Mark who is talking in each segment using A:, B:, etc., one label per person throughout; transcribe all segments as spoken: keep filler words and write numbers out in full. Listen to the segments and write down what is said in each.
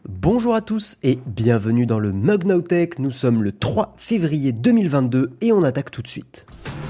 A: Bonjour à tous et bienvenue dans le Mug Now Tech. Nous sommes le trois février deux mille vingt-deux et on attaque tout de suite.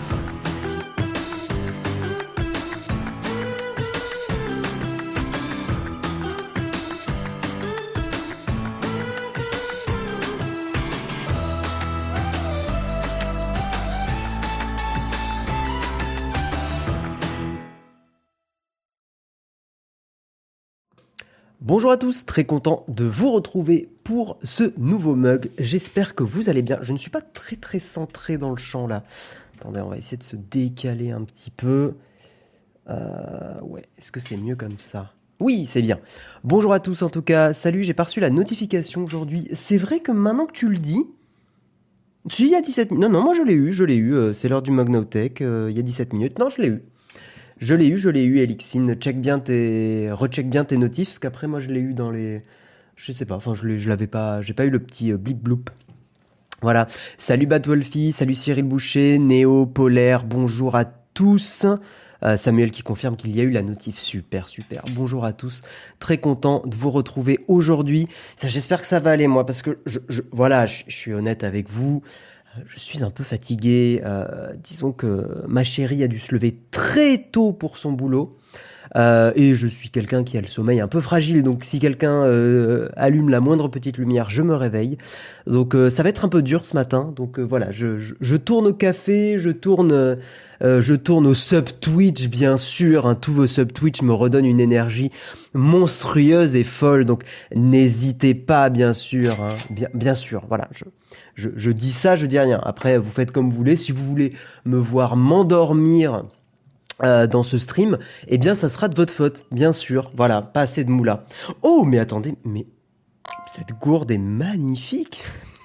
A: Bonjour à tous, très content de vous retrouver pour ce nouveau mug. J'espère que vous allez bien. Je ne suis pas très très centré dans le champ là. Attendez, on va essayer de se décaler un petit peu. Euh, ouais, est-ce que c'est mieux comme ça ? Oui, c'est bien. Bonjour à tous en tout cas. Salut, j'ai pas reçu la notification aujourd'hui. C'est vrai que maintenant que tu le dis... Si, il y a dix-sept minutes. Non, non, moi je l'ai eu, je l'ai eu. Euh, c'est l'heure du Mug Now Tech. Euh, il y a dix-sept minutes. Non, je l'ai eu. Je l'ai eu, je l'ai eu, Elixine. Check bien tes, recheck bien tes notifs, parce qu'après, moi, je l'ai eu dans les, je sais pas, enfin, je l'ai, je l'avais pas, j'ai pas eu le petit euh, blip bloop. Voilà. Salut Batwolfie, salut Cyril Boucher, Néo, Polaire, bonjour à tous. Euh, Samuel qui confirme qu'il y a eu la notif. Super, super. Bonjour à tous. Très content de vous retrouver aujourd'hui. Ça, j'espère que ça va aller, moi, parce que je, je voilà, je, je suis honnête avec vous. Je suis un peu fatigué. Euh, disons que ma chérie a dû se lever très tôt pour son boulot. Euh, et je suis quelqu'un qui a le sommeil un peu fragile. Donc si quelqu'un euh, allume la moindre petite lumière, je me réveille. Donc euh, ça va être un peu dur ce matin. Donc euh, voilà, je, je, je tourne au café, je tourne... Euh, Euh, je tourne au sub Twitch, bien sûr. Hein, tous vos sub Twitch me redonnent une énergie monstrueuse et folle. Donc, n'hésitez pas, bien sûr. Hein, bien, bien sûr. Voilà. Je, je, je dis ça, je dis rien. Après, vous faites comme vous voulez. Si vous voulez me voir m'endormir euh, dans ce stream, eh bien, ça sera de votre faute, bien sûr. Voilà. Pas assez de moula. Oh, mais attendez, mais cette gourde est magnifique.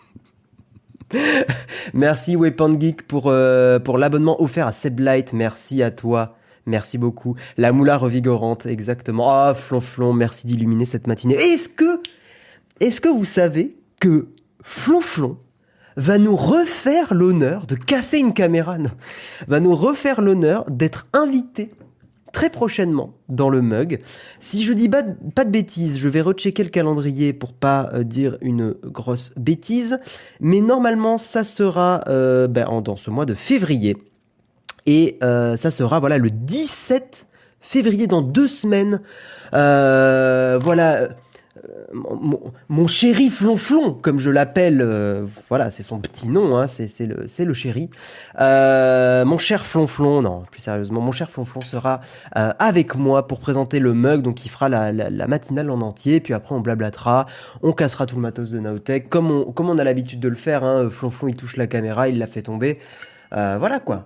A: Merci Weapon Geek pour, euh, pour l'abonnement offert à Seblight. Merci à toi. Merci beaucoup. La moula revigorante, exactement. Ah, oh, Flonflon, merci d'illuminer cette matinée. Est-ce que, est-ce que vous savez que Flonflon va nous refaire l'honneur de casser une caméra, non, va nous refaire l'honneur d'être invité très prochainement dans le mug. Si je dis pas de, pas de bêtises, je vais rechecker le calendrier pour pas euh, dire une grosse bêtise, mais normalement ça sera euh, ben, en, dans ce mois de février, et euh, ça sera voilà le dix-sept février, dans deux semaines. Euh, voilà. Mon, mon, mon chéri Flonflon, comme je l'appelle, euh, voilà, c'est son petit nom, hein, c'est, c'est, le, c'est le chéri. Euh, mon cher Flonflon, non, plus sérieusement, mon cher Flonflon sera euh, avec moi pour présenter le mug, donc il fera la, la, la matinale en entier, puis après on blablatera, on cassera tout le matos de Nowtech, comme on, comme on a l'habitude de le faire, hein, Flonflon il touche la caméra, il la fait tomber, euh, voilà quoi.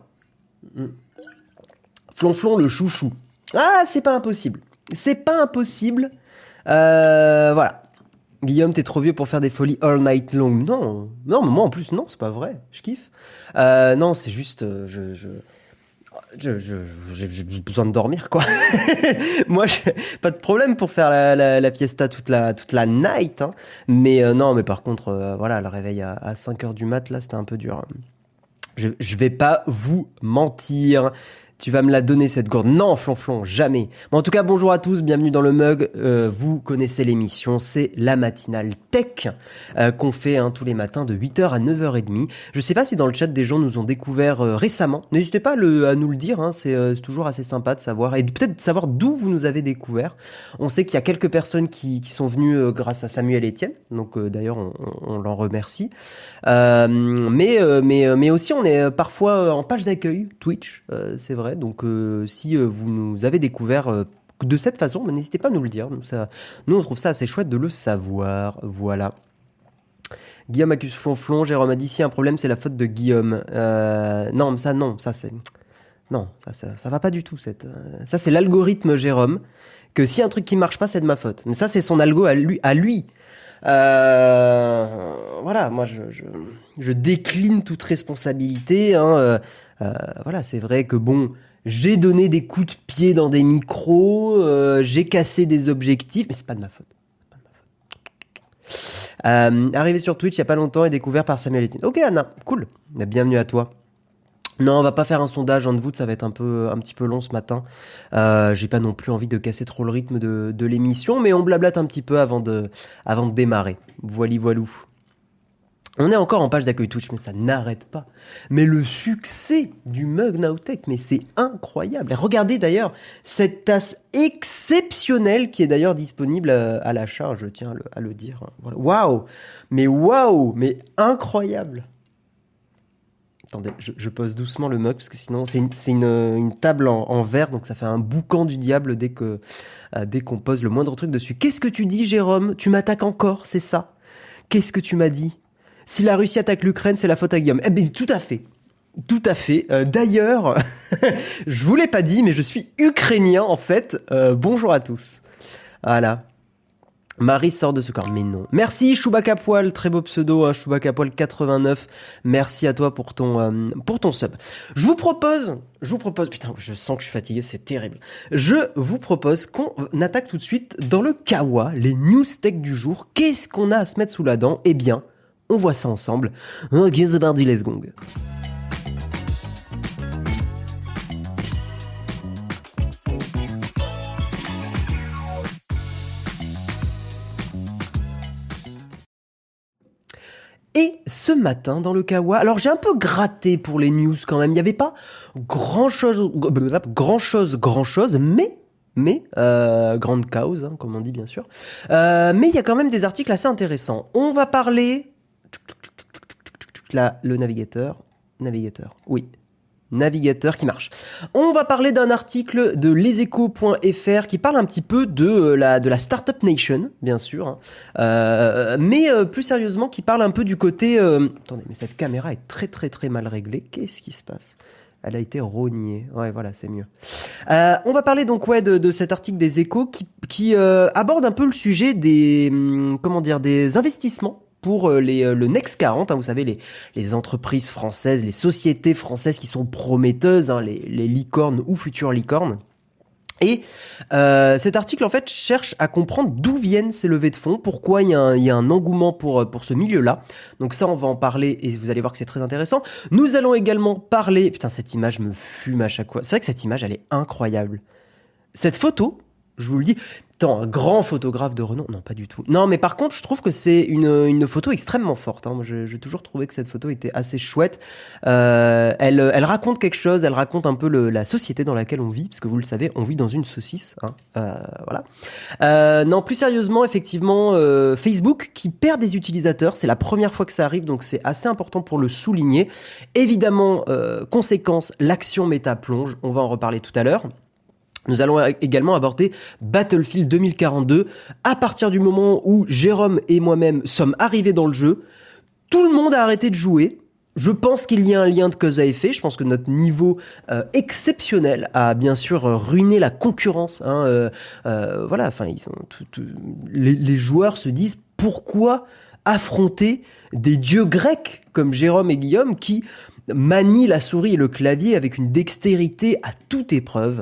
A: Flonflon le chouchou. Ah, c'est pas impossible, c'est pas impossible. Euh, voilà. Guillaume, t'es trop vieux pour faire des folies all night long. Non, non, mais moi en plus, non, c'est pas vrai. Je kiffe. Euh, non, c'est juste, euh, je, je, je, je, j'ai, j'ai besoin de dormir, quoi. Moi, j'ai pas de problème pour faire la, la, la fiesta toute la, toute la night, hein. Mais euh, non, mais par contre, euh, voilà, le réveil à, à cinq heures du mat, là, c'était un peu dur. Je, je vais pas vous mentir. Tu vas me la donner cette gourde. Non, Flonflon, jamais. Bon, en tout cas, bonjour à tous, bienvenue dans le mug. Euh, vous connaissez l'émission, c'est la matinale tech euh, qu'on fait hein, tous les matins de huit heures à neuf heures trente. Je sais pas si dans le chat des gens nous ont découvert euh, récemment. N'hésitez pas à, le, à nous le dire, hein, c'est, euh, c'est toujours assez sympa de savoir. Et peut-être de savoir d'où vous nous avez découvert. On sait qu'il y a quelques personnes qui, qui sont venues euh, grâce à Samuel Etienne. Donc euh, d'ailleurs, on, on, on l'en remercie. Euh, mais, euh, mais, euh, mais aussi, on est parfois en page d'accueil Twitch, euh, c'est vrai. Donc euh, si euh, vous nous avez découvert euh, de cette façon, bah, n'hésitez pas à nous le dire. Nous, ça, nous, on trouve ça assez chouette de le savoir. Voilà. Guillaume accuse Flonflon. Jérôme a dit si un problème, c'est la faute de Guillaume. Euh, non, mais ça, non, ça c'est... Non, ça, ça, ça va pas du tout. Cette... Ça, c'est l'algorithme Jérôme. Que si un truc qui marche pas, c'est de ma faute. Mais ça, c'est son algo à lui. À lui. Euh... Voilà, moi, je, je, je décline toute responsabilité. Hein. Euh, euh, voilà, c'est vrai que bon... J'ai donné des coups de pied dans des micros, euh, j'ai cassé des objectifs, mais c'est pas de ma faute. Pas de ma faute. Euh, arrivé sur Twitch il y a pas longtemps et découvert par Samuel Etienne. Ok Anna, cool. Bienvenue à toi. Non, on va pas faire un sondage en de voûte, ça va être un peu, un petit peu long ce matin. Euh, j'ai pas non plus envie de casser trop le rythme de, de l'émission, mais on blablate un petit peu avant de, avant de démarrer. Voili voilou. On est encore en page d'accueil Twitch, mais ça n'arrête pas. Mais le succès du mug Nowtech, mais c'est incroyable. Et regardez d'ailleurs cette tasse exceptionnelle qui est d'ailleurs disponible à, à l'achat, je tiens à le, à le dire. Voilà. Waouh, mais waouh, mais incroyable. Attendez, je, je pose doucement le mug parce que sinon c'est une, c'est une, une table en, en verre, donc ça fait un boucan du diable dès que euh, dès qu'on pose le moindre truc dessus. Qu'est-ce que tu dis, Jérôme? Tu m'attaques encore, c'est ça? Qu'est-ce que tu m'as dit? Si la Russie attaque l'Ukraine, c'est la faute à Guillaume. Eh bien, tout à fait. Tout à fait. Euh, d'ailleurs, je vous l'ai pas dit, mais je suis ukrainien, en fait. Euh, bonjour à tous. Voilà. Marie sort de ce corps. Mais non. Merci, Chewbacca Poil. Très beau pseudo, hein, Chewbacca Poil quatre-vingt-neuf. Merci à toi pour ton, euh, pour ton sub. Je vous propose, je vous propose, putain, je sens que je suis fatigué, c'est terrible. Je vous propose qu'on attaque tout de suite dans le Kawa, les news tech du jour. Qu'est-ce qu'on a à se mettre sous la dent? Eh bien, on voit ça ensemble. Ok, c'est parti, let's go. Et ce matin, dans le Kawa, alors j'ai un peu gratté pour les news quand même. Il n'y avait pas grand-chose, grand-chose, grand-chose, mais... mais euh, grande cause, hein, comme on dit bien sûr. Euh, mais il y a quand même des articles assez intéressants. On va parler... Là, le navigateur. Navigateur, oui. Navigateur qui marche. On va parler d'un article de leséchos point f r qui parle un petit peu de la, de la Startup Nation, bien sûr. Hein. Euh, mais euh, plus sérieusement, qui parle un peu du côté... Euh... Attendez, mais cette caméra est très très très mal réglée. Qu'est-ce qui se passe ? Elle a été rognée. Ouais, voilà, c'est mieux. Euh, on va parler donc ouais de, de cet article des Échos qui, qui euh, aborde un peu le sujet des hum, comment dire des investissements pour les, le Next quarante, hein, vous savez, les, les entreprises françaises, les sociétés françaises qui sont prometteuses, hein, les, les licornes ou futures licornes. Et euh, cet article, en fait, cherche à comprendre d'où viennent ces levées de fonds, pourquoi il y a un, il y a un engouement pour, pour ce milieu-là. Donc ça, on va en parler et vous allez voir que c'est très intéressant. Nous allons également parler... Putain, cette image me fume à chaque fois. C'est vrai que cette image, elle est incroyable. Cette photo, je vous le dis... Tant un grand photographe de renom, non pas du tout. Non, mais par contre, je trouve que c'est une, une photo extrêmement forte. Hein. Moi, je- j'ai toujours trouvé que cette photo était assez chouette. Euh, elle, elle raconte quelque chose. Elle raconte un peu le, la société dans laquelle on vit, parce que vous le savez, on vit dans une saucisse. Hein. Euh, voilà. Euh, non, plus sérieusement, effectivement, euh, Facebook qui perd des utilisateurs, c'est la première fois que ça arrive, donc c'est assez important pour le souligner. Évidemment, euh, conséquence, l'action méta plonge. On va en reparler tout à l'heure. Nous allons également aborder Battlefield deux mille quarante-deux. À partir du moment où Jérôme et moi-même sommes arrivés dans le jeu, tout le monde a arrêté de jouer. Je pense qu'il y a un lien de cause à effet. Je pense que notre niveau euh, exceptionnel a bien sûr ruiné la concurrence. Hein, euh, euh, voilà, enfin, ils sont tout, tout, les, les joueurs se disent pourquoi affronter des dieux grecs comme Jérôme et Guillaume qui manient la souris et le clavier avec une dextérité à toute épreuve.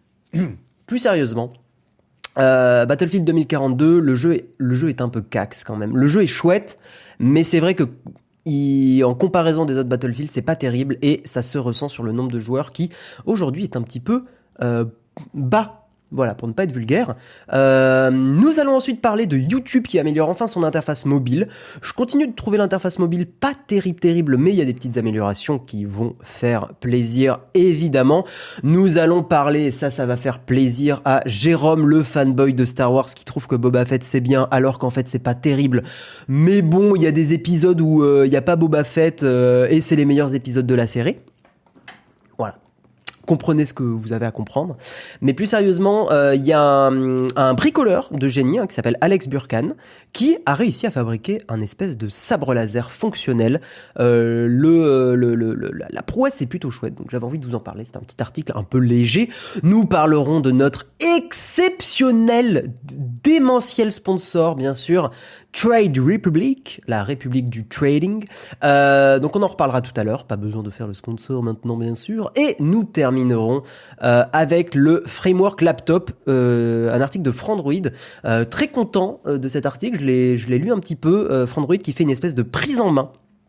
A: Plus sérieusement, euh, Battlefield deux mille quarante-deux, le jeu, est, le jeu est un peu cax quand même. Le jeu est chouette, mais c'est vrai que il, en comparaison des autres Battlefield, c'est pas terrible et ça se ressent sur le nombre de joueurs qui aujourd'hui est un petit peu euh, bas. Voilà, pour ne pas être vulgaire. Euh, nous allons ensuite parler de YouTube qui améliore enfin son interface mobile. Je continue de trouver l'interface mobile pas terrible, terrible, mais il y a des petites améliorations qui vont faire plaisir, évidemment. Nous allons parler, ça, ça va faire plaisir à Jérôme, le fanboy de Star Wars, qui trouve que Boba Fett c'est bien, alors qu'en fait c'est pas terrible. Mais bon, il y a des épisodes où euh, il y a pas Boba Fett euh, et c'est les meilleurs épisodes de la série. Voilà. Comprenez ce que vous avez à comprendre. Mais plus sérieusement, il euh, y a un, un bricoleur de génie hein, qui s'appelle Alex Burkan qui a réussi à fabriquer un espèce de sabre laser fonctionnel. Euh, le, le, le, le, la prouesse est plutôt chouette, donc j'avais envie de vous en parler. C'est un petit article un peu léger. Nous parlerons de notre exceptionnel, démentiel sponsor, bien sûr, Trade Republic, la République du trading. Euh, donc on en reparlera tout à l'heure, pas besoin de faire le sponsor maintenant bien sûr. Et nous terminerons euh, avec le Framework Laptop, euh, un article de Frandroid. Euh, très content euh, de cet article, je l'ai, je l'ai lu un petit peu. Euh, Frandroid qui fait une espèce de prise en main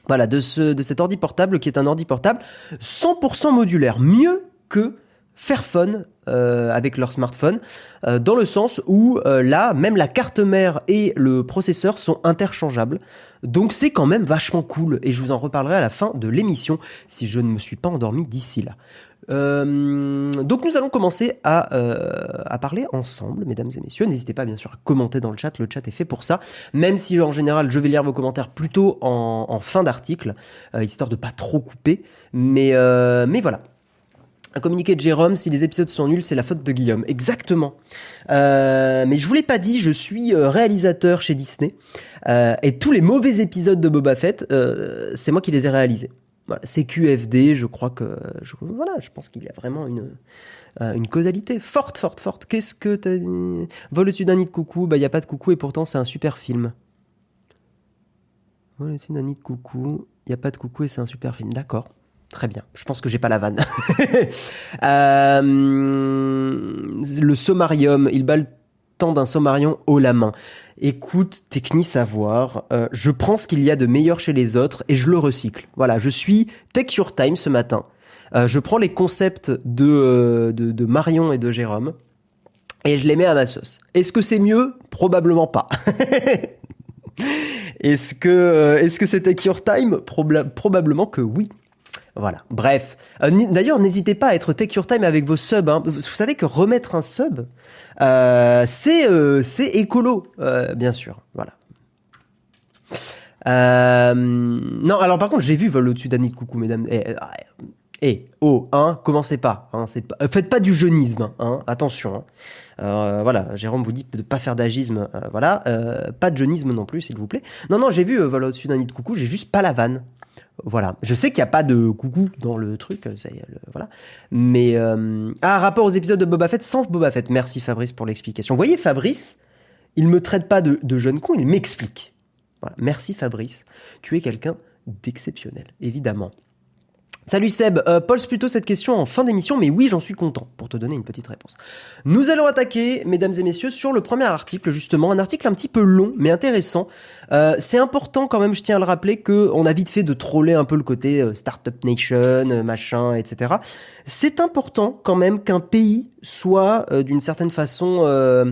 A: Voilà, de ce de cet ordi portable qui est un ordi portable cent pour cent modulaire, mieux que Fairphone euh, avec leur smartphone, euh, dans le sens où euh, là, même la carte mère et le processeur sont interchangeables. Donc c'est quand même vachement cool et je vous en reparlerai à la fin de l'émission si je ne me suis pas endormi d'ici là. Euh, donc nous allons commencer à, euh, à parler ensemble, mesdames et messieurs. N'hésitez pas bien sûr à commenter dans le chat, le chat est fait pour ça. Même si en général je vais lire vos commentaires plutôt en, en fin d'article, euh, histoire de pas trop couper. Mais, euh, mais voilà. Un communiqué de Jérôme, si les épisodes sont nuls, c'est la faute de Guillaume. Exactement. Euh, mais je vous l'ai pas dit, je suis réalisateur chez Disney. Euh, et tous les mauvais épisodes de Boba Fett, euh, c'est moi qui les ai réalisés. Voilà, C Q F D, je crois que... Je, voilà, je pense qu'il y a vraiment une, euh, une causalité forte, forte, forte. Qu'est-ce que t'as dit ? Vol au-dessus d'un nid de coucou, bah il n'y a pas de coucou et pourtant c'est un super film. Vol au-dessus d'un nid de coucou, il n'y a pas de coucou et c'est un super film. D'accord. Très bien. Je pense que j'ai pas la vanne. euh, le sommarium, il bat le temps d'un sommarion haut la main. Écoute, techni savoir, euh, je prends ce qu'il y a de meilleur chez les autres et je le recycle. Voilà, je suis Take Your Time ce matin. Euh, je prends les concepts de, euh, de, de Marion et de Jérôme et je les mets à ma sauce. Est-ce que c'est mieux ? Probablement pas. Est-ce que, euh, est-ce que c'est Take Your Time ? Probla- Probablement que oui. Voilà, bref. Euh, n- d'ailleurs, n'hésitez pas à être Take Your Time avec vos subs. Hein. Vous, vous savez que remettre un sub, euh, c'est, euh, c'est écolo, euh, bien sûr. Voilà. Euh, non, alors par contre, j'ai vu Vol au-dessus d'Annie de coucou, mesdames. Eh, eh, oh, hein, commencez pas. Hein, c'est pas euh, faites pas du jeunisme, hein, attention. Hein. Euh, voilà, Jérôme vous dit de pas faire d'agisme. Euh, voilà, euh, pas de jeunisme non plus, s'il vous plaît. Non, non, j'ai vu euh, Vol au-dessus d'Annie de coucou, j'ai juste pas la vanne. Voilà, je sais qu'il n'y a pas de coucou dans le truc, c'est, le, voilà. Mais euh... ah, rapport aux épisodes de Boba Fett sans Boba Fett. Merci Fabrice pour l'explication. Vous voyez Fabrice, il me traite pas de, de jeune con, il m'explique. Voilà, merci Fabrice, tu es quelqu'un d'exceptionnel, évidemment. Salut Seb, euh, pose plutôt cette question en fin d'émission, mais oui, j'en suis content, pour te donner une petite réponse. Nous allons attaquer, mesdames et messieurs, sur le premier article, justement, un article un petit peu long, mais intéressant. Euh, c'est important quand même, je tiens à le rappeler, qu'on a vite fait de troller un peu le côté euh, Startup Nation, euh, machin, et cetera. C'est important quand même qu'un pays soit, euh, d'une certaine façon, euh,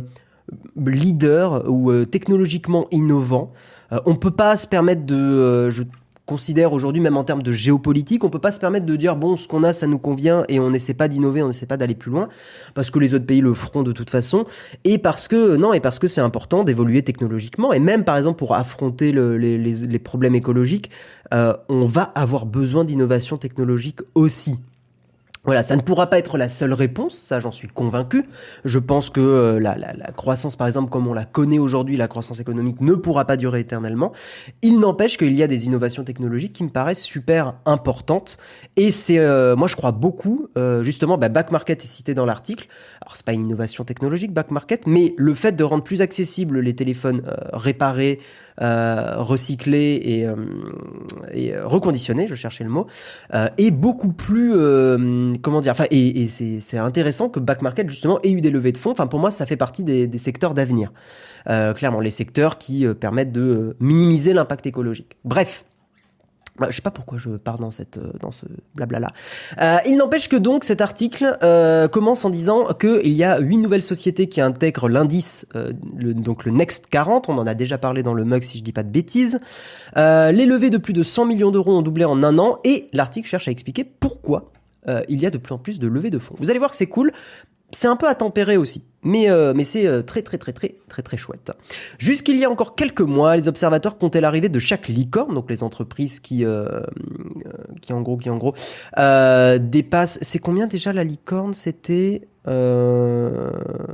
A: leader ou euh, technologiquement innovant. Euh, on peut pas se permettre de... Euh, je considère aujourd'hui, même en termes de géopolitique, on peut pas se permettre de dire bon, ce qu'on a, ça nous convient et on n'essaie pas d'innover, on n'essaie pas d'aller plus loin parce que les autres pays le feront de toute façon et parce que non et parce que c'est important d'évoluer technologiquement et même par exemple pour affronter le, les, les, les problèmes écologiques, euh, on va avoir besoin d'innovation technologique aussi. Voilà, ça ne pourra pas être la seule réponse, ça j'en suis convaincu. Je pense que euh, la, la, la croissance, par exemple, comme on la connaît aujourd'hui, la croissance économique ne pourra pas durer éternellement. Il n'empêche qu'il y a des innovations technologiques qui me paraissent super importantes. Et c'est, euh, moi je crois beaucoup, euh, justement, bah, Back Market est cité dans l'article. Alors c'est pas une innovation technologique, Back Market, mais le fait de rendre plus accessibles les téléphones euh, réparés, euh, recyclés et, euh, et euh, reconditionnés, je cherchais le mot, euh, est beaucoup plus... Euh, comment dire, enfin, et, et c'est, c'est intéressant que Back Market, justement, ait eu des levées de fonds. Enfin, pour moi, ça fait partie des, des secteurs d'avenir. Euh, clairement, les secteurs qui euh, permettent de euh, minimiser l'impact écologique. Bref. Bah, je sais pas pourquoi je pars dans cette dans ce blablabla. Euh, il n'empêche que donc cet article euh, commence en disant que il y a huit nouvelles sociétés qui intègrent l'indice, euh, le, donc le Next quarante. On en a déjà parlé dans le mug si je dis pas de bêtises. Euh, les levées de plus de cent millions d'euros ont doublé en un an et l'article cherche à expliquer pourquoi euh, il y a de plus en plus de levées de fonds. Vous allez voir que c'est cool. C'est un peu à tempérer aussi, mais euh, mais c'est euh, très très très très très très chouette. Jusqu'il y a encore quelques mois, les observateurs comptaient l'arrivée de chaque licorne, donc les entreprises qui euh, qui en gros qui en gros euh, dépassent. C'est combien déjà la licorne ? C'était euh,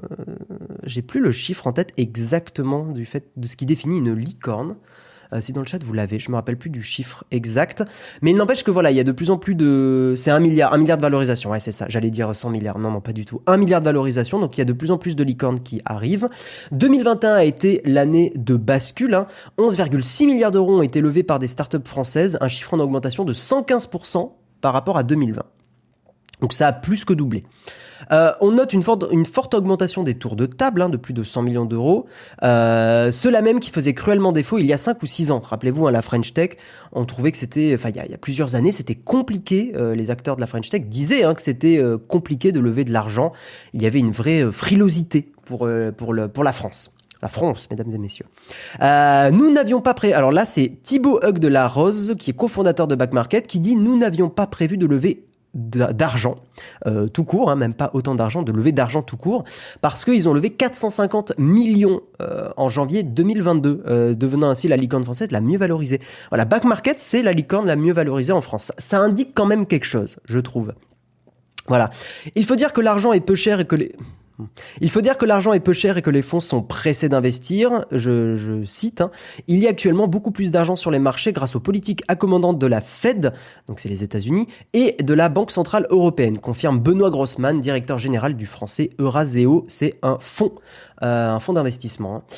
A: j'ai plus le chiffre en tête exactement du fait de ce qui définit une licorne. Euh, si dans le chat vous l'avez, je me rappelle plus du chiffre exact, mais il n'empêche que voilà, il y a de plus en plus de, c'est un milliard, un milliard de valorisation, ouais c'est ça, j'allais dire cent milliards, non non pas du tout, un milliard de valorisation, donc il y a de plus en plus de licornes qui arrivent. deux mille vingt et un a été l'année de bascule, hein. onze virgule six milliards d'euros ont été levés par des startups françaises, un chiffre en augmentation de cent quinze pour cent par rapport à deux mille vingt. Donc ça a plus que doublé. Euh, on note une forte, une forte augmentation des tours de table, hein, de plus de cent millions d'euros. Euh, Ceux-là même qui faisaient cruellement défaut il y a cinq ou six ans. Rappelez-vous, hein, la French Tech, on trouvait que c'était... Enfin, il y a, il y a plusieurs années, c'était compliqué. Euh, les acteurs de la French Tech disaient hein, que c'était euh, compliqué de lever de l'argent. Il y avait une vraie euh, frilosité pour, euh, pour, le, pour la France. La France, mesdames et messieurs. Euh, nous n'avions pas pré... Alors là, c'est Thibaut Hug de la Rose, qui est cofondateur de Back Market, qui dit « Nous n'avions pas prévu de lever d'argent, euh, tout court, hein, même pas autant d'argent, de lever d'argent tout court, parce qu'ils ont levé quatre cent cinquante millions euh, en janvier deux mille vingt-deux, euh, devenant ainsi la licorne française la mieux valorisée. Voilà, Back Market, c'est la licorne la mieux valorisée en France. Ça, ça indique quand même quelque chose, je trouve. Voilà. Il faut dire que l'argent est peu cher et que les... Il faut dire que l'argent est peu cher et que les fonds sont pressés d'investir. Je, je cite, hein, il y a actuellement beaucoup plus d'argent sur les marchés grâce aux politiques accommodantes de la Fed, donc c'est les États-Unis, et de la Banque Centrale Européenne, confirme Benoît Grossman, directeur général du français Euraseo. C'est un fonds, euh, un fonds d'investissement. Hein.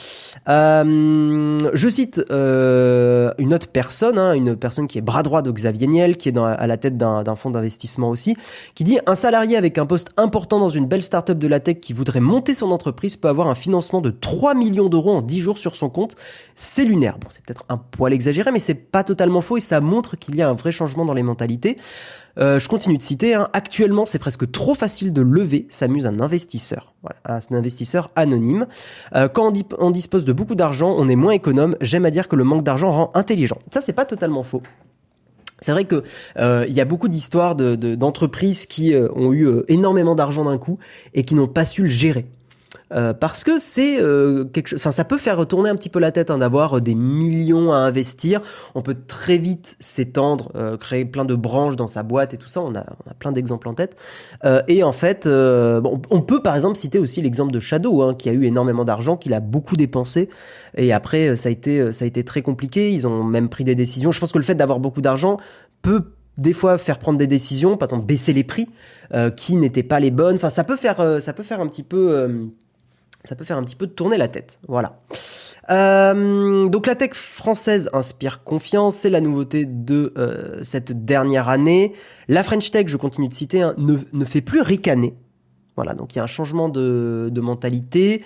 A: Euh, je cite euh, une autre personne, hein, une personne qui est bras droit de Xavier Niel, qui est dans, à la tête d'un, d'un fonds d'investissement aussi, qui dit « Un salarié avec un poste important dans une belle start-up de la tech qui voudrait monter son entreprise peut avoir un financement de trois millions d'euros en dix jours sur son compte. C'est lunaire. » Bon, c'est peut-être un poil exagéré, mais c'est pas totalement faux et ça montre qu'il y a un vrai changement dans les mentalités. Euh, je continue de citer, hein. Actuellement, c'est presque trop facile de lever, s'amuse un investisseur. Voilà, un investisseur anonyme. Euh, quand on, dit, on dispose de beaucoup d'argent, on est moins économe. J'aime à dire que le manque d'argent rend intelligent. Ça, c'est pas totalement faux. C'est vrai que euh, il y a beaucoup d'histoires de, de, d'entreprises qui euh, ont eu euh, énormément d'argent d'un coup et qui n'ont pas su le gérer. Euh, parce que c'est euh, quelque chose, enfin ça peut faire retourner un petit peu la tête hein, d'avoir des millions à investir. On peut très vite s'étendre, euh, créer plein de branches dans sa boîte et tout ça. On a, on a plein d'exemples en tête. Euh, et en fait, euh, bon, on peut par exemple citer aussi l'exemple de Shadow, hein, qui a eu énormément d'argent, qu'il a beaucoup dépensé. Et après, ça a été, ça a été très compliqué. Ils ont même pris des décisions. Je pense que le fait d'avoir beaucoup d'argent peut des fois faire prendre des décisions, par exemple baisser les prix, euh, qui n'étaient pas les bonnes. Enfin, ça peut faire, euh, ça peut faire un petit peu. Euh, Ça peut faire un petit peu tourner la tête. Voilà. Euh, donc la tech française inspire confiance. C'est la nouveauté de euh, cette dernière année. La French Tech, je continue de citer, hein, ne, ne fait plus ricaner. Voilà, donc il y a un changement de, de mentalité.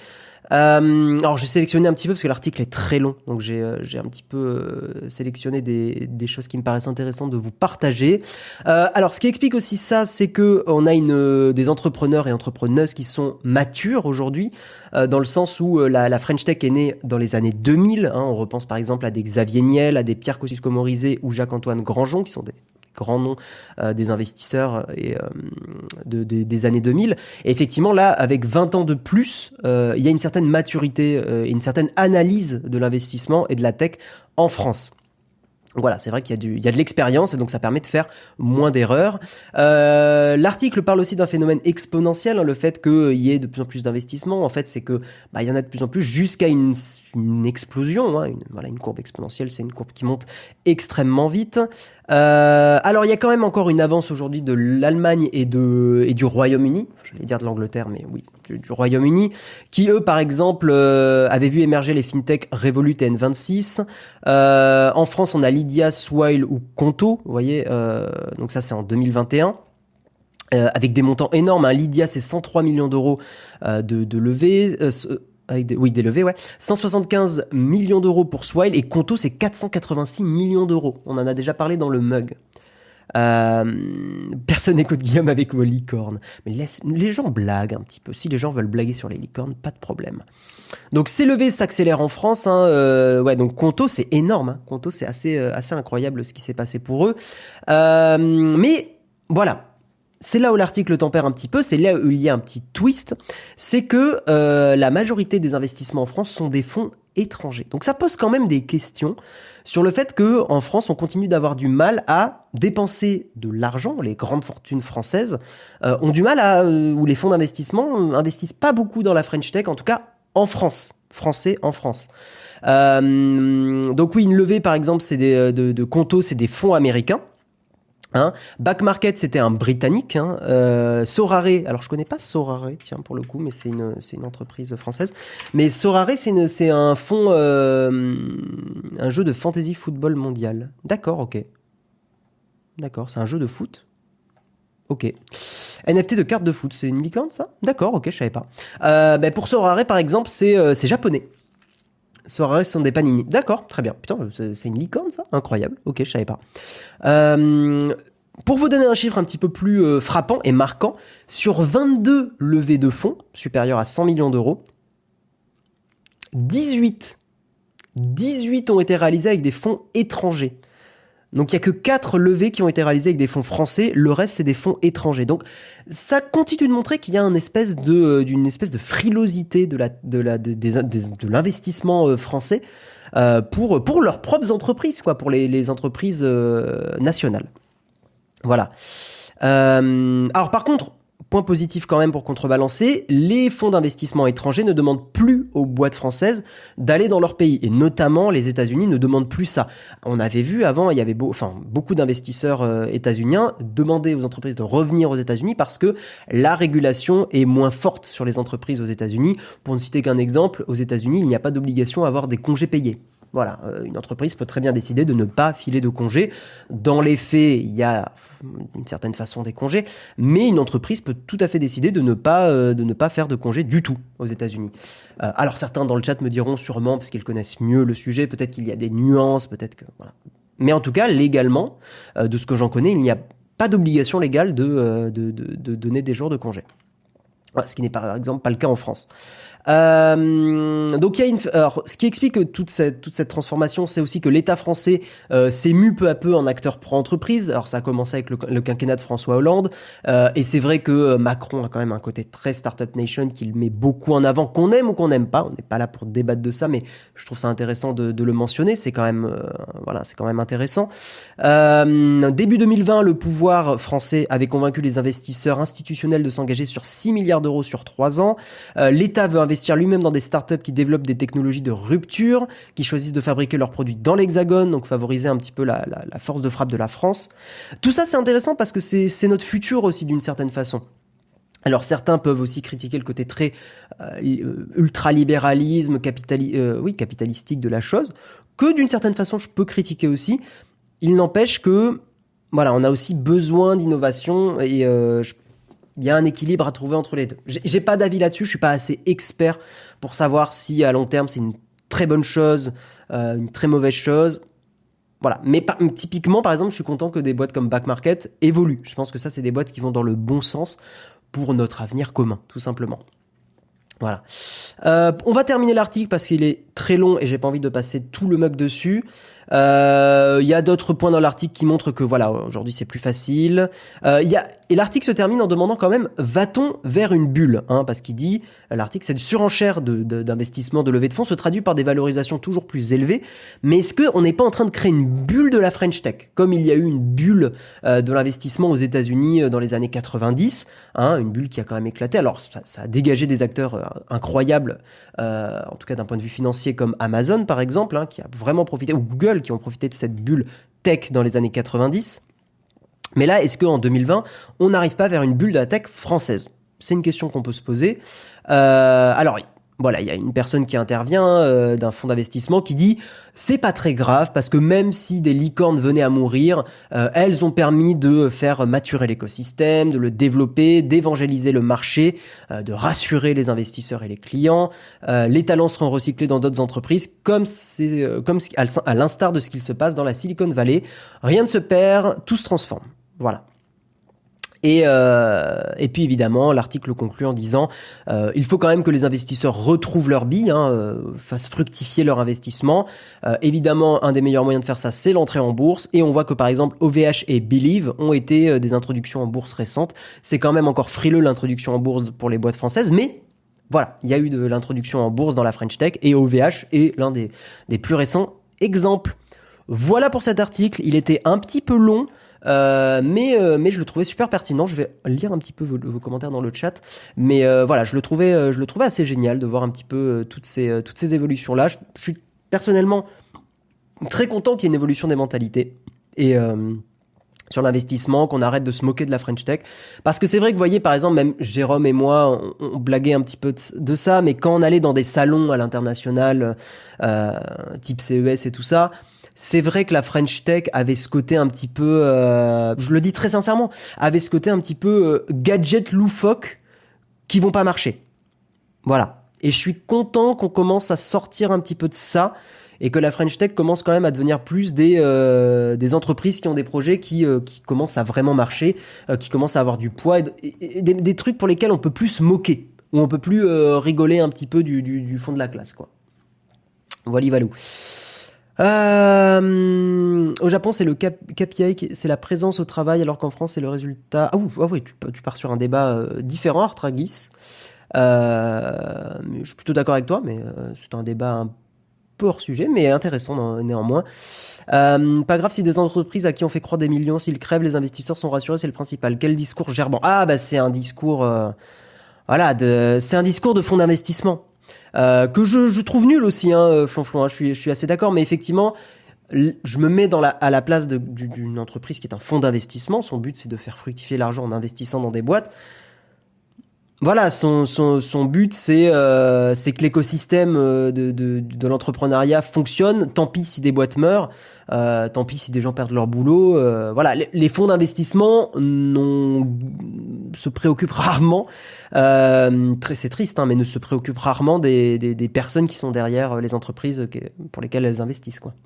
A: Euh, alors j'ai sélectionné un petit peu parce que l'article est très long, donc j'ai, euh, j'ai un petit peu euh, sélectionné des, des choses qui me paraissent intéressantes de vous partager. Euh, alors ce qui explique aussi ça, c'est que on a une euh, des entrepreneurs et entrepreneuses qui sont matures aujourd'hui, euh, dans le sens où euh, la, la French Tech est née dans les années deux mille. Hein, on repense par exemple à des Xavier Niel, à des Pierre Kosciusko-Morizet ou Jacques-Antoine Grandjean, qui sont des grands noms euh, des investisseurs et euh, de, de, des années deux mille. Et effectivement, là, avec vingt ans de plus, euh, il y a une certaine maturité euh, et une certaine analyse de l'investissement et de la tech en France. Voilà, c'est vrai qu'il y a, du, il y a de l'expérience et donc ça permet de faire moins d'erreurs. Euh, l'article parle aussi d'un phénomène exponentiel, hein, le fait qu'il y ait de plus en plus d'investissements. En fait, c'est que bah, il y en a de plus en plus jusqu'à une, une explosion. Hein, une, voilà, une courbe exponentielle, c'est une courbe qui monte extrêmement vite. Euh, alors, il y a quand même encore une avance aujourd'hui de l'Allemagne et, de, et du Royaume-Uni. J'allais dire de l'Angleterre, mais oui, du, du Royaume-Uni, qui eux, par exemple, euh, avaient vu émerger les fintech Revolut et N vingt-six. Euh, en France, on a Lydia, Swile ou Conto, vous voyez, euh, donc ça c'est en deux mille vingt et un. Euh, avec des montants énormes, hein. Lydia c'est cent trois millions d'euros euh, de, de levée, euh, avec des, oui des levées, ouais, cent soixante-quinze millions d'euros pour Swile et Conto c'est quatre cent quatre-vingt-six millions d'euros. On en a déjà parlé dans le mug. Euh, personne n'écoute Guillaume avec vos licornes. Mais laisse, les gens blaguent un petit peu. Si les gens veulent blaguer sur les licornes, pas de problème. Donc ces levées s'accélèrent en France. Hein, euh, ouais, donc Conto c'est énorme. Hein. Conto c'est assez euh, assez incroyable ce qui s'est passé pour eux. Euh, mais voilà. C'est là où l'article tempère un petit peu, c'est là où il y a un petit twist, c'est que euh, la majorité des investissements en France sont des fonds étrangers. Donc ça pose quand même des questions sur le fait que en France, on continue d'avoir du mal à dépenser de l'argent. Les grandes fortunes françaises euh, ont du mal à, euh, ou les fonds d'investissement euh, investissent pas beaucoup dans la French Tech, en tout cas en France, français en France. Euh, donc oui, une levée par exemple, c'est des de, de Conto, c'est des fonds américains. Hein. Back Market, c'était un britannique. Hein. Euh, Sorare, alors je connais pas Sorare, tiens pour le coup, mais c'est une c'est une entreprise française. Mais Sorare, c'est une c'est un fonds, euh, un jeu de fantasy football mondial. D'accord, ok. D'accord, c'est un jeu de foot. Ok. N F T de cartes de foot, c'est une licorne ça? D'accord, ok, je savais pas. Euh, ben pour Sorare par exemple, c'est euh, c'est japonais. Sorare, ce sont des panini. D'accord, très bien. Putain, c'est, c'est une licorne ça? Incroyable. Ok, je savais pas. Euh, pour vous donner un chiffre un petit peu plus euh, frappant et marquant, sur vingt-deux levées de fonds supérieures à cent millions d'euros, dix-huit, dix-huit ont été réalisés avec des fonds étrangers. Donc il n'y a que quatre levées qui ont été réalisées avec des fonds français, le reste c'est des fonds étrangers. Donc ça continue de montrer qu'il y a une espèce de, d'une espèce de frilosité de, la, de, la, de, de, de, de l'investissement français euh, pour, pour leurs propres entreprises, quoi, pour les, les entreprises euh, nationales. Voilà. Euh, alors par contre, point positif quand même pour contrebalancer, les fonds d'investissement étrangers ne demandent plus aux boîtes françaises d'aller dans leur pays. Et notamment, les États-Unis ne demandent plus ça. On avait vu avant, il y avait beau, enfin, beaucoup d'investisseurs euh, états-uniens demander aux entreprises de revenir aux États-Unis parce que la régulation est moins forte sur les entreprises aux États-Unis. Pour ne citer qu'un exemple, aux États-Unis, il n'y a pas d'obligation à avoir des congés payés. Voilà, une entreprise peut très bien décider de ne pas filer de congés. Dans les faits, il y a d'une certaine façon des congés, mais une entreprise peut tout à fait décider de ne pas euh, de ne pas faire de congés du tout aux États-Unis. Euh, alors certains dans le chat me diront sûrement parce qu'ils connaissent mieux le sujet, peut-être qu'il y a des nuances, peut-être que voilà. Mais en tout cas, légalement, euh, de ce que j'en connais, il n'y a pas d'obligation légale de euh, de, de de donner des jours de congé. Voilà, ce qui n'est par exemple pas le cas en France. Euh, donc il y a une, alors ce qui explique toute cette toute cette transformation, c'est aussi que l'État français euh, s'est mu peu à peu en acteur pro-entreprise. Alors ça a commencé avec le, le quinquennat de François Hollande, euh, et c'est vrai que Macron a quand même un côté très startup nation qu'il met beaucoup en avant, qu'on aime ou qu'on n'aime pas. On n'est pas là pour débattre de ça, mais je trouve ça intéressant de, de le mentionner. C'est quand même euh, voilà, c'est quand même intéressant. Euh, début deux mille vingt, le pouvoir français avait convaincu les investisseurs institutionnels de s'engager sur six milliards d'euros sur trois ans. Euh, L'État veut investir lui-même dans des startups qui développent des technologies de rupture, qui choisissent de fabriquer leurs produits dans l'Hexagone, donc favoriser un petit peu la, la, la force de frappe de la France. Tout ça, c'est intéressant parce que c'est, c'est notre futur aussi d'une certaine façon. Alors certains peuvent aussi critiquer le côté très euh, ultralibéralisme, capitali- euh, oui, capitalistique de la chose, que d'une certaine façon je peux critiquer aussi. Il n'empêche que voilà, on a aussi besoin d'innovation et euh, je il y a un équilibre à trouver entre les deux. J'ai, j'ai pas d'avis là-dessus, je suis pas assez expert pour savoir si à long terme c'est une très bonne chose, euh, une très mauvaise chose. Voilà. Mais par, typiquement, par exemple, je suis content que des boîtes comme Back Market évoluent. Je pense que ça, c'est des boîtes qui vont dans le bon sens pour notre avenir commun, tout simplement. Voilà. Euh, on va terminer l'article parce qu'il est très long et j'ai pas envie de passer tout le mug dessus. Il euh, y a d'autres points dans l'article qui montrent que voilà, aujourd'hui c'est plus facile. Euh, y a, et l'article se termine en demandant quand même, va-t-on vers une bulle, hein, parce qu'il dit, l'article, cette surenchère de, de, d'investissement, de levée de fonds se traduit par des valorisations toujours plus élevées. Mais est-ce qu'on n'est pas en train de créer une bulle de la French Tech, comme il y a eu une bulle euh, de l'investissement aux États-Unis euh, dans les années quatre-vingt-dix, hein, une bulle qui a quand même éclaté. Alors ça, ça a dégagé des acteurs euh, incroyables, euh, en tout cas d'un point de vue financier, comme Amazon par exemple, hein, qui a vraiment profité, ou Google, qui ont profité de cette bulle tech dans les années quatre-vingt-dix. Mais là, est-ce qu'en deux mille vingt, on n'arrive pas vers une bulle de la tech française ? C'est une question qu'on peut se poser. Euh, alors, voilà, il y a une personne qui intervient euh, d'un fonds d'investissement qui dit c'est pas très grave parce que même si des licornes venaient à mourir, euh, elles ont permis de faire maturer l'écosystème, de le développer, d'évangéliser le marché, euh, de rassurer les investisseurs et les clients. Euh, les talents seront recyclés dans d'autres entreprises comme c'est euh, comme à l'instar de ce qu'il se passe dans la Silicon Valley. Rien ne se perd, tout se transforme. Voilà. Et, euh, et puis évidemment, l'article conclut en disant euh, il faut quand même que les investisseurs retrouvent leur bille, hein, euh, fassent fructifier leur investissement. Euh, évidemment, un des meilleurs moyens de faire ça, c'est l'entrée en bourse. Et on voit que par exemple, O V H et Believe ont été euh, des introductions en bourse récentes. C'est quand même encore frileux l'introduction en bourse pour les boîtes françaises, mais voilà, il y a eu de l'introduction en bourse dans la French Tech et O V H est l'un des, des plus récents exemples. Voilà pour cet article. Il était un petit peu long. Euh, mais euh, mais je le trouvais super pertinent. Je vais lire un petit peu vos, vos commentaires dans le chat, mais euh, voilà, je le trouvais euh, je le trouvais assez génial de voir un petit peu euh, toutes ces euh, toutes ces évolutions là. Je, je suis personnellement très content qu'il y ait une évolution des mentalités et euh, sur l'investissement, qu'on arrête de se moquer de la French Tech, parce que c'est vrai que vous voyez par exemple, même Jérôme et moi on, on blaguait un petit peu de, de ça, mais quand on allait dans des salons à l'international euh, type C E S et tout ça, c'est vrai que la French Tech avait ce côté un petit peu, euh, je le dis très sincèrement, avait ce côté un petit peu euh, gadget loufoque qui vont pas marcher. Voilà. Et je suis content qu'on commence à sortir un petit peu de ça et que la French Tech commence quand même à devenir plus des euh, des entreprises qui ont des projets qui euh, qui commencent à vraiment marcher, euh, qui commencent à avoir du poids, et, et, et des, des trucs pour lesquels on peut plus se moquer, où on peut plus euh, rigoler un petit peu du, du du fond de la classe, quoi. Voilà, valou. Euh, au Japon, c'est le K P I, c'est la présence au travail, alors qu'en France, c'est le résultat. Ah, ouh, ah oui, tu, tu pars sur un débat euh, différent, Artragis. Euh, je suis plutôt d'accord avec toi, mais euh, c'est un débat un peu hors sujet, mais intéressant non, néanmoins. Euh, pas grave si des entreprises à qui on fait croire des millions, s'ils crèvent, les investisseurs sont rassurés, c'est le principal. Quel discours gerbant? Ah, bah c'est un discours, euh, voilà, de, c'est un discours de fonds d'investissement. Euh, que je, je trouve nul aussi, hein, Flonflon, hein, je suis, je suis assez d'accord, mais effectivement, je me mets dans la, à la place de, d'une entreprise qui est un fonds d'investissement. Son but, c'est de faire fructifier l'argent en investissant dans des boîtes. Voilà, son, son, son but, c'est, euh, c'est que l'écosystème de, de, de l'entrepreneuriat fonctionne. Tant pis si des boîtes meurent, euh, tant pis si des gens perdent leur boulot. Euh, voilà, les, les fonds d'investissement non, se préoccupent rarement, euh, très, c'est triste, hein, mais ne se préoccupent rarement des, des, des personnes qui sont derrière les entreprises pour lesquelles elles investissent, quoi.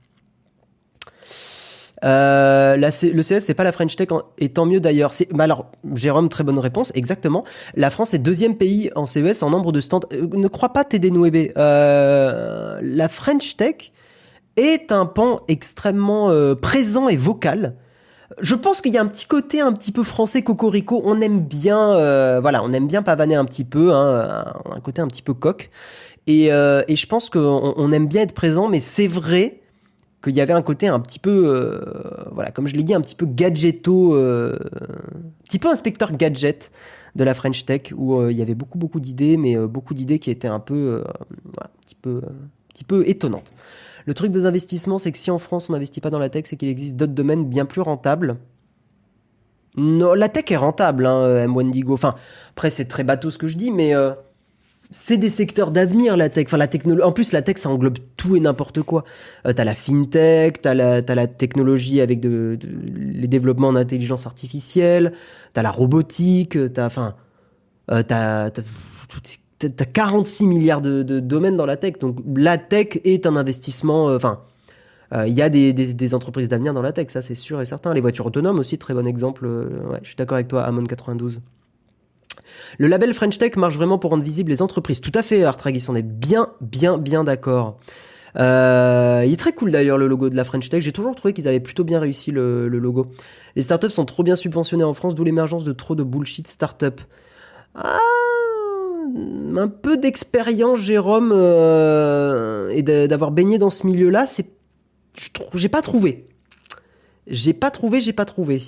A: Euh, la C- le C E S, c'est pas la French Tech, en, et tant mieux d'ailleurs. C'est, bah alors, Jérôme, très bonne réponse, exactement. La France est deuxième pays en C E S en nombre de stands. Euh, ne crois pas T D Nouébé. Euh, la French Tech est un pan extrêmement euh, présent et vocal. Je pense qu'il y a un petit côté un petit peu français cocorico. On aime bien, euh, voilà, on aime bien pavaner un petit peu, hein, un, un côté un petit peu coq. Et, euh, et je pense qu'on on aime bien être présent, mais c'est vrai qu'il y avait un côté un petit peu, euh, voilà, comme je l'ai dit, un petit peu gadgeto, euh, un petit peu inspecteur gadget de la French Tech, où euh, il y avait beaucoup, beaucoup d'idées, mais euh, beaucoup d'idées qui étaient un peu, euh, voilà, un petit peu, euh, un petit peu étonnantes. Le truc des investissements, c'est que si en France on n'investit pas dans la tech, c'est qu'il existe d'autres domaines bien plus rentables. Non, la tech est rentable, hein, M Wendigo. Enfin, après c'est très bateau ce que je dis, mais euh, c'est des secteurs d'avenir, la tech. Enfin, la technologie. En plus, la tech, ça englobe tout et n'importe quoi. Euh, t'as la fintech, t'as la, t'as la technologie avec de, de, les développements en intelligence artificielle, t'as la robotique, t'as, enfin, euh, t'as, t'as, t'as, t'as quarante-six milliards de, de domaines dans la tech. Donc, la tech est un investissement. Enfin, euh, il euh, y a des, des, des entreprises d'avenir dans la tech, ça c'est sûr et certain. Les voitures autonomes aussi, très bon exemple. Euh, ouais, je suis d'accord avec toi, Amon quatre-vingt-douze. Le label French Tech marche vraiment pour rendre visibles les entreprises. Tout à fait, Artragis, on est bien, bien, bien d'accord. Euh, il est très cool d'ailleurs le logo de la French Tech. J'ai toujours trouvé qu'ils avaient plutôt bien réussi le, le logo. Les startups sont trop bien subventionnées en France, d'où l'émergence de trop de bullshit startups. Ah, un peu d'expérience, Jérôme, euh, et d'avoir baigné dans ce milieu-là, c'est, je trouve, j'ai pas trouvé. J'ai pas trouvé, j'ai pas trouvé.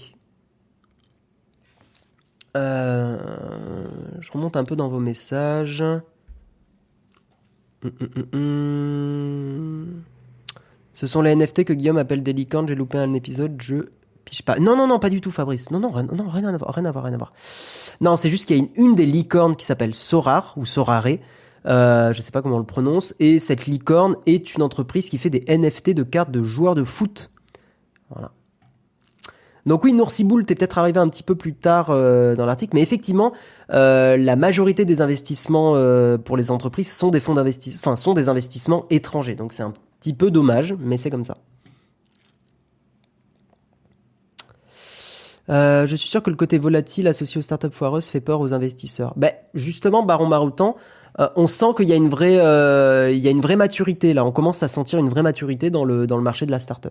A: Euh, je remonte un peu dans vos messages. Hum, hum, hum, hum. Ce sont les N F T que Guillaume appelle des licornes. J'ai loupé un épisode, je piche pas. Non, non, non, pas du tout, Fabrice. Non, non, rien, non, rien à voir, rien à voir, rien à voir. Non, c'est juste qu'il y a une, une des licornes qui s'appelle Sorar ou Sorare. Euh, je sais pas comment on le prononce. Et cette licorne est une entreprise qui fait des N F T de cartes de joueurs de foot. Voilà. Donc oui, Noursiboul, t'es peut-être arrivé un petit peu plus tard euh, dans l'article, mais effectivement, euh, la majorité des investissements euh, pour les entreprises sont des fonds d'investissement, enfin sont des investissements étrangers. Donc c'est un petit peu dommage, mais c'est comme ça. Euh, je suis sûr que le côté volatile associé aux startups foireuses fait peur aux investisseurs. Ben justement, Baron Maroutan, euh, on sent qu'il y a une vraie, euh, il y a une vraie maturité là. On commence à sentir une vraie maturité dans le dans le marché de la startup.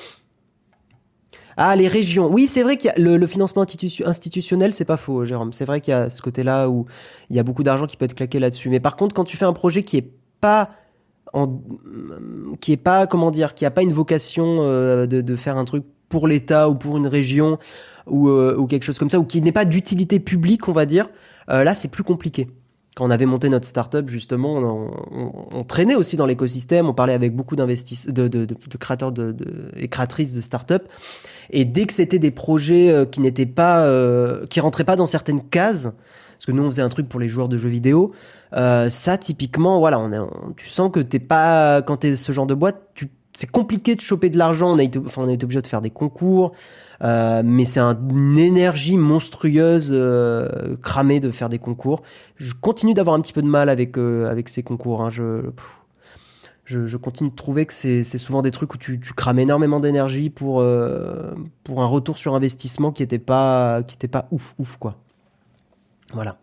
A: Ah, les régions. Oui, c'est vrai qu'il y a le, le financement institu- institutionnel, c'est pas faux, Jérôme. C'est vrai qu'il y a ce côté-là où il y a beaucoup d'argent qui peut être claqué là-dessus. Mais par contre, quand tu fais un projet qui est pas en, qui est pas, comment dire, qui a pas une vocation euh, de, de faire un truc pour l'État ou pour une région ou, euh, ou quelque chose comme ça, ou qui n'est pas d'utilité publique, on va dire, euh, là, c'est plus compliqué. Quand on avait monté notre startup, justement, on, on, on traînait aussi dans l'écosystème, on parlait avec beaucoup d'investisseurs, de, de, de, de créateurs de, de, et créatrices de startup. Et dès que c'était des projets euh, qui n'étaient pas, euh, qui rentraient pas dans certaines cases, parce que nous on faisait un truc pour les joueurs de jeux vidéo, euh, ça typiquement, voilà, on, est, on tu sens que t'es pas, quand t'es ce genre de boîte, tu c'est compliqué de choper de l'argent. On a été, enfin, on a été obligé de faire des concours, euh, mais c'est un, une énergie monstrueuse euh, cramée de faire des concours. Je continue d'avoir un petit peu de mal avec euh, avec ces concours. Hein. Je, je je continue de trouver que c'est c'est souvent des trucs où tu tu crames énormément d'énergie pour euh, pour un retour sur investissement qui était pas qui était pas ouf ouf quoi. Voilà.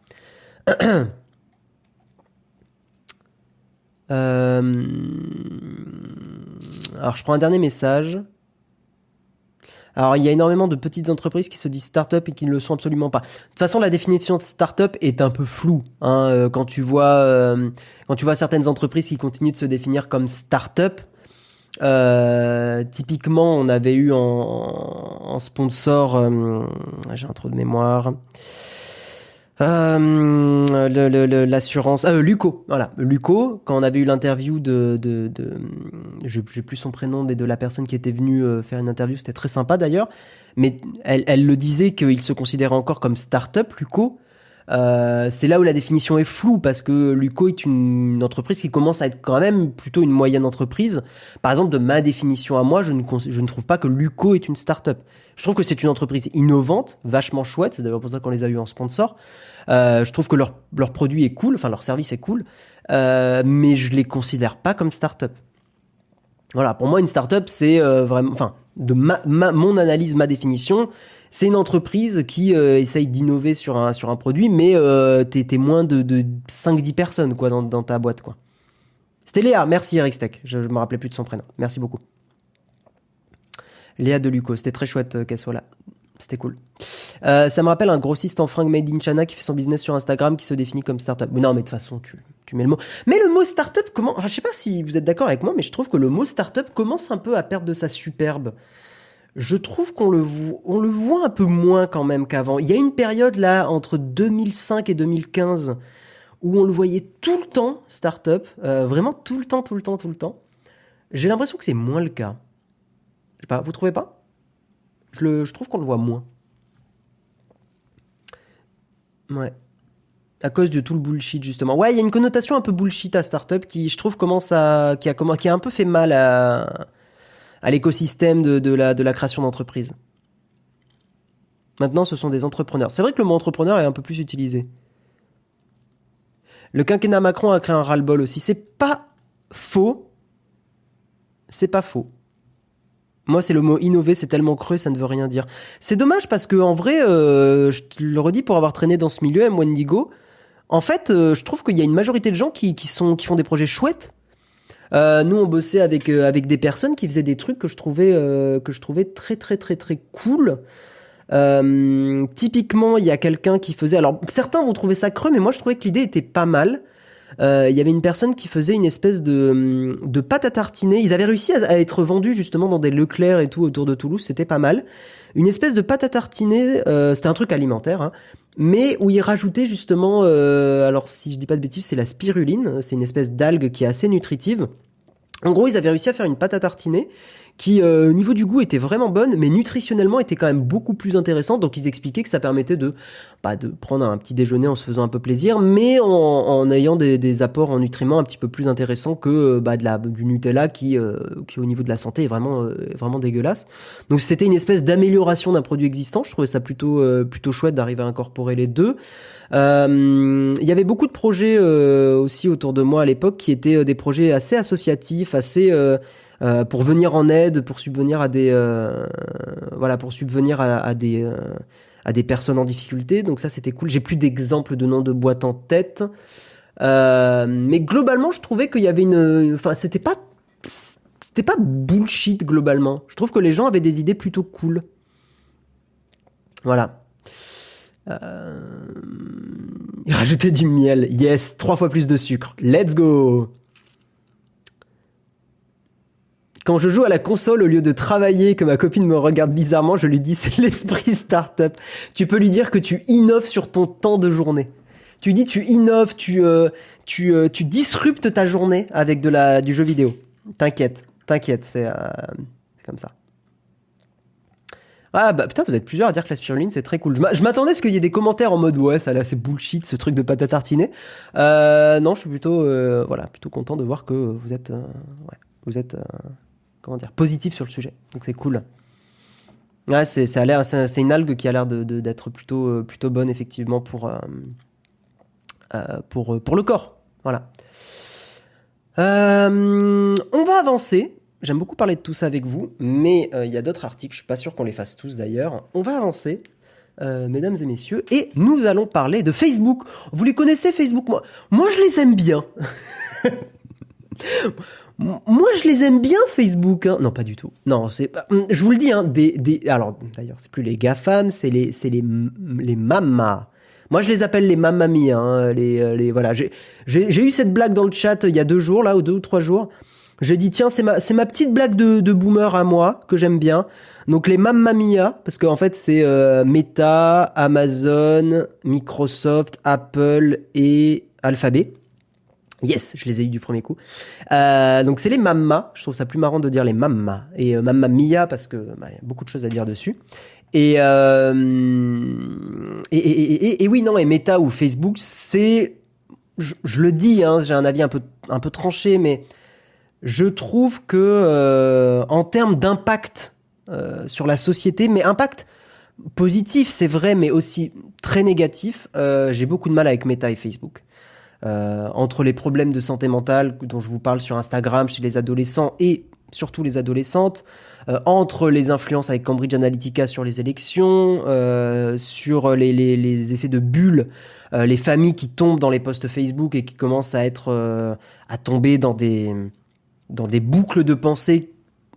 A: Euh... Alors, je prends un dernier message. Alors, il y a énormément de petites entreprises qui se disent start-up et qui ne le sont absolument pas. De toute façon, la définition de start-up est un peu floue. Hein, euh, quand tu vois, euh, quand tu vois certaines entreprises qui continuent de se définir comme start-up, euh, typiquement, on avait eu en, en sponsor, euh, j'ai un trou de mémoire. Euh, le, le, le, l'assurance, euh, Luco, voilà, Luco, quand on avait eu l'interview de, de, de je j'ai plus son prénom, mais de la personne qui était venue euh, faire une interview, c'était très sympa d'ailleurs, mais elle, elle le disait qu'il se considérait encore comme start-up, Luco. Euh, c'est là où la définition est floue parce que Luco est une, une entreprise qui commence à être quand même plutôt une moyenne entreprise. Par exemple, de ma définition à moi, je ne, je ne trouve pas que Luco est une start-up. Je trouve que c'est une entreprise innovante, vachement chouette. C'est d'ailleurs pour ça qu'on les a eu en sponsor. Euh, je trouve que leur, leur produit est cool, enfin leur service est cool, euh, mais je les considère pas comme start-up. Voilà, pour moi une start-up c'est euh, vraiment, enfin de ma, ma, mon analyse, ma définition, c'est une entreprise qui euh, essaye d'innover sur un sur un produit, mais euh, t'es, t'es moins de, de cinq dix personnes quoi dans, dans ta boîte quoi. C'était Léa, merci Eric Steck, je, je me rappelais plus de son prénom, merci beaucoup. Léa de Luco, c'était très chouette euh, qu'elle soit là. C'était cool. Euh, ça me rappelle un grossiste en fringues made in China qui fait son business sur Instagram qui se définit comme startup. Mais non, mais de toute façon, tu, tu mets le mot. Mais le mot startup, comment. Enfin, je sais pas si vous êtes d'accord avec moi, mais je trouve que le mot startup commence un peu à perdre de sa superbe. Je trouve qu'on le, vo- on le voit un peu moins quand même qu'avant. Il y a une période là, entre deux mille cinq et deux mille quinze, où on le voyait tout le temps, startup. Euh, vraiment tout le temps, tout le temps, tout le temps. J'ai l'impression que c'est moins le cas. Je sais pas, vous trouvez pas ? Je, le, je trouve qu'on le voit moins. Ouais. À cause de tout le bullshit, justement. Ouais, il y a une connotation un peu bullshit à startup qui, je trouve, commence à, qui a, qui a un peu fait mal à, à l'écosystème de, de, la, de la création d'entreprise. Maintenant, ce sont des entrepreneurs. C'est vrai que le mot entrepreneur est un peu plus utilisé. Le quinquennat Macron a créé un ras-le-bol aussi. C'est pas faux. C'est pas faux. Moi, c'est le mot innover, c'est tellement creux, ça ne veut rien dire. C'est dommage parce que, en vrai, euh, je te le redis pour avoir traîné dans ce milieu, M Wendigo, en fait, euh, je trouve qu'il y a une majorité de gens qui, qui, sont, qui font des projets chouettes. Euh, nous, on bossait avec, euh, avec des personnes qui faisaient des trucs que je trouvais, euh, que je trouvais très, très, très, très cool. Euh, typiquement, il y a quelqu'un qui faisait... Alors, certains vont trouver ça creux, mais moi, je trouvais que l'idée était pas mal. Euh, il y avait une personne qui faisait une espèce de, de pâte à tartiner. Ils avaient réussi à, à être vendus justement dans des Leclerc et tout autour de Toulouse. C'était pas mal. Une espèce de pâte à tartiner. Euh, c'était un truc alimentaire, hein, mais où ils rajoutaient justement... Euh, alors, si je dis pas de bêtises, c'est la spiruline. C'est une espèce d'algue qui est assez nutritive. En gros, ils avaient réussi à faire une pâte à tartiner qui, euh, au niveau du goût, était vraiment bonne, mais nutritionnellement était quand même beaucoup plus intéressante. Donc, ils expliquaient que ça permettait de, bah, de prendre un petit déjeuner en se faisant un peu plaisir, mais en, en ayant des, des apports en nutriments un petit peu plus intéressants que bah, de la, du Nutella qui, euh, qui, au niveau de la santé, est vraiment, euh, vraiment dégueulasse. Donc, c'était une espèce d'amélioration d'un produit existant. Je trouvais ça plutôt, euh, plutôt chouette d'arriver à incorporer les deux. Euh, il y avait beaucoup de projets euh, aussi autour de moi à l'époque qui étaient euh, des projets assez associatifs, assez euh, euh, pour venir en aide, pour subvenir à des euh, voilà, pour subvenir à, à des euh, à des personnes en difficulté. Donc ça c'était cool. J'ai plus d'exemples de noms de boîtes en tête, euh, mais globalement je trouvais qu'il y avait une, enfin c'était pas c'était pas bullshit globalement. Je trouve que les gens avaient des idées plutôt cool. Voilà. Euh... Rajouter du miel, yes, trois fois plus de sucre, let's go. Quand je joue à la console au lieu de travailler, que ma copine me regarde bizarrement, je lui dis c'est l'esprit start-up. Tu peux lui dire que tu innoves sur ton temps de journée. Tu dis tu innoves, tu euh, tu euh, tu disruptes ta journée avec de la du jeu vidéo. T'inquiète, t'inquiète, c'est, euh, c'est comme ça. Ah bah putain, vous êtes plusieurs à dire que la spiruline c'est très cool. Je m'attendais à ce qu'il y ait des commentaires en mode ouais ça là c'est bullshit ce truc de pâte à tartiner. Euh, non, je suis plutôt euh, voilà plutôt content de voir que vous êtes euh, ouais vous êtes euh, comment dire, positif sur le sujet. Donc c'est cool. Ouais, c'est, ça a l'air, c'est, c'est une algue qui a l'air de, de, d'être plutôt, euh, plutôt bonne effectivement pour, euh, euh, pour, pour le corps. Voilà. Euh, on va avancer. J'aime beaucoup parler de tout ça avec vous, mais il euh, y a d'autres articles. Je suis pas sûr qu'on les fasse tous d'ailleurs. On va avancer. Euh, mesdames et messieurs, et nous allons parler de Facebook. Vous les connaissez, Facebook? Moi, moi je les aime bien. Moi, je les aime bien, Facebook. Hein. Non, pas du tout. Non, c'est, je vous le dis, hein, des, des, alors, d'ailleurs, c'est plus les GAFAM, c'est les, c'est les, les mamas. Moi, je les appelle les mamami, hein, les, les, voilà. J'ai, j'ai, j'ai eu cette blague dans le chat il y a deux jours, là, ou deux ou trois jours. J'ai dit, tiens, c'est ma, c'est ma petite blague de, de boomer à moi, que j'aime bien. Donc, les Mamma Mia, parce qu'en fait, c'est euh, Meta, Amazon, Microsoft, Apple et Alphabet. Yes, je les ai eu du premier coup. Euh, donc, c'est les Mamma. Je trouve ça plus marrant de dire les Mamma. Et euh, Mamma Mia, parce que bah, y a beaucoup de choses à dire dessus. Et, euh, et, et, et, et oui, non, et Meta ou Facebook, c'est... Je, je le dis, hein, j'ai un avis un peu, un peu tranché, mais... Je trouve que euh, en termes d'impact euh, sur la société, mais impact positif, c'est vrai, mais aussi très négatif, euh, j'ai beaucoup de mal avec Meta et Facebook. Euh, entre les problèmes de santé mentale dont je vous parle sur Instagram chez les adolescents et surtout les adolescentes, euh, entre les influences avec Cambridge Analytica sur les élections, euh, sur les, les, les effets de bulle, euh, les familles qui tombent dans les posts Facebook et qui commencent à être euh, à tomber dans des dans des boucles de pensée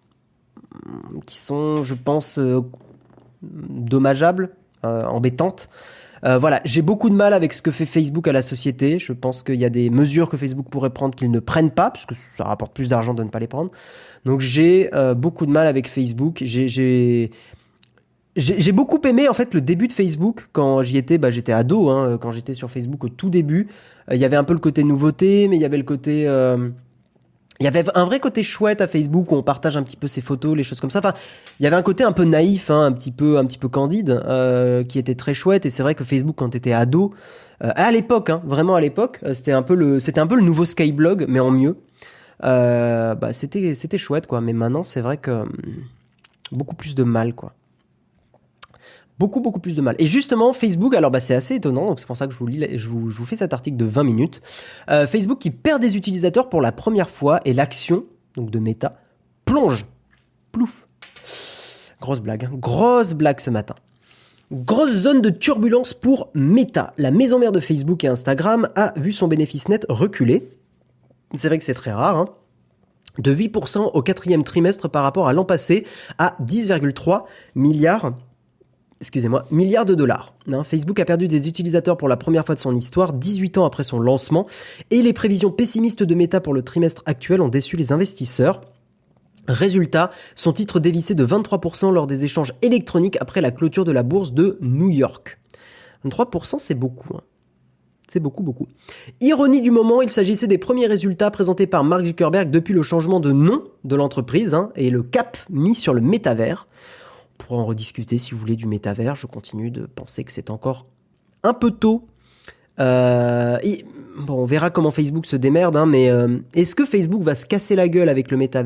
A: qui sont, je pense, euh, dommageables, euh, embêtantes. Euh, voilà, j'ai beaucoup de mal avec ce que fait Facebook à la société. Je pense qu'il y a des mesures que Facebook pourrait prendre qu'ils ne prennent pas, parce que ça rapporte plus d'argent de ne pas les prendre. Donc j'ai euh, beaucoup de mal avec Facebook. J'ai, j'ai, j'ai, j'ai beaucoup aimé en fait le début de Facebook. Quand j'y étais, bah, j'étais ado, hein, quand j'étais sur Facebook au tout début. Il euh, y avait un peu le côté nouveauté, mais il y avait le côté... Euh, Il y avait un vrai côté chouette à Facebook où on partage un petit peu ses photos, les choses comme ça. Enfin, il y avait un côté un peu naïf, hein, un petit peu, un petit peu candide, euh, qui était très chouette. Et c'est vrai que Facebook, quand t'étais ado, euh, à l'époque, hein, vraiment à l'époque, euh, c'était un peu le, c'était un peu le nouveau Skyblog, mais en mieux. Euh, bah, c'était, c'était chouette, quoi. Mais maintenant, c'est vrai que hum, beaucoup plus de mal, quoi. Beaucoup, beaucoup plus de mal. Et justement, Facebook, alors bah c'est assez étonnant, donc c'est pour ça que je vous lis, je vous, je vous fais cet article de vingt minutes. Euh, Facebook qui perd des utilisateurs pour la première fois et l'action, donc de Meta, plonge. Plouf. Grosse blague, hein. Grosse blague ce matin. Grosse zone de turbulence pour Meta. La maison mère de Facebook et Instagram a vu son bénéfice net reculer. C'est vrai que c'est très rare, hein. De huit pour cent au quatrième trimestre par rapport à l'an passé à dix virgule trois milliards Excusez-moi, milliards de dollars. Non, Facebook a perdu des utilisateurs pour la première fois de son histoire, dix-huit ans après son lancement, et les prévisions pessimistes de Meta pour le trimestre actuel ont déçu les investisseurs. Résultat, son titre dévissait de vingt-trois pour cent lors des échanges électroniques après la clôture de la bourse de New York. vingt-trois pour cent, c'est beaucoup, hein. C'est beaucoup, beaucoup. Ironie du moment, il s'agissait des premiers résultats présentés par Mark Zuckerberg depuis le changement de nom de l'entreprise, hein, et le cap mis sur le métavers. On pourra en rediscuter si vous voulez du métavers. Je continue de penser que c'est encore un peu tôt. Euh, et, bon, on verra comment Facebook se démerde, hein, mais euh, est-ce que Facebook va se casser la gueule avec le métavers ?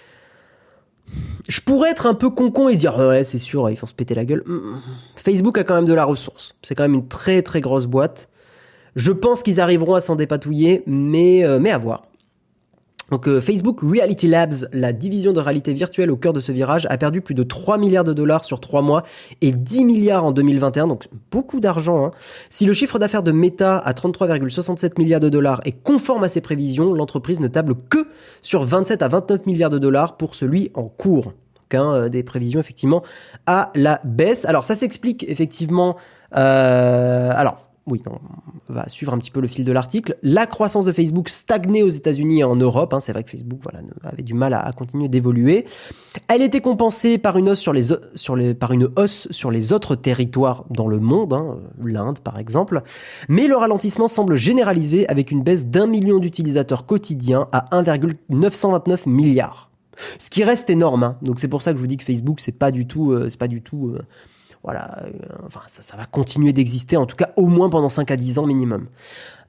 A: Je pourrais être un peu con-con et dire ouais, c'est sûr, ils vont se péter la gueule. Facebook a quand même de la ressource. C'est quand même une très très grosse boîte. Je pense qu'ils arriveront à s'en dépatouiller, mais, euh, mais à voir. Donc euh, Facebook Reality Labs, la division de réalité virtuelle au cœur de ce virage, a perdu plus de trois milliards de dollars sur trois mois et dix milliards en deux mille vingt et un, donc beaucoup d'argent, hein. Si le chiffre d'affaires de Meta à trente-trois virgule soixante-sept milliards de dollars est conforme à ses prévisions, l'entreprise ne table que sur vingt-sept à vingt-neuf milliards de dollars pour celui en cours. Donc hein, euh, des prévisions effectivement à la baisse. Alors ça s'explique effectivement... Euh, alors... Oui, on va suivre un petit peu le fil de l'article. La croissance de Facebook stagnait aux États-Unis et en Europe. Hein, c'est vrai que Facebook voilà, avait du mal à, à continuer d'évoluer. Elle était compensée par une hausse sur les, sur les, par une hausse sur les autres territoires dans le monde, hein, l'Inde par exemple. Mais le ralentissement semble généralisé avec une baisse d'un million d'utilisateurs quotidiens à un virgule neuf cent vingt-neuf milliards. Ce qui reste énorme. Hein. Donc c'est pour ça que je vous dis que Facebook c'est pas du tout, euh, c'est pas du tout. Euh, Voilà, euh, enfin ça, ça va continuer d'exister, en tout cas au moins pendant cinq à dix ans minimum.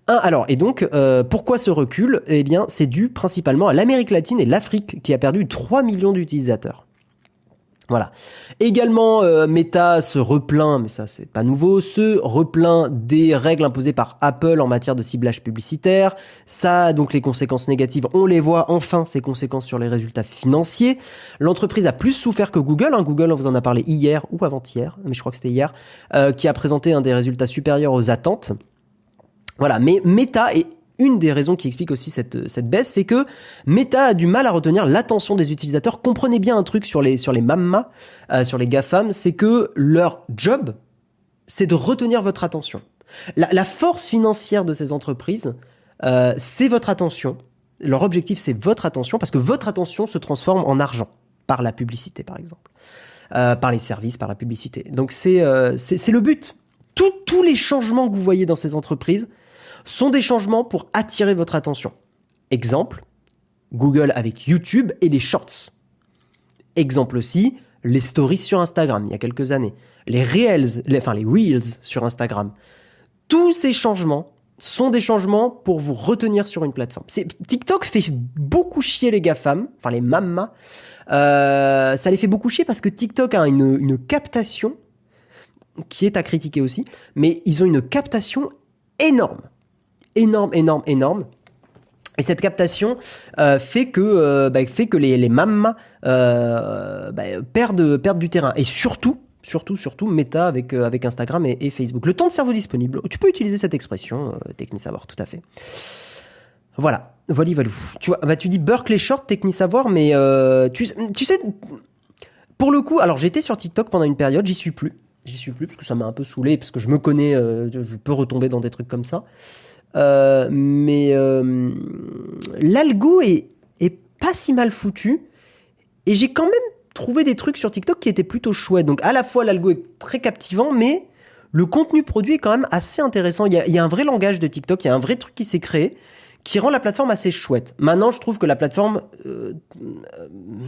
A: Un, alors, et donc, euh, pourquoi ce recul? Eh bien, c'est dû principalement à l'Amérique latine et l'Afrique qui a perdu trois millions d'utilisateurs. Voilà. Également, euh, Meta se replaint, mais ça c'est pas nouveau, se replaint des règles imposées par Apple en matière de ciblage publicitaire. Ça, donc les conséquences négatives, on les voit enfin, ces conséquences sur les résultats financiers. L'entreprise a plus souffert que Google. Hein. Google, on vous en a parlé hier ou avant-hier, mais je crois que c'était hier, euh, qui a présenté un des résultats supérieurs aux attentes. Voilà, mais Meta est une des raisons qui explique aussi cette, cette baisse, c'est que Meta a du mal à retenir l'attention des utilisateurs. Comprenez bien un truc sur les, sur les mammas, euh, sur les GAFAM, c'est que leur job, c'est de retenir votre attention. La, la force financière de ces entreprises, euh, c'est votre attention. Leur objectif, c'est votre attention, parce que votre attention se transforme en argent, par la publicité, par exemple. Euh, par les services, par la publicité. Donc c'est, euh, c'est, c'est le but. Tous, tous les changements que vous voyez dans ces entreprises sont des changements pour attirer votre attention. Exemple, Google avec YouTube et les Shorts. Exemple aussi, les stories sur Instagram, il y a quelques années. Les Reels, les, enfin les Reels sur Instagram. Tous ces changements sont des changements pour vous retenir sur une plateforme. C'est, TikTok fait beaucoup chier les GAFAM, enfin les mammas. Euh, ça les fait beaucoup chier parce que TikTok a une, une captation qui est à critiquer aussi, mais ils ont une captation énorme. énorme, énorme, énorme. Et cette captation euh, fait que euh, bah, fait que les les mammas euh, bah, perdent perdent du terrain. Et surtout, surtout, surtout, Meta avec euh, avec Instagram et, et Facebook. Le temps de cerveau disponible. Tu peux utiliser cette expression, euh, Technisavoir, tout à fait. Voilà, voilà, voilà. Tu vois, bah tu dis Berkeley Short, Technisavoir, mais euh, tu tu sais, pour le coup, alors j'étais sur TikTok pendant une période, j'y suis plus, j'y suis plus parce que ça m'a un peu saoulé, parce que je me connais, euh, je peux retomber dans des trucs comme ça. Euh, mais euh, l'algo est, est pas si mal foutu et j'ai quand même trouvé des trucs sur TikTok qui étaient plutôt chouettes. Donc à la fois l'algo est très captivant, mais le contenu produit est quand même assez intéressant. Il y a, il y a un vrai langage de TikTok, il y a un vrai truc qui s'est créé qui rend la plateforme assez chouette. Maintenant, je trouve que la plateforme euh, euh,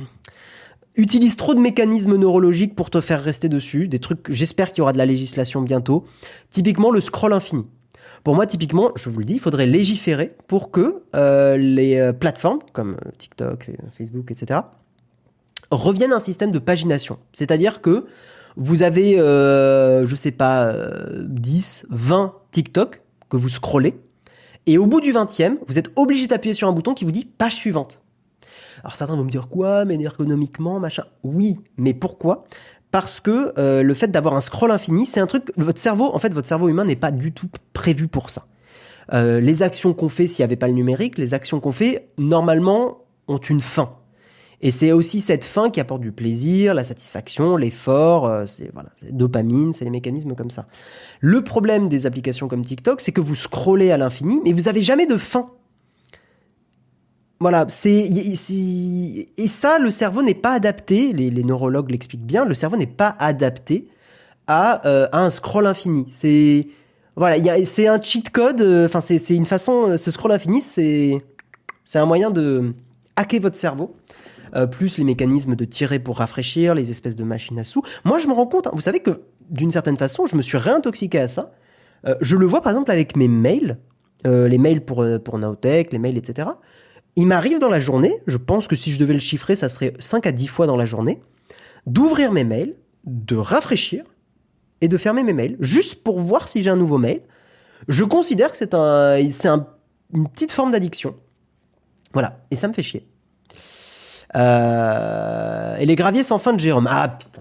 A: utilise trop de mécanismes neurologiques pour te faire rester dessus. Des trucs, j'espère qu'il y aura de la législation bientôt. Typiquement le scroll infini. Pour moi, typiquement, je vous le dis, il faudrait légiférer pour que euh, les euh, plateformes, comme TikTok, Facebook, et cetera, reviennent à un système de pagination. C'est-à-dire que vous avez, euh, je sais pas, euh, dix, vingt TikTok que vous scrollez, et au bout du vingtième, vous êtes obligé d'appuyer sur un bouton qui vous dit « page suivante ». Alors certains vont me dire « quoi, mais ergonomiquement, machin ». Oui, mais pourquoi ? Parce que euh, le fait d'avoir un scroll infini, c'est un truc, votre cerveau, en fait, votre cerveau humain n'est pas du tout prévu pour ça. Euh, les actions qu'on fait, s'il n'y avait pas le numérique, les actions qu'on fait, normalement, ont une fin. Et c'est aussi cette fin qui apporte du plaisir, la satisfaction, l'effort, euh, c'est, voilà, c'est dopamine, c'est les mécanismes comme ça. Le problème des applications comme TikTok, c'est que vous scrollez à l'infini, mais vous n'avez jamais de fin. Voilà, c'est, c'est et ça, le cerveau n'est pas adapté. Les, les neurologues l'expliquent bien. Le cerveau n'est pas adapté à, euh, à un scroll infini. C'est voilà, il y a, c'est un cheat code. Enfin, euh, c'est, c'est une façon. Ce scroll infini, c'est, c'est un moyen de hacker votre cerveau. Euh, plus les mécanismes de tirer pour rafraîchir, les espèces de machines à sous. Moi, je me rends compte. Hein, vous savez que d'une certaine façon, je me suis réintoxiqué à ça. Euh, je le vois par exemple avec mes mails, euh, les mails pour pour Nowtech, les mails, et cetera. Il m'arrive dans la journée, je pense que si je devais le chiffrer, ça serait cinq à dix fois dans la journée, d'ouvrir mes mails, de rafraîchir et de fermer mes mails, juste pour voir si j'ai un nouveau mail. Je considère que c'est, un, c'est un, une petite forme d'addiction. Voilà, et ça me fait chier. Euh, et les graviers sans fin de Jérôme. Ah putain.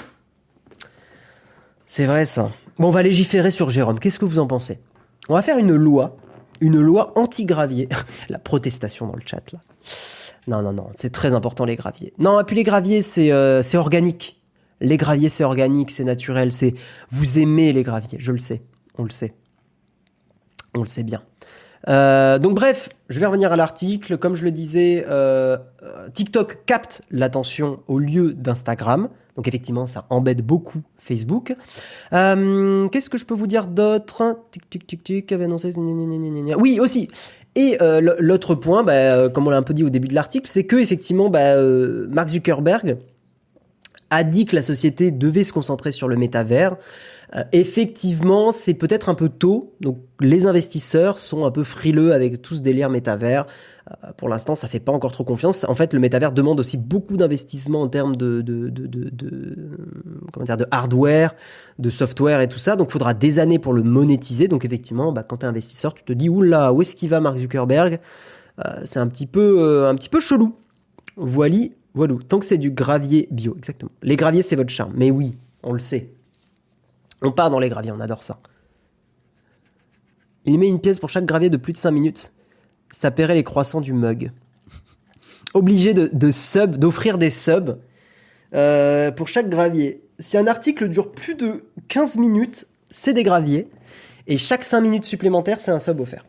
A: C'est vrai ça. Bon, on va légiférer sur Jérôme. Qu'est-ce que vous en pensez ? On va faire une loi. Une loi anti-gravier. La protestation dans le chat, là. Non, non, non, c'est très important, les graviers. Non, et puis les graviers, c'est, euh, c'est organique. Les graviers, c'est organique, c'est naturel, c'est... Vous aimez les graviers, je le sais. On le sait. On le sait bien. Euh, donc bref, je vais revenir à l'article. Comme je le disais, euh, TikTok capte l'attention au lieu d'Instagram. Donc effectivement, ça embête beaucoup Facebook. Euh, qu'est-ce que je peux vous dire d'autre ? Tic, tic, tic, tic, avait annoncé... Oui, aussi. Et euh, l'autre point, bah, comme on l'a un peu dit au début de l'article, c'est que effectivement, bah, euh, Mark Zuckerberg a dit que la société devait se concentrer sur le métavers. Euh, effectivement, c'est peut-être un peu tôt. Donc, les investisseurs sont un peu frileux avec tout ce délire métavers. Euh, pour l'instant, ça fait pas encore trop confiance. En fait, le métavers demande aussi beaucoup d'investissement en termes de, de, de, de, de, comment dire, de hardware, de software et tout ça. Donc, il faudra des années pour le monétiser. Donc, effectivement, bah, quand tu es investisseur, tu te dis, oula, où est-ce qu'il va Mark Zuckerberg? euh, C'est un petit peu, euh, un petit peu chelou. Voili, voilou. Tant que c'est du gravier bio, exactement. Les graviers, c'est votre charme. Mais oui, on le sait. On part dans les graviers, on adore ça. Il met une pièce pour chaque gravier de plus de cinq minutes. Ça paierait les croissants du mug. Obligé de, de sub, d'offrir des subs euh, pour chaque gravier. Si un article dure plus de quinze minutes, c'est des graviers. Et chaque cinq minutes supplémentaires, c'est un sub offert.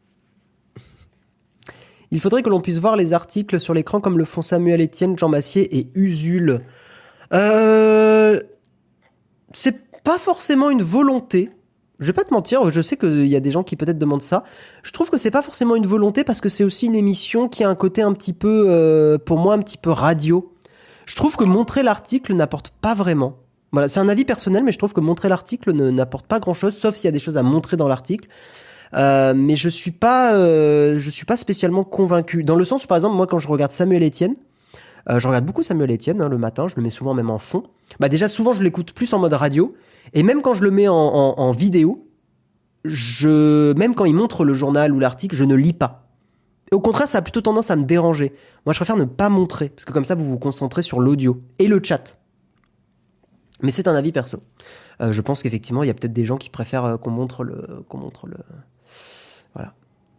A: Il faudrait que l'on puisse voir les articles sur l'écran comme le font Samuel Etienne, Jean Massier et Usul. Euh... C'est pas forcément une volonté. Je vais pas te mentir, je sais qu'il y a des gens qui peut-être demandent ça. Je trouve que c'est pas forcément une volonté parce que c'est aussi une émission qui a un côté un petit peu, euh, pour moi, un petit peu radio. Je trouve que montrer l'article n'apporte pas vraiment. Voilà, c'est un avis personnel, mais je trouve que montrer l'article ne, n'apporte pas grand-chose, sauf s'il y a des choses à montrer dans l'article. Euh, mais je suis pas, euh, je suis pas spécialement convaincu. Dans le sens où, par exemple, moi, quand je regarde Samuel Etienne, Euh, je regarde beaucoup Samuel Etienne hein, le matin, je le mets souvent même en fond. Bah déjà souvent je l'écoute plus en mode radio, et même quand je le mets en, en, en vidéo, je, même quand il montre le journal ou l'article, je ne lis pas. Et au contraire, ça a plutôt tendance à me déranger. Moi, je préfère ne pas montrer, parce que comme ça, vous vous concentrez sur l'audio et le chat. Mais c'est un avis perso. Euh, je pense qu'effectivement, il y a peut-être des gens qui préfèrent euh, qu'on montre le, qu'on montre le, voilà.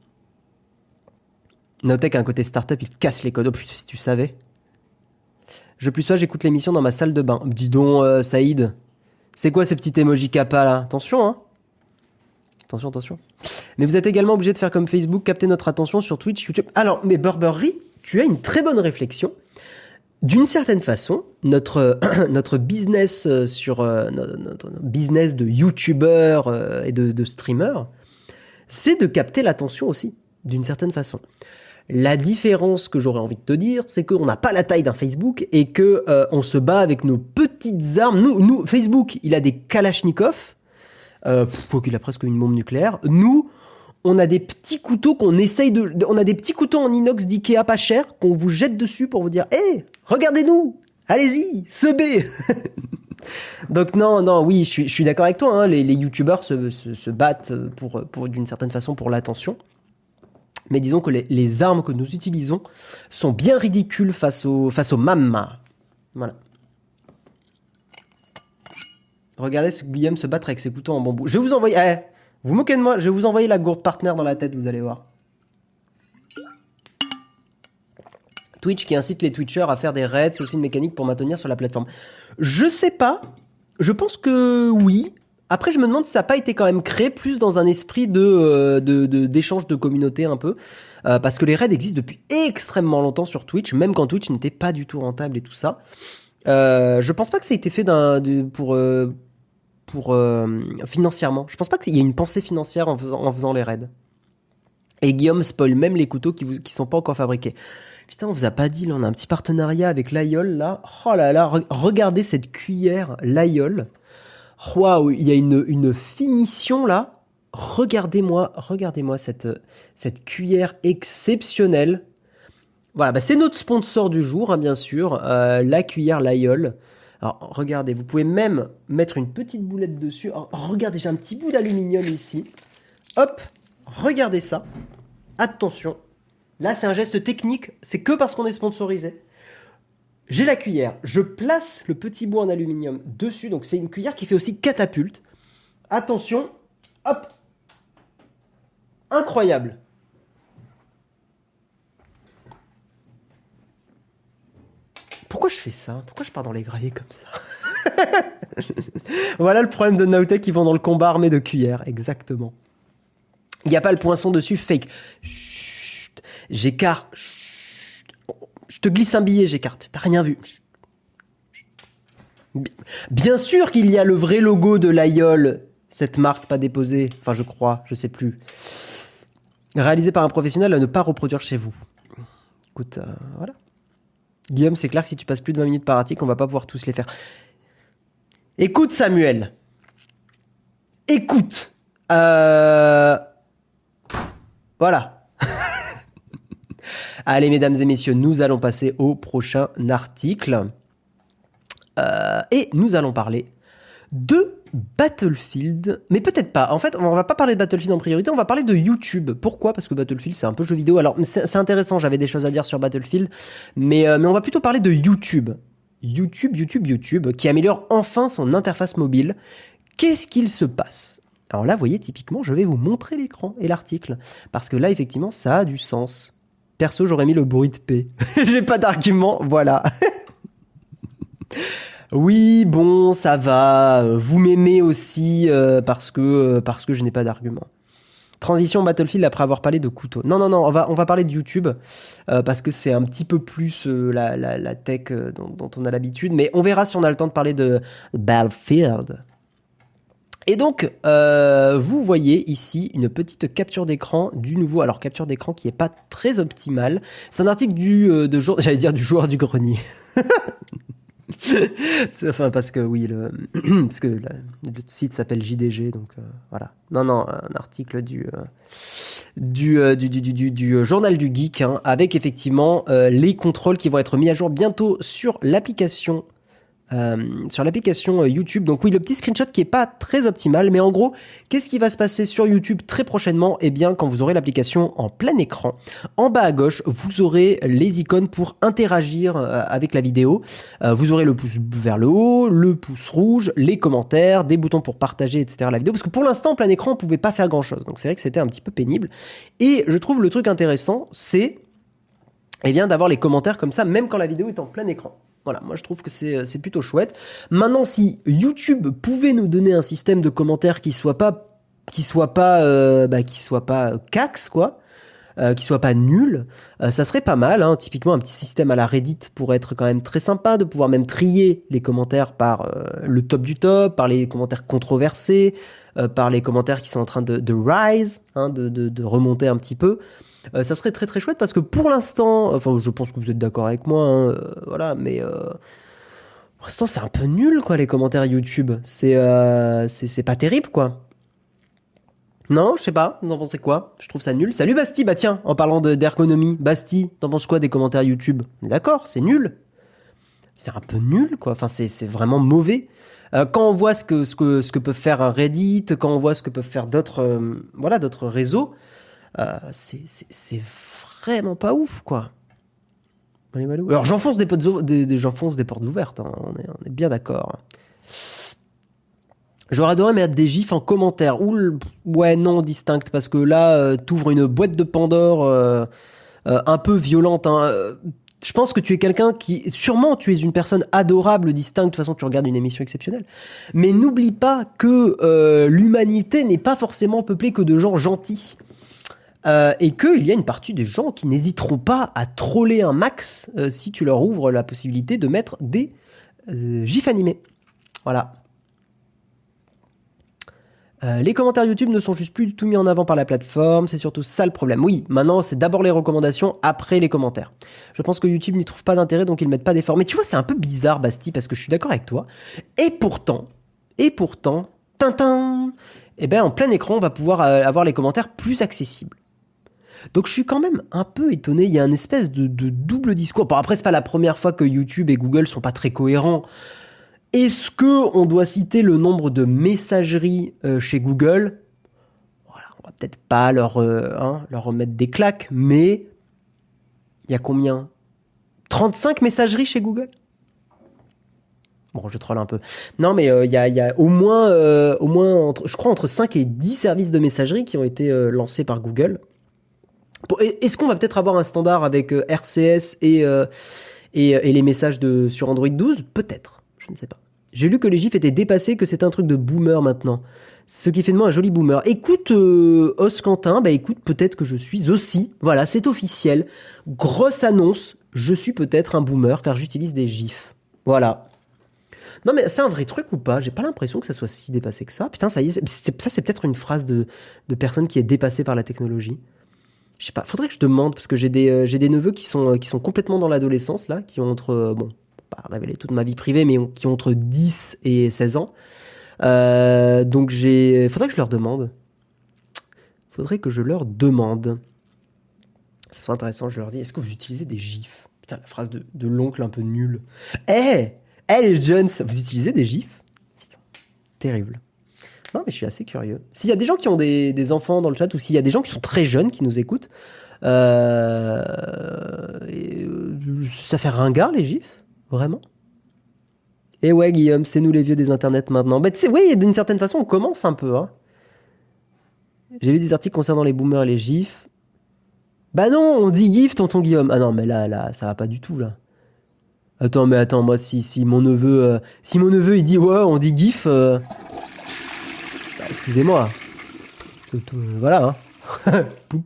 A: Notez qu'un côté startup, il casse les codes. Oh putain, si tu savais. Je plus sois, j'écoute l'émission dans ma salle de bain. Dis donc, euh, Saïd, c'est quoi ces petits emojis kappa là? Attention, hein. Attention, attention. Mais vous êtes également obligé de faire comme Facebook, capter notre attention sur Twitch, YouTube. Alors, mais Burberry, tu as une très bonne réflexion. D'une certaine façon, notre, notre business sur euh, notre, notre business de YouTuber euh, et de, de streamer, c'est de capter l'attention aussi, d'une certaine façon. La différence que j'aurais envie de te dire, c'est qu'on n'a pas la taille d'un Facebook et que euh, on se bat avec nos petites armes. Nous, nous Facebook, il a des Kalachnikov, euh, quoi qu'il a presque une bombe nucléaire. Nous, on a des petits couteaux qu'on essaye de, on a des petits couteaux en inox d'Ikea pas cher qu'on vous jette dessus pour vous dire, hé, hey, regardez-nous, allez-y, sebez. Donc non, non, oui, je suis, je suis d'accord avec toi. Hein, les, les youtubeurs se, se, se battent pour, pour d'une certaine façon pour l'attention. Mais disons que les, les armes que nous utilisons sont bien ridicules face au, face au mamma. Voilà. Regardez ce Guillaume se battre avec ses couteaux en bambou. Je vais vous envoyer... Eh, vous moquez de moi, je vais vous envoyer la gourde partner dans la tête, vous allez voir. Twitch qui incite les Twitchers à faire des raids, c'est aussi une mécanique pour maintenir sur la plateforme. Je sais pas. Je pense que oui. Après, je me demande si ça n'a pas été quand même créé plus dans un esprit de, euh, de, de d'échange de communauté un peu, euh, parce que les raids existent depuis extrêmement longtemps sur Twitch, même quand Twitch n'était pas du tout rentable et tout ça. Euh, je pense pas que ça ait été fait d'un, de, pour, euh, pour euh, financièrement. Je pense pas qu'il y ait une pensée financière en faisant, en faisant les raids. Et Guillaume spoil même les couteaux qui, vous, qui sont pas encore fabriqués. Putain, on vous a pas dit, là, on a un petit partenariat avec l'Aïol, là. Oh là là, re- regardez cette cuillère l'Aïol. Waouh, il y a une, une finition là. Regardez-moi, regardez-moi cette, cette cuillère exceptionnelle. Voilà, bah c'est notre sponsor du jour, hein, bien sûr, euh, la cuillère l'Aïol. Alors regardez, vous pouvez même mettre une petite boulette dessus. Alors, regardez, j'ai un petit bout d'aluminium ici. Hop, regardez ça. Attention, là c'est un geste technique, c'est que parce qu'on est sponsorisé. J'ai la cuillère, je place le petit bout en aluminium dessus, donc c'est une cuillère qui fait aussi catapulte. Attention, hop, incroyable. Pourquoi je fais ça? Pourquoi je pars dans les graviers comme ça? Voilà le problème de Nowtech, ils vont dans le combat armé de cuillères, exactement. Il n'y a pas le poinçon dessus, fake. Chut, j'écarte. Chut. Je te glisse un billet, j'écarte. T'as rien vu. Bien sûr qu'il y a le vrai logo de l'Aïol, cette marque pas déposée. Enfin, je crois, je sais plus. Réalisé par un professionnel à ne pas reproduire chez vous. Écoute, euh, voilà. Guillaume, c'est clair que si tu passes plus de vingt minutes par article, on va pas pouvoir tous les faire. Écoute, Samuel. Écoute, euh... voilà. Allez, mesdames et messieurs, nous allons passer au prochain article. Euh, et nous allons parler de Battlefield, mais peut-être pas. En fait, on va pas parler de Battlefield en priorité, on va parler de YouTube. Pourquoi ? Parce que Battlefield, c'est un peu jeu vidéo. Alors, c'est, c'est intéressant, j'avais des choses à dire sur Battlefield, mais, euh, mais on va plutôt parler de YouTube. YouTube, YouTube, YouTube, qui améliore enfin son interface mobile. Qu'est-ce qu'il se passe ? Alors là, vous voyez, typiquement, je vais vous montrer l'écran et l'article. Parce que là, effectivement, ça a du sens. Perso, j'aurais mis le bruit de paix. J'ai pas d'argument, voilà. Oui, bon, ça va. Vous m'aimez aussi euh, parce que euh, parce que je n'ai pas d'argument. Transition Battlefield après avoir parlé de couteau. Non, non, non, on va on va parler de YouTube euh, parce que c'est un petit peu plus euh, la, la la tech euh, dont, dont on a l'habitude, mais on verra si on a le temps de parler de Battlefield. Et donc, euh, vous voyez ici une petite capture d'écran du nouveau. Alors, capture d'écran qui est pas très optimale. C'est un article du euh, de jour, j'allais dire du joueur du grenier. Enfin, parce que oui, le, parce que la, le site s'appelle J D G, donc euh, voilà. Non, non, un article du euh, du, euh, du, du, du, du, du journal du geek, hein, avec effectivement euh, les contrôles qui vont être mis à jour bientôt sur l'application. Euh, sur l'application euh, YouTube. Donc oui, le petit screenshot qui est pas très optimal, mais en gros, qu'est-ce qui va se passer sur YouTube très prochainement ? Eh bien, quand vous aurez l'application en plein écran, en bas à gauche, vous aurez les icônes pour interagir euh, avec la vidéo. Euh, vous aurez le pouce vers le haut, le pouce rouge, les commentaires, des boutons pour partager, et cetera la vidéo. Parce que pour l'instant, en plein écran, on pouvait pas faire grand-chose. Donc c'est vrai que c'était un petit peu pénible. Et je trouve le truc intéressant, c'est eh bien d'avoir les commentaires comme ça, même quand la vidéo est en plein écran. Voilà, moi je trouve que c'est, c'est plutôt chouette. Maintenant, si YouTube pouvait nous donner un système de commentaires qui soit pas, qui soit pas, euh, bah, qui soit pas cax, quoi, euh, qui soit pas nul, euh, ça serait pas mal. Hein. Typiquement, un petit système à la Reddit pourrait être quand même très sympa, de pouvoir même trier les commentaires par euh, le top du top, par les commentaires controversés, euh, par les commentaires qui sont en train de, de rise, hein, de, de, de remonter un petit peu. Euh, ça serait très très chouette parce que pour l'instant, enfin je pense que vous êtes d'accord avec moi, hein, euh, voilà, mais euh, pour l'instant c'est un peu nul quoi les commentaires YouTube, c'est euh, c'est, c'est pas terrible quoi. Non, je sais pas, vous en pensez quoi ? Je trouve ça nul. Salut Basti, bah tiens, en parlant de, d'ergonomie, Basti, t'en penses quoi des commentaires YouTube ? D'accord, c'est nul. C'est un peu nul quoi, enfin c'est, c'est vraiment mauvais. Euh, quand on voit ce que, ce, que, ce que peuvent faire un Reddit, quand on voit ce que peuvent faire d'autres, euh, voilà, d'autres réseaux, Euh, c'est, c'est, c'est vraiment pas ouf, quoi. Alors, j'enfonce des, portes, des, des, j'enfonce des portes ouvertes, hein. on, est, on est bien d'accord. J'aurais adoré mettre des gifs en commentaire. Ou le... Ouais, non, distinct, parce que là, euh, t'ouvres une boîte de Pandore euh, euh, un peu violente. Hein. Je pense que tu es quelqu'un qui... Sûrement, tu es une personne adorable, distincte. De toute façon, tu regardes une émission exceptionnelle. Mais n'oublie pas que euh, l'humanité n'est pas forcément peuplée que de gens gentils. Euh, et qu'il y a une partie des gens qui n'hésiteront pas à troller un max euh, si tu leur ouvres la possibilité de mettre des euh, gifs animés. Voilà. Euh, les commentaires YouTube ne sont juste plus du tout mis en avant par la plateforme, c'est surtout ça le problème. Oui, maintenant c'est d'abord les recommandations, après les commentaires. Je pense que YouTube n'y trouve pas d'intérêt, donc ils mettent pas d'effort. Mais tu vois, c'est un peu bizarre, Basti, parce que je suis d'accord avec toi. Et pourtant, et pourtant, tintin, eh ben en plein écran, on va pouvoir euh, avoir les commentaires plus accessibles. Donc je suis quand même un peu étonné, il y a une espèce de, de double discours. Bon après c'est pas la première fois que YouTube et Google sont pas très cohérents. Est-ce que on doit citer le nombre de messageries euh, chez Google ? Voilà, on va peut-être pas leur, euh, hein, leur remettre des claques, mais il y a combien ? trente-cinq messageries chez Google ? Bon, je troll un peu. Non, mais il euh, y, a, y a au moins, euh, au moins entre, je crois entre cinq et dix services de messagerie qui ont été euh, lancés par Google. Est-ce qu'on va peut-être avoir un standard avec euh, R C S et, euh, et, et les messages de, sur Android douze ? Peut-être, je ne sais pas. J'ai lu que les gifs étaient dépassés, que c'est un truc de boomer maintenant. Ce qui fait de moi un joli boomer. Écoute, euh, Os Quentin, bah écoute, peut-être que je suis aussi, voilà, c'est officiel. Grosse annonce, je suis peut-être un boomer car j'utilise des gifs. Voilà. Non mais c'est un vrai truc ou pas ? J'ai pas l'impression que ça soit si dépassé que ça. Putain, ça y est, c'est, ça c'est peut-être une phrase de, de personne qui est dépassée par la technologie. Je sais pas, faudrait que je demande, parce que j'ai des, euh, j'ai des neveux qui sont, euh, qui sont complètement dans l'adolescence, là, qui ont entre, euh, bon, pas révéler toute ma vie privée, mais ont, qui ont entre dix et seize ans. Euh, donc j'ai... Faudrait que je leur demande. Faudrait que je leur demande. Ça serait intéressant, je leur dis, est-ce que vous utilisez des gifs? Putain, la phrase de, de l'oncle un peu nul. Eh hey, hey, les jeunes, vous utilisez des gifs? Putain, terrible. Non, mais je suis assez curieux. S'il y a des gens qui ont des, des enfants dans le chat, ou s'il y a des gens qui sont très jeunes qui nous écoutent, euh, et, euh, ça fait ringard les gifs? Vraiment? Et ouais, Guillaume, c'est nous les vieux des internets maintenant. Bah, tu sais, oui, d'une certaine façon, on commence un peu. Hein. J'ai vu des articles concernant les boomers et les gifs. Bah non, on dit gif, tonton Guillaume. Ah non, mais là, là, ça va pas du tout, là. Attends, mais attends, moi, si, si mon neveu, euh, si mon neveu, il dit, ouais, on dit gif, euh... bah, excusez-moi. Tout, tout, voilà, hein.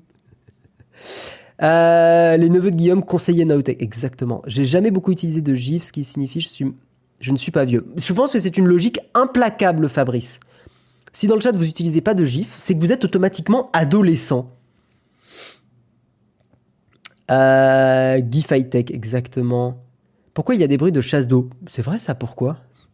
A: euh, les neveux de Guillaume conseillaient Naotech. Exactement. J'ai jamais beaucoup utilisé de gif, ce qui signifie, je suis, je ne suis pas vieux. Je pense que c'est une logique implacable, Fabrice. Si dans le chat, vous utilisez pas de gif, c'est que vous êtes automatiquement adolescent. Euh, GIF high-tech, exactement. Pourquoi il y a des bruits de chasse d'eau? C'est vrai ça, pourquoi?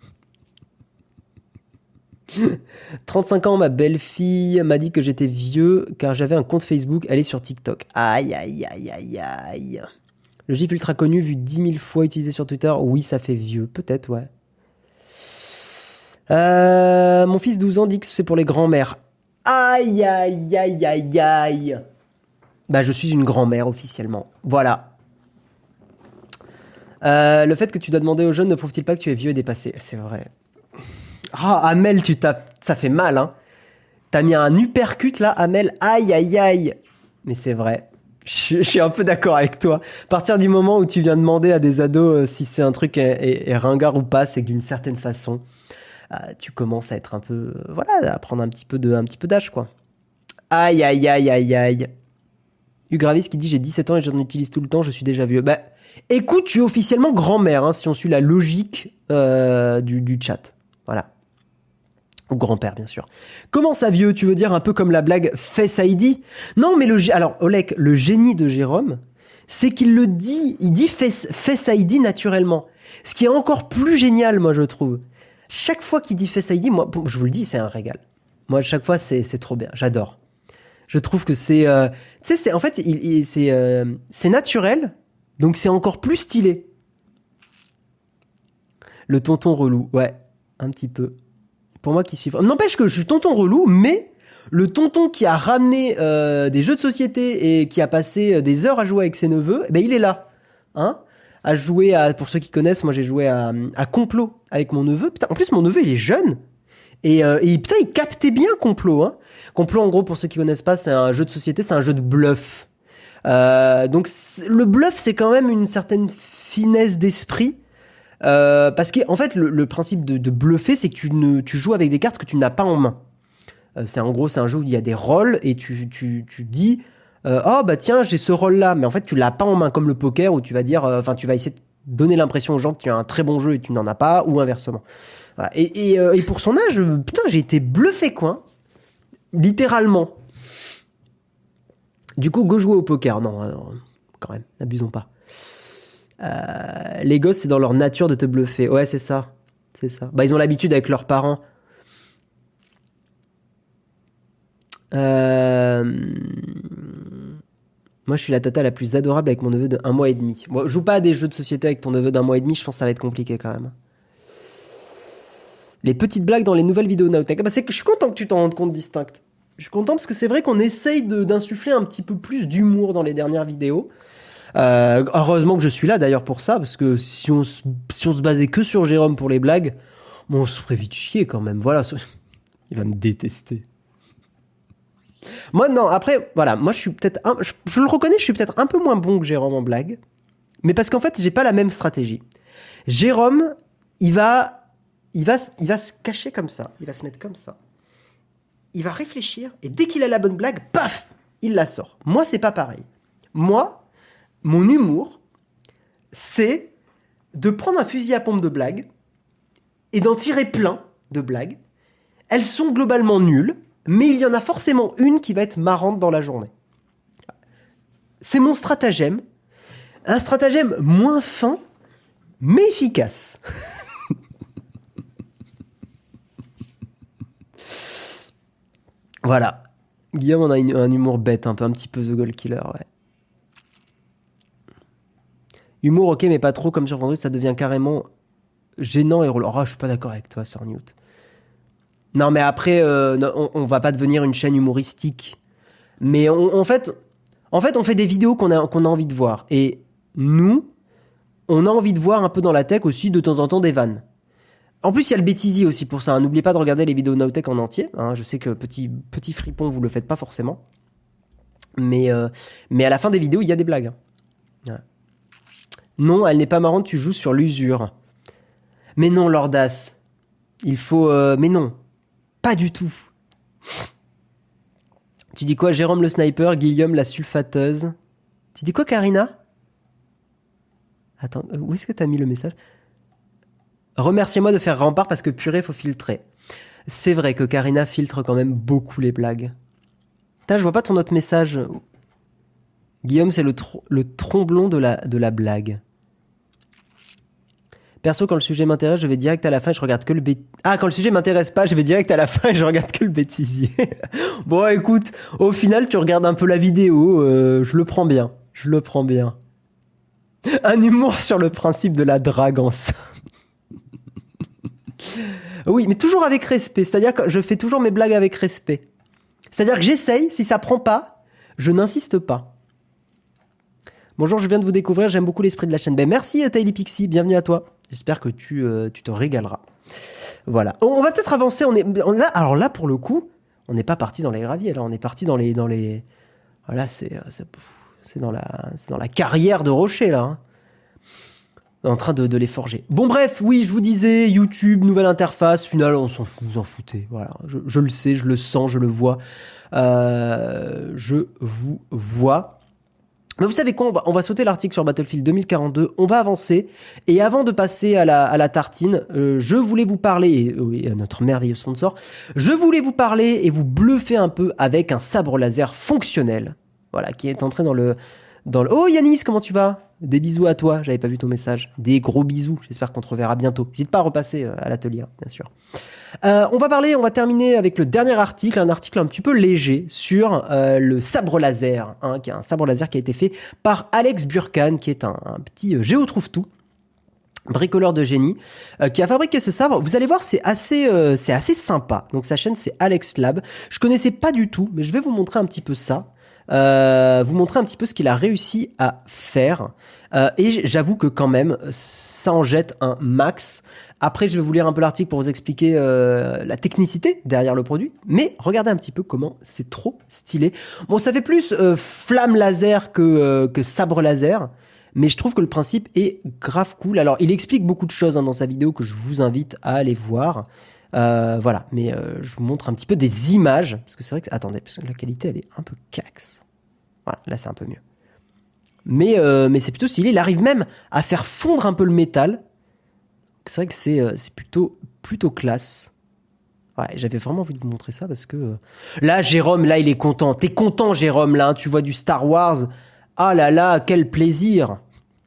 A: trente-cinq ans, ma belle-fille m'a dit que j'étais vieux car j'avais un compte Facebook, elle est sur TikTok. Aïe, aïe, aïe, aïe, aïe. Le gif ultra connu, vu dix mille fois utilisé sur Twitter, oui, ça fait vieux. Peut-être, ouais. Euh, mon fils douze ans dit que c'est pour les grands-mères. Aïe, aïe, aïe, aïe, aïe. Bah, je suis une grand-mère officiellement. Voilà. Euh, le fait que tu dois demander aux jeunes ne prouve-t-il pas que tu es vieux et dépassé? C'est vrai. Ah, oh, Amel, tu tapes. Ça fait mal, hein. T'as mis un uppercut là, Amel. Aïe, aïe, aïe. Mais c'est vrai. Je, je suis un peu d'accord avec toi. À partir du moment où tu viens demander à des ados euh, si c'est un truc est, est, est ringard ou pas, c'est que d'une certaine façon, euh, tu commences à être un peu. Euh, voilà, à prendre un petit peu de, un petit peu d'âge, quoi. Aïe, aïe, aïe, aïe, aïe. Ugravis qui dit j'ai dix-sept ans et j'en utilise tout le temps, je suis déjà vieux. Bah, écoute, tu es officiellement grand-mère, hein, si on suit la logique euh, du, du chat. Voilà. Ou grand-père, bien sûr. Comment ça, vieux? Tu veux dire un peu comme la blague Face I D? Non, mais le... Alors, Olek, le génie de Jérôme, c'est qu'il le dit, il dit Face, Face I D naturellement. Ce qui est encore plus génial, moi, je trouve. Chaque fois qu'il dit Face I D, moi, je vous le dis, c'est un régal. Moi, chaque fois, c'est, c'est trop bien. J'adore. Je trouve que c'est... Euh, tu sais, c'est, en fait, il, il, c'est, euh, c'est naturel, donc c'est encore plus stylé. Le tonton relou, ouais, un petit peu. Pour moi qui suis... N'empêche que je suis tonton relou, mais le tonton qui a ramené euh, des jeux de société et qui a passé des heures à jouer avec ses neveux, ben il est là. Hein, à jouer à... Pour ceux qui connaissent, moi j'ai joué à, à Complot avec mon neveu. Putain, en plus, mon neveu, il est jeune. Et, euh, et putain, il captait bien Complot, hein. Complot, en gros, pour ceux qui connaissent pas, c'est un jeu de société, c'est un jeu de bluff. Euh, donc, le bluff, c'est quand même une certaine finesse d'esprit. Euh, parce qu'en fait, le, le principe de, de bluffer, c'est que tu, ne, tu joues avec des cartes que tu n'as pas en main. Euh, c'est en gros, c'est un jeu où il y a des rôles et tu, tu, tu dis, euh, oh bah tiens, j'ai ce rôle-là, mais en fait, tu l'as pas en main, comme le poker où tu vas dire, enfin, euh, tu vas essayer de donner l'impression aux gens que tu as un très bon jeu et tu n'en as pas, ou inversement. Voilà. Et, et, euh, et pour son âge, putain, j'ai été bluffé, quoi. Littéralement. Du coup, go jouer au poker. Non, non quand même, n'abusons pas. Euh, les gosses, c'est dans leur nature de te bluffer. Ouais, c'est ça. C'est ça. Bah, ils ont l'habitude avec leurs parents. Euh... Moi, je suis la tata la plus adorable avec mon neveu de un mois et demi. Moi, joue pas à des jeux de société avec ton neveu d'un mois et demi, je pense que ça va être compliqué quand même. Les petites blagues dans les nouvelles vidéos Naotech. Bah, c'est que je suis content que tu t'en rendes compte distinct. Je suis content parce que c'est vrai qu'on essaye de, d'insuffler un petit peu plus d'humour dans les dernières vidéos. Euh, heureusement que je suis là d'ailleurs pour ça, parce que si on, si on se basait que sur Jérôme pour les blagues, bon, on se ferait vite chier quand même. Voilà, il va me détester. Moi, non, après, voilà, moi je suis peut-être... Un, je, je le reconnais, je suis peut-être un peu moins bon que Jérôme en blague, mais parce qu'en fait, j'ai pas la même stratégie. Jérôme, il va... Il va, il va se cacher comme ça. Il va se mettre comme ça. Il va réfléchir. Et dès qu'il a la bonne blague, paf, il la sort. Moi, c'est pas pareil. Moi, mon humour, c'est de prendre un fusil à pompe de blagues et d'en tirer plein de blagues. Elles sont globalement nulles, mais il y en a forcément une qui va être marrante dans la journée. C'est mon stratagème. Un stratagème moins fin, mais efficace. Voilà. Guillaume, on a une, un humour bête, un peu, un petit peu The Gold Killer, ouais. Humour, ok, mais pas trop, comme sur Vendredi, ça devient carrément gênant et relou. Oh, je suis pas d'accord avec toi, Sir Newt. Non, mais après, euh, on, on va pas devenir une chaîne humoristique. Mais on, en fait, en fait, on fait des vidéos qu'on a, qu'on a envie de voir. Et nous, on a envie de voir un peu dans la tech aussi, de temps en temps, des vannes. En plus, il y a le bêtisier aussi pour ça. Hein. N'oubliez pas de regarder les vidéos Nowtech en entier. Hein. Je sais que petit, petit fripon, vous le faites pas forcément. Mais, euh, mais à la fin des vidéos, il y a des blagues. Voilà. Non, elle n'est pas marrante, tu joues sur l'usure. Mais non, Lordas. Il faut... Euh, mais non. Pas du tout. Tu dis quoi, Jérôme le sniper, Guillaume la sulfateuse. Tu dis quoi, Karina? Attends, où est-ce que t'as mis le message? Remerciez-moi de faire rempart parce que purée, faut filtrer. C'est vrai que Karina filtre quand même beaucoup les blagues. Putain, je vois pas ton autre message. Guillaume, c'est le, tr- le tromblon de la, de la blague. Perso, quand le sujet m'intéresse, je vais direct à la fin et je regarde que le bêt... Ah, quand le sujet m'intéresse pas, je vais direct à la fin et je regarde que le bêtisier. Bon, écoute, au final, tu regardes un peu la vidéo, euh, je le prends bien. Je le prends bien. Un humour sur le principe de la drague en sein. Oui, mais toujours avec respect. C'est-à-dire que je fais toujours mes blagues avec respect. C'est-à-dire que j'essaye, si ça prend pas, je n'insiste pas. Bonjour, je viens de vous découvrir, j'aime beaucoup l'esprit de la chaîne. Ben merci Taily Pixie, bienvenue à toi. J'espère que tu, euh, tu te régaleras. Voilà. On, on va peut-être avancer. On est, on, là, alors là, pour le coup, on n'est pas parti dans les graviers. Là, on est parti dans les, dans les. Voilà, c'est, c'est, c'est dans la, c'est dans la carrière de rocher là. Hein. En train de, de les forger. Bon bref, oui, je vous disais, YouTube, nouvelle interface, finale, on s'en fout, vous en foutez. Voilà, je, je le sais, je le sens, je le vois. Euh, je vous vois. Mais vous savez quoi, on va, on va sauter l'article sur Battlefield deux mille quarante-deux, on va avancer, et avant de passer à la, à la tartine, euh, je voulais vous parler, et, oui, à notre merveilleux sponsor, je voulais vous parler et vous bluffer un peu avec un sabre laser fonctionnel, voilà, qui est entré dans le... Dans le... Oh Yanis, comment tu vas? Des bisous à toi, j'avais pas vu ton message. Des gros bisous, j'espère qu'on te reverra bientôt. N'hésite pas à repasser à l'atelier, bien sûr. Euh, on va parler, on va terminer avec le dernier article, un article un petit peu léger sur euh, le sabre laser, hein, qui est un sabre laser qui a été fait par Alex Burkan, qui est un, un petit euh, géotrouve-tout, bricoleur de génie, euh, qui a fabriqué ce sabre. Vous allez voir, c'est assez, euh, c'est assez sympa. Donc sa chaîne, c'est Alex Lab. Je connaissais pas du tout, mais je vais vous montrer un petit peu ça. Euh, vous montrer un petit peu ce qu'il a réussi à faire. Euh, et j'avoue que quand même, ça en jette un max. Après, je vais vous lire un peu l'article pour vous expliquer euh, la technicité derrière le produit. Mais regardez un petit peu comment c'est trop stylé. Bon, ça fait plus euh, flamme laser que, euh, que sabre laser. Mais je trouve que le principe est grave cool. Alors, il explique beaucoup de choses hein, dans sa vidéo que je vous invite à aller voir. Euh, voilà, mais euh, je vous montre un petit peu des images, parce que c'est vrai que, attendez, parce que la qualité elle est un peu cax. Voilà, là c'est un peu mieux. Mais, euh, mais c'est plutôt stylé, il arrive même à faire fondre un peu le métal. C'est vrai que c'est, euh, c'est plutôt, plutôt classe. Ouais, j'avais vraiment envie de vous montrer ça, parce que... Euh... Là, Jérôme, là il est content. T'es content, Jérôme, là, hein, tu vois du Star Wars. Ah là là, quel plaisir.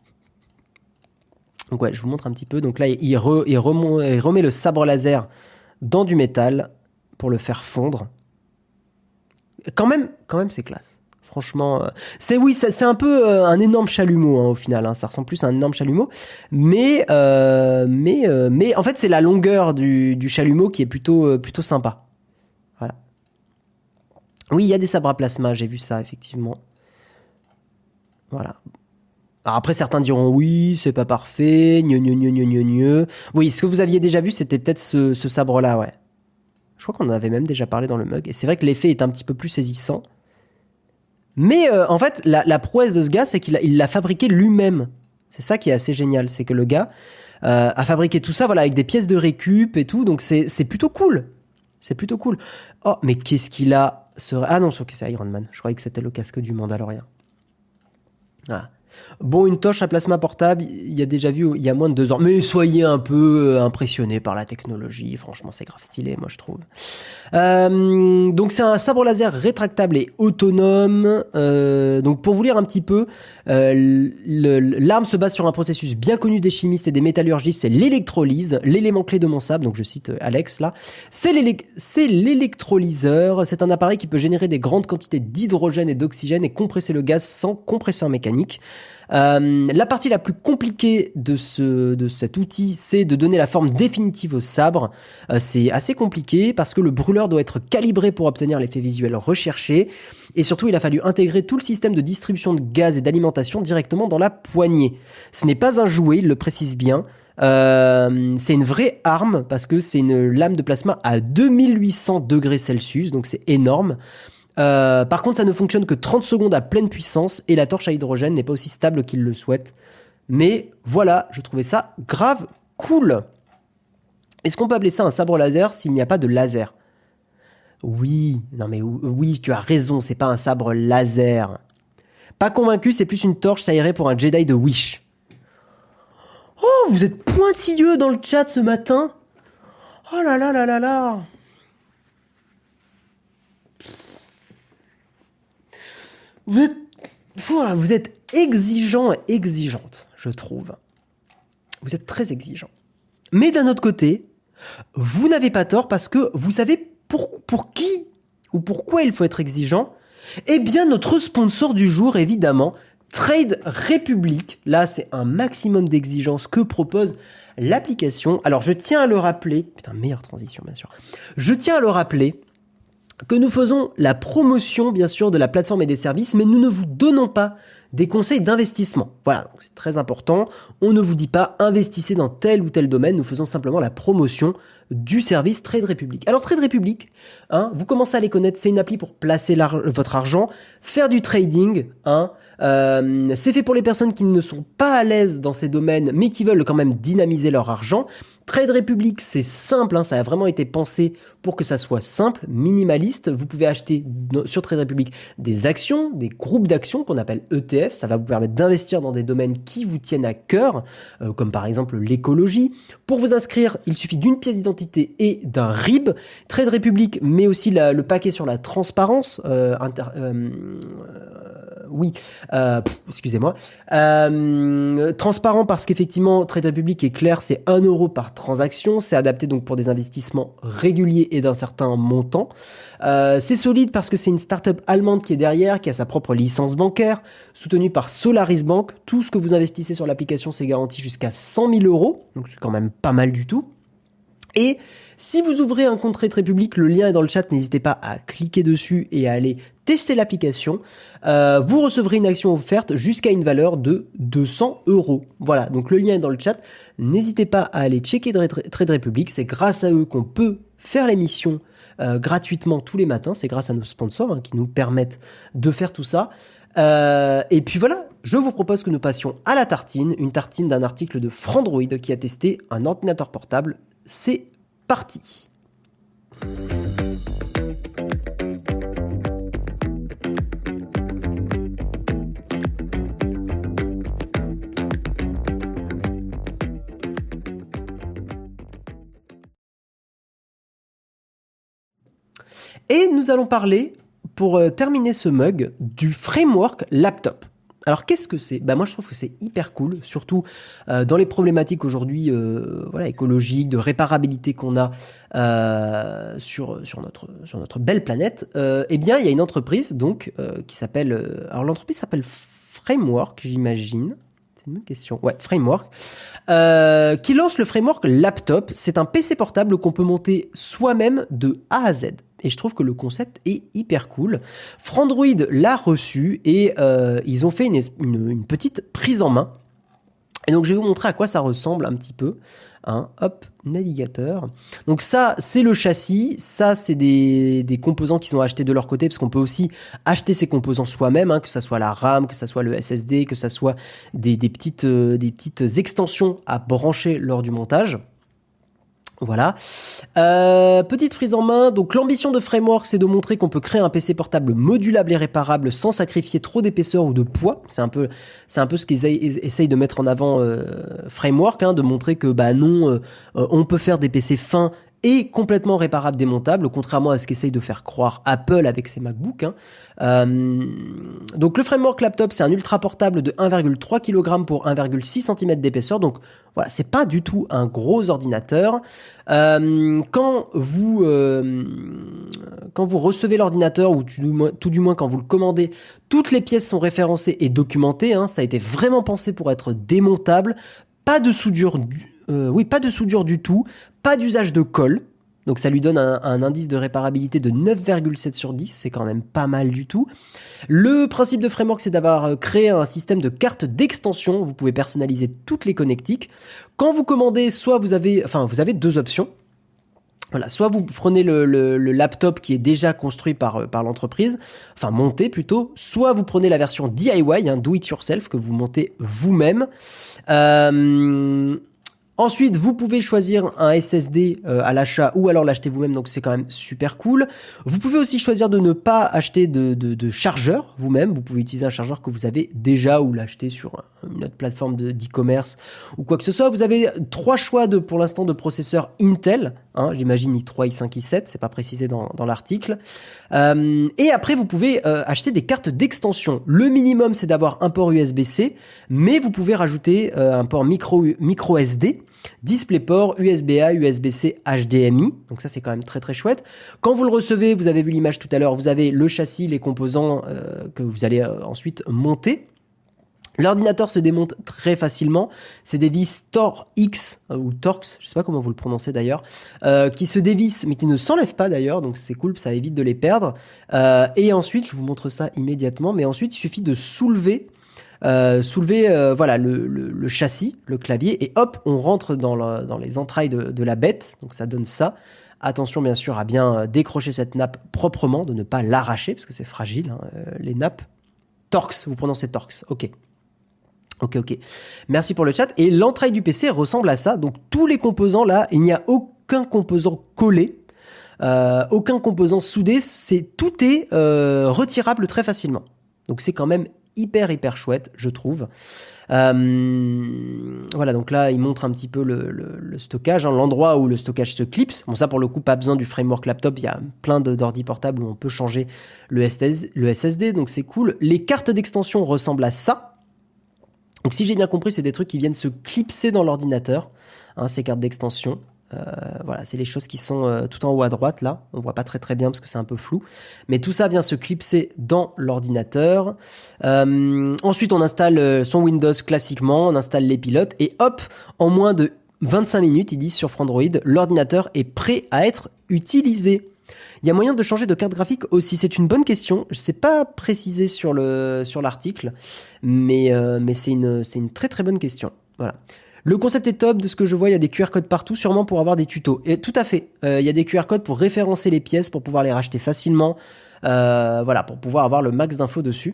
A: Donc ouais, je vous montre un petit peu. Donc là, il, re, il, remont, il remet le sabre laser dans du métal pour le faire fondre. Quand même, quand même, c'est classe. Franchement, euh, c'est oui, c'est, c'est un peu euh, un énorme chalumeau hein, au final. Hein, ça ressemble plus à un énorme chalumeau, mais euh, mais euh, mais en fait, c'est la longueur du, du chalumeau qui est plutôt euh, plutôt sympa. Voilà. Oui, il y a des sabres à plasma. J'ai vu ça effectivement. Voilà. Alors après, certains diront oui, c'est pas parfait, gneu, gneu, gneu, gneu, gneu, gneu. Oui, ce que vous aviez déjà vu, c'était peut-être ce, ce sabre-là, ouais. Je crois qu'on en avait même déjà parlé dans le mug. Et c'est vrai que l'effet est un petit peu plus saisissant. Mais euh, en fait, la, la prouesse de ce gars, c'est qu'il a, il l'a fabriqué lui-même. C'est ça qui est assez génial, c'est que le gars euh, a fabriqué tout ça, voilà, avec des pièces de récup et tout. Donc c'est, c'est plutôt cool. C'est plutôt cool. Oh, mais qu'est-ce qu'il a ce... Ah non, c'est Iron Man. Je croyais que c'était le casque du Mandalorien. Voilà. Bon, une torche à plasma portable, il y a déjà vu il y a moins de deux ans. Mais soyez un peu impressionnés par la technologie. Franchement, c'est grave stylé, moi, je trouve. Euh, donc, c'est un sabre laser rétractable et autonome. Euh, donc, pour vous lire un petit peu, Euh, le- l'arme se base sur un processus bien connu des chimistes et des métallurgistes, c'est l'électrolyse, l'élément clé de mon sabre, donc je cite Alex là, c'est, l'élec- c'est l'électrolyseur, c'est un appareil qui peut générer des grandes quantités d'hydrogène et d'oxygène et compresser le gaz sans compresseur mécanique. Euh, la partie la plus compliquée de, ce, de cet outil, c'est de donner la forme définitive au sabre. Euh, c'est assez compliqué parce que le brûleur doit être calibré pour obtenir l'effet visuel recherché. Et surtout, il a fallu intégrer tout le système de distribution de gaz et d'alimentation directement dans la poignée. Ce n'est pas un jouet, il le précise bien. Euh, c'est une vraie arme parce que c'est une lame de plasma à deux mille huit cents degrés Celsius, donc c'est énorme. Euh, par contre, ça ne fonctionne que trente secondes à pleine puissance et la torche à hydrogène n'est pas aussi stable qu'il le souhaite. Mais voilà, je trouvais ça grave cool. Est-ce qu'on peut appeler ça un sabre laser s'il n'y a pas de laser ? Oui, non mais oui, tu as raison, c'est pas un sabre laser. Pas convaincu, c'est plus une torche, ça irait pour un Jedi de Wish. Oh, vous êtes pointilleux dans le chat ce matin. Oh là là là là là. Vous êtes, vous êtes exigeant et exigeante, je trouve. Vous êtes très exigeant. Mais d'un autre côté, vous n'avez pas tort parce que vous savez pour, pour qui ou pourquoi il faut être exigeant. Eh bien, notre sponsor du jour, évidemment, Trade Republic. Là, c'est un maximum d'exigence que propose l'application. Alors, je tiens à le rappeler. Putain, meilleure transition, bien sûr. Je tiens à le rappeler que nous faisons la promotion, bien sûr, de la plateforme et des services, mais nous ne vous donnons pas des conseils d'investissement. Voilà, donc c'est très important. On ne vous dit pas investissez dans tel ou tel domaine. Nous faisons simplement la promotion du service Trade Republic. Alors Trade Republic, hein, vous commencez à les connaître. C'est une appli pour placer votre argent, faire du trading. Hein, euh, c'est fait pour les personnes qui ne sont pas à l'aise dans ces domaines, mais qui veulent quand même dynamiser leur argent. Trade Republic, c'est simple. Hein, ça a vraiment été pensé pour que ça soit simple, minimaliste. Vous pouvez acheter sur Trade Republic des actions, des groupes d'actions qu'on appelle E T F. Ça va vous permettre d'investir dans des domaines qui vous tiennent à cœur, euh, comme par exemple l'écologie. Pour vous inscrire, il suffit d'une pièce d'identité et d'un R I B. Trade Republic met aussi la, le paquet sur la transparence. Euh, inter, euh, euh, oui, euh, pff, excusez-moi. Euh, transparent parce qu'effectivement, Trade Republic est clair, c'est un euro par transaction. C'est adapté donc pour des investissements réguliers et d'un certain montant. Euh, c'est solide parce que c'est une start-up allemande qui est derrière, qui a sa propre licence bancaire, soutenue par Solaris Bank. Tout ce que vous investissez sur l'application, c'est garanti jusqu'à cent mille euros. Donc c'est quand même pas mal du tout. Et si vous ouvrez un compte Trade Republic, le lien est dans le chat, n'hésitez pas à cliquer dessus et à aller tester l'application. Euh, vous recevrez une action offerte jusqu'à une valeur de deux cents euros. Voilà, donc le lien est dans le chat. N'hésitez pas à aller checker Trade Republic. C'est grâce à eux qu'on peut faire l'émission euh, gratuitement tous les matins. C'est grâce à nos sponsors hein, qui nous permettent de faire tout ça. Euh, et puis voilà, je vous propose que nous passions à la tartine, une tartine d'un article de Frandroid qui a testé un ordinateur portable. C'est parti. Et nous allons parler, pour euh, terminer ce mug, du framework laptop. Alors qu'est-ce que c'est ? Bah moi je trouve que c'est hyper cool, surtout euh, dans les problématiques aujourd'hui euh, voilà, écologiques, de réparabilité qu'on a euh, sur, sur, notre, sur notre belle planète. Euh, eh bien il y a une entreprise donc euh, qui s'appelle... Euh, alors l'entreprise s'appelle Framework, j'imagine. C'est une bonne question. Ouais, Framework. Euh, qui lance le framework laptop. C'est un P C portable qu'on peut monter soi-même de A à Z. Et je trouve que le concept est hyper cool. Frandroid l'a reçu et euh, ils ont fait une, une, une petite prise en main. Et donc je vais vous montrer à quoi ça ressemble un petit peu. Hein, hop, navigateur. Donc ça, c'est le châssis. Ça, c'est des, des composants qui sont achetés de leur côté, parce qu'on peut aussi acheter ces composants soi-même, hein, que ça soit la RAM, que ça soit le S S D, que ça soit des, des, petites, euh, des petites extensions à brancher lors du montage. Voilà. Euh, petite prise en main. Donc l'ambition de Framework, c'est de montrer qu'on peut créer un P C portable modulable et réparable sans sacrifier trop d'épaisseur ou de poids. C'est un peu, c'est un peu ce qu'ils essayent de mettre en avant euh, Framework, hein, de montrer que bah non, euh, on peut faire des P C fins et complètement réparable, démontable, contrairement à ce qu'essaye de faire croire Apple avec ses MacBooks. Hein. Euh, donc le framework laptop, c'est un ultra portable de un virgule trois kilogrammes pour un virgule six centimètres d'épaisseur. Donc voilà, c'est pas du tout un gros ordinateur. Euh, quand vous euh, quand vous recevez l'ordinateur, ou tout du, moins, tout du moins quand vous le commandez, toutes les pièces sont référencées et documentées. Hein. Ça a été vraiment pensé pour être démontable. Pas de soudure, euh, oui, pas de soudure du tout. Pas d'usage de colle, donc ça lui donne un, un indice de réparabilité de neuf virgule sept sur dix, c'est quand même pas mal du tout. Le principe de framework, c'est d'avoir créé un système de carte d'extension, vous pouvez personnaliser toutes les connectiques. Quand vous commandez, soit vous avez, enfin vous avez deux options. Voilà, soit vous prenez le, le, le laptop qui est déjà construit par, par l'entreprise, enfin monté plutôt, soit vous prenez la version D I Y, hein, do it yourself, que vous montez vous-même. Euh... Ensuite, vous pouvez choisir un S S D euh, à l'achat ou alors l'acheter vous-même, donc c'est quand même super cool. Vous pouvez aussi choisir de ne pas acheter de, de, de chargeur vous-même. Vous pouvez utiliser un chargeur que vous avez déjà ou l'acheter sur une autre plateforme de, d'e-commerce ou quoi que ce soit. Vous avez trois choix de, pour l'instant, de processeurs Intel. Hein, j'imagine i trois, i cinq, i sept, c'est pas précisé dans, dans l'article. Euh, et après, vous pouvez euh, acheter des cartes d'extension. Le minimum, c'est d'avoir un port U S B-C, mais vous pouvez rajouter euh, un port micro, micro S D. DisplayPort, U S B A, U S B-C, H D M I. Donc ça, c'est quand même très très chouette. Quand vous le recevez, vous avez vu l'image tout à l'heure, vous avez le châssis, les composants euh, que vous allez euh, ensuite monter. L'ordinateur se démonte très facilement. C'est des vis Torx euh, ou Torx, je sais pas comment vous le prononcez d'ailleurs, euh, qui se dévissent mais qui ne s'enlèvent pas d'ailleurs, donc c'est cool, ça évite de les perdre. Euh, et ensuite, je vous montre ça immédiatement, mais ensuite il suffit de soulever Euh, soulever euh, voilà le, le, le châssis, le clavier, et hop, on rentre dans, le, dans les entrailles de, de la bête. Donc ça donne ça. Attention bien sûr à bien décrocher cette nappe proprement, de ne pas l'arracher parce que c'est fragile. Hein, euh, les nappes. Torx, vous prononcez Torx. Ok. Ok, ok. Merci pour le chat. Et l'entraille du P C ressemble à ça. Donc tous les composants là, il n'y a aucun composant collé. Euh, aucun composant soudé. C'est, tout est euh, retirable très facilement. Donc c'est quand même hyper hyper chouette, je trouve. Euh, voilà, donc là il montre un petit peu le, le, le stockage, hein, l'endroit où le stockage se clipse. Bon, ça pour le coup pas besoin du framework laptop, il y a plein de, d'ordi portables où on peut changer le, S S, le S S D, donc c'est cool. Les cartes d'extension ressemblent à ça. Donc si j'ai bien compris, c'est des trucs qui viennent se clipser dans l'ordinateur, hein, ces cartes d'extension. Euh, voilà, c'est les choses qui sont euh, tout en haut à droite là. On voit pas très très bien parce que c'est un peu flou, mais tout ça vient se clipser dans l'ordinateur. Euh, ensuite, on installe son Windows classiquement, on installe les pilotes et hop, en moins de vingt-cinq minutes, ils disent sur Frandroid, l'ordinateur est prêt à être utilisé. Il y a moyen de changer de carte graphique aussi, c'est une bonne question. Je sais pas préciser sur le sur l'article, mais euh, mais c'est une c'est une très très bonne question. Voilà. Le concept est top, de ce que je vois, il y a des Q R codes partout, sûrement pour avoir des tutos. Et tout à fait, euh, il y a des Q R codes pour référencer les pièces, pour pouvoir les racheter facilement, euh, voilà, pour pouvoir avoir le max d'infos dessus.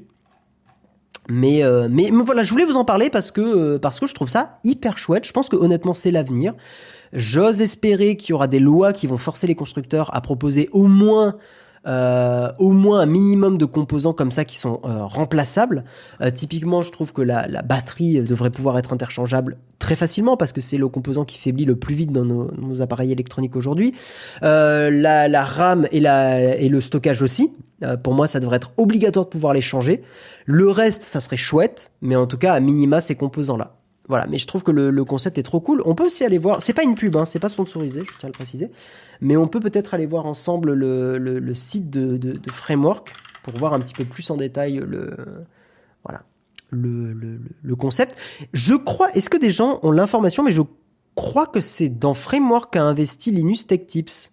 A: Mais, euh, mais, mais voilà, je voulais vous en parler parce que, euh, parce que je trouve ça hyper chouette. Je pense que honnêtement, c'est l'avenir. J'ose espérer qu'il y aura des lois qui vont forcer les constructeurs à proposer au moins... Euh, au moins un minimum de composants comme ça qui sont euh, remplaçables. Euh, typiquement, je trouve que la, la batterie devrait pouvoir être interchangeable très facilement parce que c'est le composant qui faiblit le plus vite dans nos, nos appareils électroniques aujourd'hui. Euh, la, la RAM et, la, et le stockage aussi. Euh, pour moi, ça devrait être obligatoire de pouvoir les changer. Le reste, ça serait chouette, mais en tout cas, à minima, ces composants-là. Voilà, mais je trouve que le, le concept est trop cool. On peut aussi aller voir, c'est pas une pub, hein, c'est pas sponsorisé, je tiens à le préciser, mais on peut peut-être aller voir ensemble le, le, le site de, de, de Framework pour voir un petit peu plus en détail le, voilà, le, le, le concept. Je crois, est-ce que des gens ont l'information, mais je crois que c'est dans Framework qu'a investi Linus Tech Tips.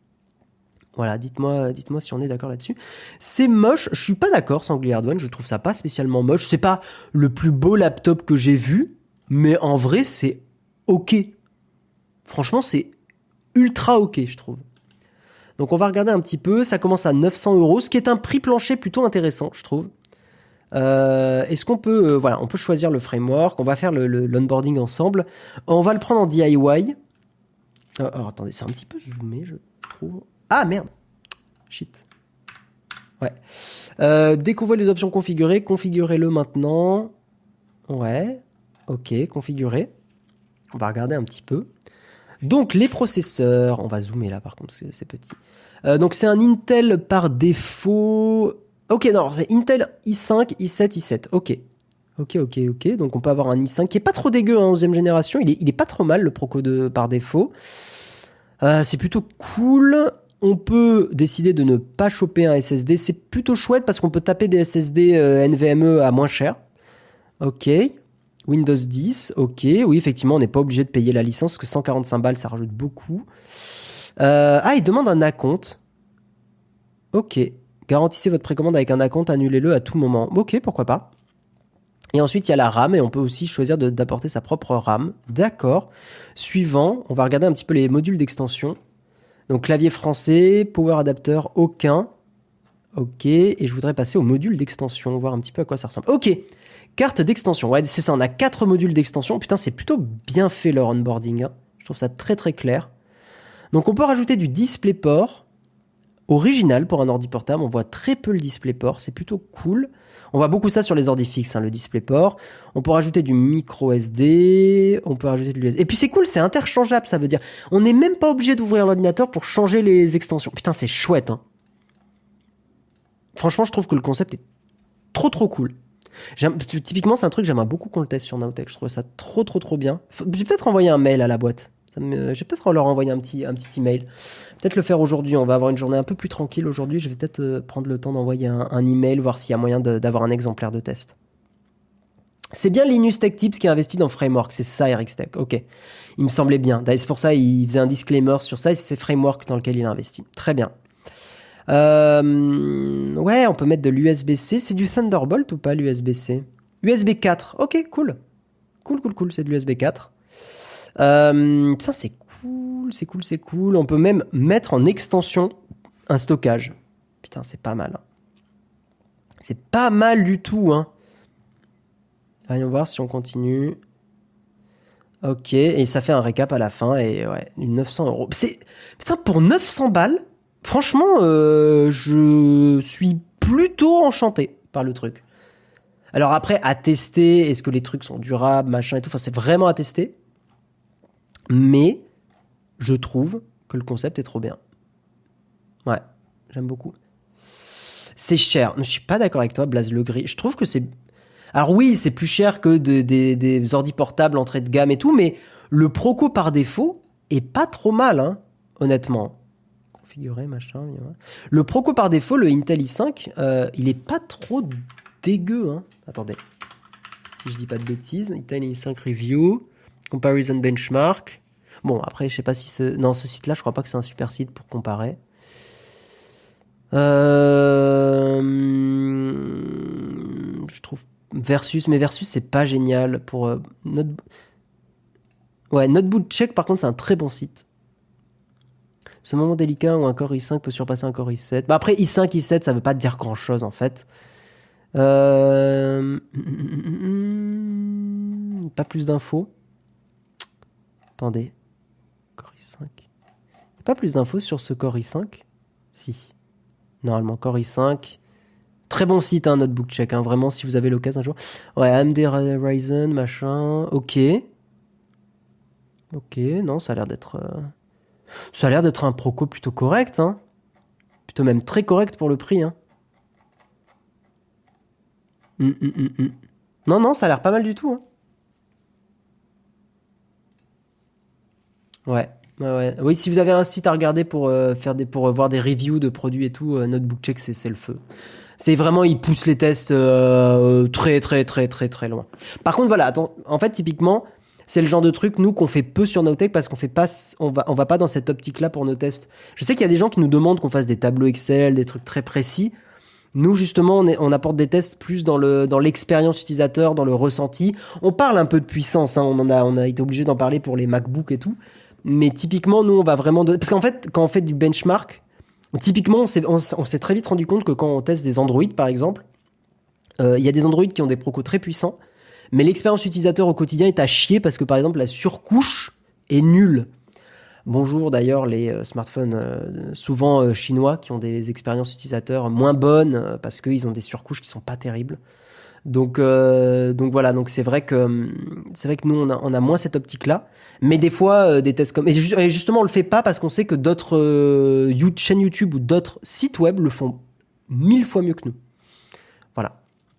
A: Voilà, dites-moi, dites-moi si on est d'accord là-dessus. C'est moche, je suis pas d'accord, Sanglier Hardware, je trouve ça pas spécialement moche. C'est pas le plus beau laptop que j'ai vu, mais en vrai, c'est ok. Franchement, c'est ultra ok, je trouve. Donc, on va regarder un petit peu. Ça commence à neuf cents euros, ce qui est un prix plancher plutôt intéressant, je trouve. Euh, est-ce qu'on peut, euh, voilà, on peut choisir le framework. On va faire le, le, l'onboarding ensemble. On va le prendre en D I Y. Euh, alors, attendez, c'est un petit peu zoomé, je trouve. Ah, merde. Shit. Ouais. Euh, découvrez les options configurées. Configurez-le maintenant. Ouais. Ok, configurer. On va regarder un petit peu. Donc les processeurs, on va zoomer là par contre, c'est, c'est petit. Euh, donc c'est un Intel par défaut. Ok, non, c'est Intel i cinq, i sept, i sept. Ok. Ok, ok, ok. Donc on peut avoir un i cinq qui est pas trop dégueu, hein, onzième génération. Il est, il est pas trop mal, le Proco de, par défaut. Euh, c'est plutôt cool. On peut décider de ne pas choper un S S D. C'est plutôt chouette parce qu'on peut taper des S S D euh, N V M e à moins cher. Ok. Windows dix. Ok. Oui, effectivement, on n'est pas obligé de payer la licence parce que cent quarante-cinq balles, ça rajoute beaucoup. Euh, ah, il demande un acompte. Ok. Garantissez votre précommande avec un acompte, annulez-le à tout moment. Ok, pourquoi pas. Et ensuite, il y a la RAM et on peut aussi choisir de, d'apporter sa propre RAM. D'accord. Suivant, on va regarder un petit peu les modules d'extension. Donc, clavier français, power adapter, aucun. Ok. Et je voudrais passer au module d'extension, voir un petit peu à quoi ça ressemble. Ok. Carte d'extension. Ouais, c'est ça. On a quatre modules d'extension. Putain, c'est plutôt bien fait leur onboarding. Hein. Je trouve ça très très clair. Donc, on peut rajouter du DisplayPort original pour un ordi portable. On voit très peu le DisplayPort. C'est plutôt cool. On voit beaucoup ça sur les ordi fixes, hein, le DisplayPort. On peut rajouter du micro S D. On peut rajouter de l'U S B. Et puis c'est cool, c'est interchangeable, ça veut dire. On n'est même pas obligé d'ouvrir l'ordinateur pour changer les extensions. Putain, c'est chouette. Hein. Franchement, je trouve que le concept est trop trop cool. J'aime, typiquement, c'est un truc que j'aimerais beaucoup qu'on le teste sur Nowtech. Je trouve ça trop trop trop bien. Faut, je vais peut-être envoyer un mail à la boîte. Ça me, je vais peut-être leur envoyer un petit, un petit email. Peut-être le faire aujourd'hui. On va avoir une journée un peu plus tranquille aujourd'hui. Je vais peut-être euh, prendre le temps d'envoyer un, un email, voir s'il y a moyen de, d'avoir un exemplaire de test. C'est bien Linus Tech Tips qui a investi dans Framework. C'est ça, Eric Tech. Ok. Il me semblait bien. D'ailleurs, c'est pour ça il faisait un disclaimer sur ça. Et c'est Framework dans lequel il a investi. Très bien. Euh, ouais, on peut mettre de l'U S B C. C'est du Thunderbolt ou pas, l'U S B C? U S B quatre. Ok, cool. Cool, cool, cool. C'est de l'U S B quatre. Euh, putain, c'est cool, c'est cool, c'est cool. On peut même mettre en extension un stockage. Putain, c'est pas mal. Hein. C'est pas mal du tout. Hein. Voyons voir si on continue. Ok, et ça fait un récap à la fin. Et ouais, neuf cents euros. C'est... Putain, pour neuf cents balles, franchement, euh, je suis plutôt enchanté par le truc. Alors après, à tester, est-ce que les trucs sont durables, machin et tout. Enfin, c'est vraiment à tester. Mais je trouve que le concept est trop bien. Ouais, j'aime beaucoup. C'est cher. Je suis pas d'accord avec toi, Blaze Legris. Je trouve que c'est... Alors oui, c'est plus cher que de, des, des ordi portables entrée de gamme et tout, mais le Proco par défaut est pas trop mal, hein, honnêtement. Configurer, machin... Le Proco par défaut, le Intel i cinq, euh, il est pas trop dégueu. Hein. Attendez. Si je dis pas de bêtises. Intel i cinq Review... Comparison benchmark. Bon, après, je sais pas si ce... Non, ce site-là, je crois pas que c'est un super site pour comparer. Euh... Je trouve... Versus, mais Versus, c'est pas génial pour... Euh, Note... Ouais, Notebook Check, par contre, c'est un très bon site. Ce moment délicat où un Core i cinq peut surpasser un Core i sept. Bah après, i cinq, i sept, ça veut pas dire grand-chose, en fait. Euh... Pas plus d'infos. Attendez. Core i cinq. Il n'y a pas plus d'infos sur ce Core i cinq? Si. Normalement, Core i cinq. Très bon site, hein, Notebook Check. Hein, vraiment, si vous avez l'occasion un jour. Ouais, A M D Ryzen, machin. Ok. Ok, non, ça a l'air d'être... Euh... Ça a l'air d'être un Proco plutôt correct. Hein. Plutôt même très correct pour le prix. Hein. Hum, hum, hum, hum. Non, non, ça a l'air pas mal du tout. Hein. Ouais, ouais, ouais. Oui, si vous avez un site à regarder pour euh, faire des, pour voir des reviews de produits et tout, euh, Notebook Check, c'est, c'est le feu. C'est vraiment, il pousse les tests euh, très, très, très, très, très loin. Par contre, voilà, attends, en fait, typiquement, c'est le genre de truc, nous, qu'on fait peu sur Nowtech parce qu'on fait pas, on va, on va pas dans cette optique-là pour nos tests. Je sais qu'il y a des gens qui nous demandent qu'on fasse des tableaux Excel, des trucs très précis. Nous, justement, on, est, on apporte des tests plus dans le dans l'expérience utilisateur, dans le ressenti. On parle un peu de puissance, hein, on en a on a été obligé d'en parler pour les MacBooks et tout. Mais typiquement, nous, on va vraiment... De... Parce qu'en fait, quand on fait du benchmark, typiquement, on s'est, on, on s'est très vite rendu compte que quand on teste des Android, par exemple, il euh, y a des Android qui ont des procos très puissants, mais l'expérience utilisateur au quotidien est à chier parce que, par exemple, la surcouche est nulle. Bonjour, d'ailleurs, les euh, smartphones euh, souvent euh, chinois qui ont des expériences utilisateurs moins bonnes euh, parce qu'ils ont des surcouches qui sont pas terribles. Donc, euh, donc voilà, donc c'est vrai que c'est vrai que nous on a, on a moins cette optique-là, mais des fois euh, des tests comme et, ju- et justement on le fait pas parce qu'on sait que d'autres euh, you- chaînes YouTube ou d'autres sites web le font mille fois mieux que nous. Voilà.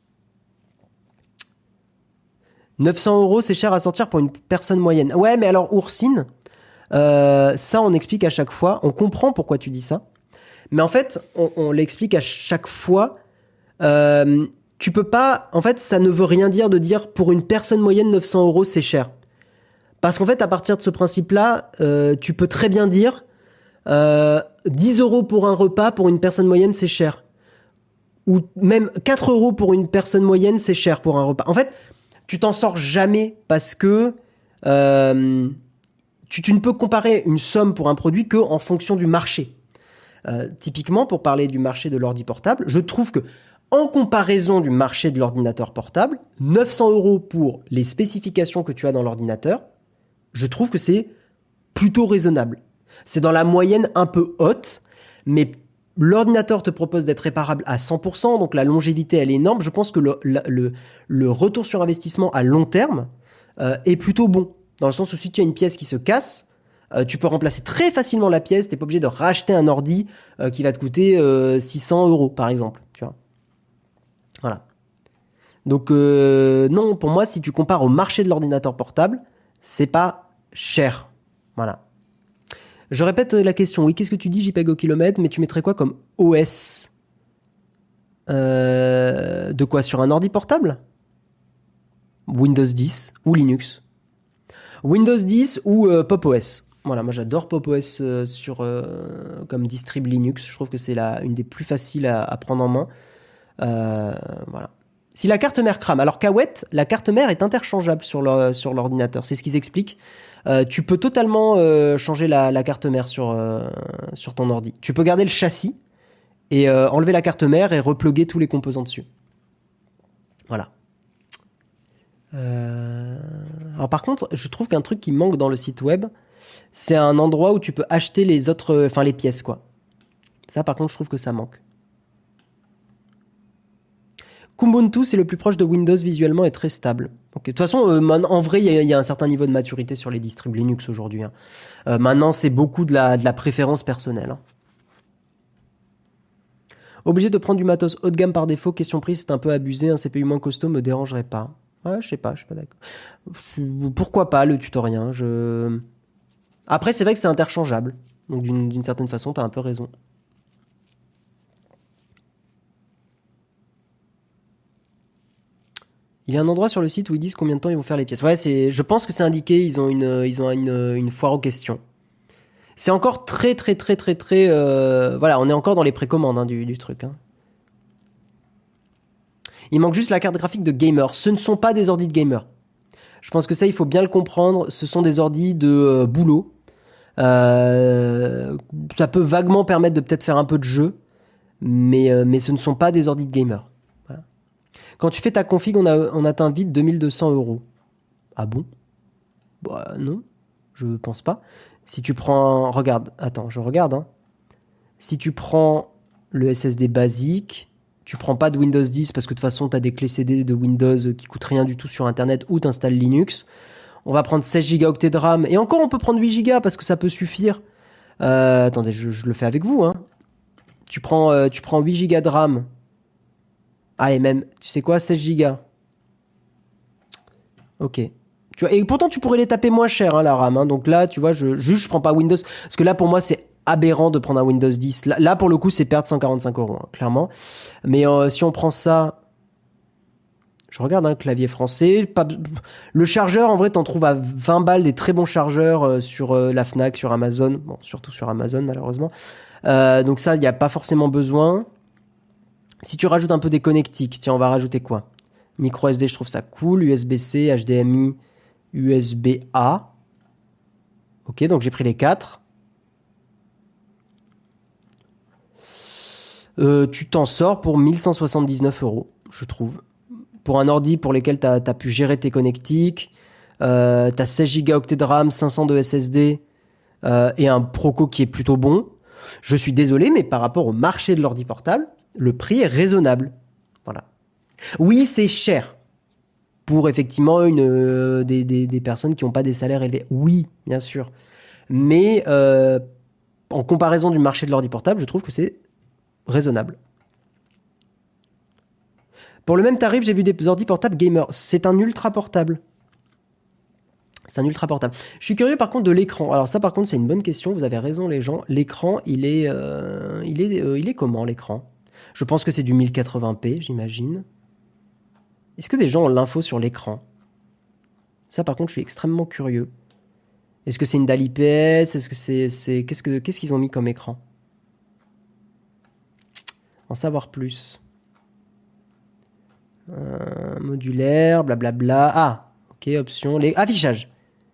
A: neuf cents euros, c'est cher à sortir pour une personne moyenne. Ouais, mais alors Oursine, euh, ça on explique à chaque fois. On comprend pourquoi tu dis ça, mais en fait on, on l'explique à chaque fois. Euh, Tu peux pas, en fait, ça ne veut rien dire de dire pour une personne moyenne neuf cents euros c'est cher. Parce qu'en fait, à partir de ce principe-là, euh, tu peux très bien dire euh, dix euros pour un repas pour une personne moyenne c'est cher. Ou même quatre euros pour une personne moyenne c'est cher pour un repas. En fait, tu t'en sors jamais parce que euh, tu, tu ne peux comparer une somme pour un produit qu'en fonction du marché. Euh, typiquement, pour parler du marché de l'ordi portable, je trouve que en comparaison du marché de l'ordinateur portable, neuf cents euros pour les spécifications que tu as dans l'ordinateur, je trouve que c'est plutôt raisonnable. C'est dans la moyenne un peu haute, mais l'ordinateur te propose d'être réparable à cent pour cent, donc la longévité elle est énorme. Je pense que le, le, le retour sur investissement à long terme euh, est plutôt bon, dans le sens où si tu as une pièce qui se casse, euh, tu peux remplacer très facilement la pièce, t'es pas obligé de racheter un ordi euh, qui va te coûter euh, six cents euros par exemple, tu vois. Voilà. Donc euh, non, pour moi, si tu compares au marché de l'ordinateur portable, c'est pas cher. Voilà. Je répète la question. Oui, qu'est-ce que tu dis, JPEG au kilomètre, mais tu mettrais quoi comme O S euh, De quoi, sur un ordi portable? Windows dix ou Linux? Windows dix ou euh, Pop! O S. Voilà, moi j'adore Pop! O S euh, sur, euh, comme distrib Linux. Je trouve que c'est la, une des plus faciles à, à prendre en main. Euh, voilà. Si la carte mère crame, alors Kawet, la carte mère est interchangeable sur le, sur l'ordinateur. C'est ce qu'ils expliquent. Euh, tu peux totalement euh, changer la, la carte mère sur, euh, sur ton ordi. Tu peux garder le châssis et euh, enlever la carte mère et repluguer tous les composants dessus. Voilà. Euh... Alors par contre, je trouve qu'un truc qui manque dans le site web, c'est un endroit où tu peux acheter les autres, enfin les pièces quoi. Ça par contre, je trouve que ça manque. Kubuntu, c'est le plus proche de Windows visuellement et très stable. Okay. De toute façon, euh, en vrai, il y, y a un certain niveau de maturité sur les distribs Linux aujourd'hui. Hein. Euh, maintenant, c'est beaucoup de la, de la préférence personnelle. Hein. Obligé de prendre du matos haut de gamme par défaut, question prix, c'est un peu abusé. Un C P U moins costaud me dérangerait pas. Ouais, je sais pas, je suis pas d'accord. Pourquoi pas le tutorien je... Après, c'est vrai que c'est interchangeable. Donc, d'une, d'une certaine façon, t'as un peu raison. Il y a un endroit sur le site où ils disent combien de temps ils vont faire les pièces. Ouais, c'est, je pense que c'est indiqué, ils ont une, ils ont une, une foire aux questions. C'est encore très, très, très, très, très... Euh, voilà, on est encore dans les précommandes hein, du, du truc. Hein. Il manque juste la carte graphique de gamer. Ce ne sont pas des ordis de gamer. Je pense que ça, il faut bien le comprendre. Ce sont des ordis de euh, boulot. Euh, ça peut vaguement permettre de peut-être faire un peu de jeu. Mais, euh, mais ce ne sont pas des ordis de gamer. Quand tu fais ta config, on, a, on atteint vite deux mille deux cents euros. Ah bon? Bah non, je pense pas. Si tu prends... Regarde, attends, je regarde. Hein. Si tu prends le S S D basique, tu prends pas de Windows dix parce que de toute façon, tu as des clés C D de Windows qui coûtent rien du tout sur Internet ou tu installes Linux. On va prendre seize gigaoctets de RAM. Et encore, on peut prendre huit gigas parce que ça peut suffire. Euh, attendez, je, je le fais avec vous. Hein. Tu, prends, euh, tu prends huit gigas de RAM. Allez, même, tu sais quoi, seize gigas. Ok. Tu vois, et pourtant, tu pourrais les taper moins cher, hein, la RAM. Hein. Donc là, tu vois, je, juste, je prends pas Windows. Parce que là, pour moi, c'est aberrant de prendre un Windows dix. Là, là pour le coup, c'est perdre cent quarante-cinq euros, hein, clairement. Mais euh, si on prend ça... Je regarde un hein, clavier français. Pas... Le chargeur, en vrai, t'en trouves à vingt balles des très bons chargeurs euh, sur euh, la Fnac, sur Amazon. Bon, surtout sur Amazon, malheureusement. Euh, donc ça, il n'y a pas forcément besoin. Si tu rajoutes un peu des connectiques, tiens, on va rajouter quoi? Micro S D, je trouve ça cool. U S B C, H D M I, U S B A. Ok, donc j'ai pris les quatre. Euh, tu t'en sors pour mille cent soixante-dix-neuf euros, je trouve. Pour un ordi pour lequel tu as pu gérer tes connectiques, euh, tu as seize gigaoctets de RAM, cinq cents de S S D euh, et un Proco qui est plutôt bon. Je suis désolé, mais par rapport au marché de l'ordi portable, le prix est raisonnable. Voilà. Oui, c'est cher pour effectivement une euh, des, des, des personnes qui n'ont pas des salaires élevés. Oui, bien sûr. Mais euh, en comparaison du marché de l'ordi portable, je trouve que c'est raisonnable. Pour le même tarif, j'ai vu des ordi portables gamer. C'est un ultra portable. C'est un ultra portable. Je suis curieux par contre de l'écran. Alors ça par contre c'est une bonne question. Vous avez raison les gens. L'écran il est, euh, il est, euh, il est comment l'écran? Je pense que c'est du mille quatre-vingts p, j'imagine. Est-ce que des gens ont l'info sur l'écran? Ça par contre je suis extrêmement curieux. Est-ce que c'est une dalle I P S? Est-ce que c'est, c'est... Qu'est-ce que, qu'est-ce qu'ils ont mis comme écran? En savoir plus. Euh, modulaire, blablabla. Ah, ok, option, les... affichage.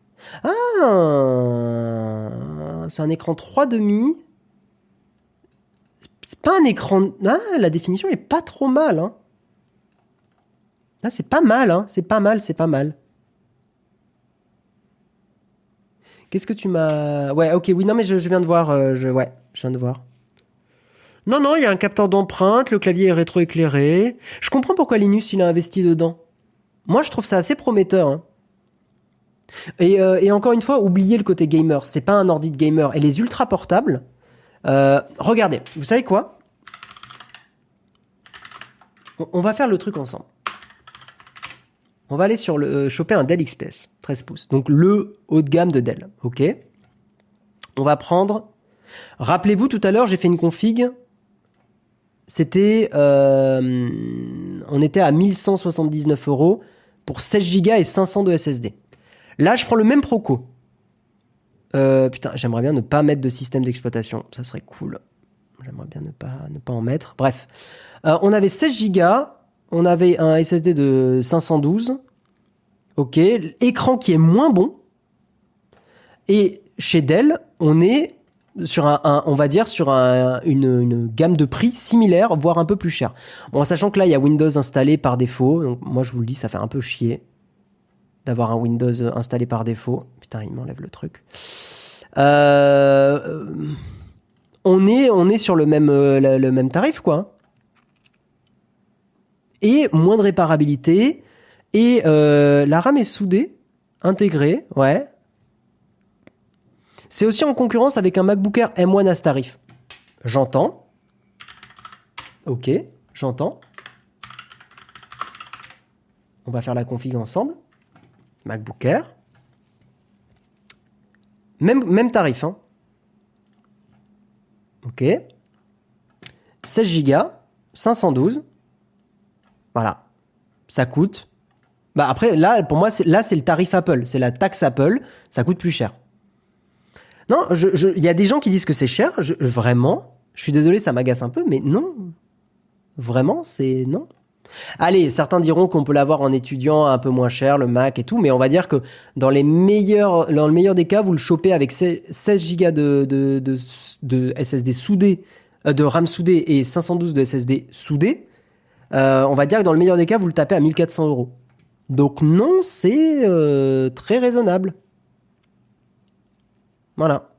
A: Ah, c'est un écran trois virgule cinq. C'est pas un écran... Ah, la définition est pas trop mal, hein. Ah, c'est pas mal, hein. C'est pas mal, c'est pas mal. Qu'est-ce que tu m'as... Ouais, ok, oui, non, mais je, je viens de voir... Euh, je... Ouais, je viens de voir. Non, non, il y a un capteur d'empreinte, le clavier est rétroéclairé. Je comprends pourquoi Linus, il a investi dedans. Moi, je trouve ça assez prometteur, hein. Et, euh, et encore une fois, oubliez le côté gamer. C'est pas un ordi de gamer. Et les ultra portables... Euh, regardez, vous savez quoi? on, on va faire le truc ensemble. On va aller sur le euh, choper un Dell X P S treize pouces. Donc le haut de gamme de Dell. Ok. On va prendre... Rappelez-vous, tout à l'heure, j'ai fait une config. C'était... Euh, on était à mille cent soixante-dix-neuf euros pour seize gigas et cinq cents de S S D. Là, je prends le même Proco. Euh, putain, j'aimerais bien ne pas mettre de système d'exploitation. Ça serait cool. J'aimerais bien ne pas, ne pas en mettre. Bref. Euh, on avait seize gigas. On avait un S S D de cinq cent douze. Ok. Écran qui est moins bon. Et chez Dell, on est sur un, un on va dire, sur un, une, une gamme de prix similaire, voire un peu plus cher. Bon, sachant que là, il y a Windows installé par défaut. Donc, moi, je vous le dis, ça fait un peu chier d'avoir un Windows installé par défaut. Putain, il m'enlève le truc. Euh, on est, on est sur le même, euh, le, le même tarif, quoi. Et moins de réparabilité. Et euh, la RAM est soudée, intégrée, ouais. C'est aussi en concurrence avec un MacBook Air M un à ce tarif. J'entends. Ok, j'entends. On va faire la config ensemble. MacBook Air. Même, même tarif, hein. Ok. seize gigas, cinq cent douze. Voilà. Ça coûte. Bah après, là, pour moi, c'est, là, c'est le tarif Apple. C'est la taxe Apple. Ça coûte plus cher. Non, je, je, y a des gens qui disent que c'est cher. Je, vraiment, je suis désolé, ça m'agace un peu, mais non. Vraiment, c'est non. Allez, certains diront qu'on peut l'avoir en étudiant un peu moins cher, le Mac et tout, mais on va dire que dans les meilleurs, dans le meilleur des cas, vous le chopez avec seize gigas de, de, de, de S S D soudé, euh, de RAM soudé et cinq cent douze de S S D soudé. Euh, on va dire que dans le meilleur des cas, vous le tapez à mille quatre cents euros. Donc non, c'est euh, très raisonnable. Voilà.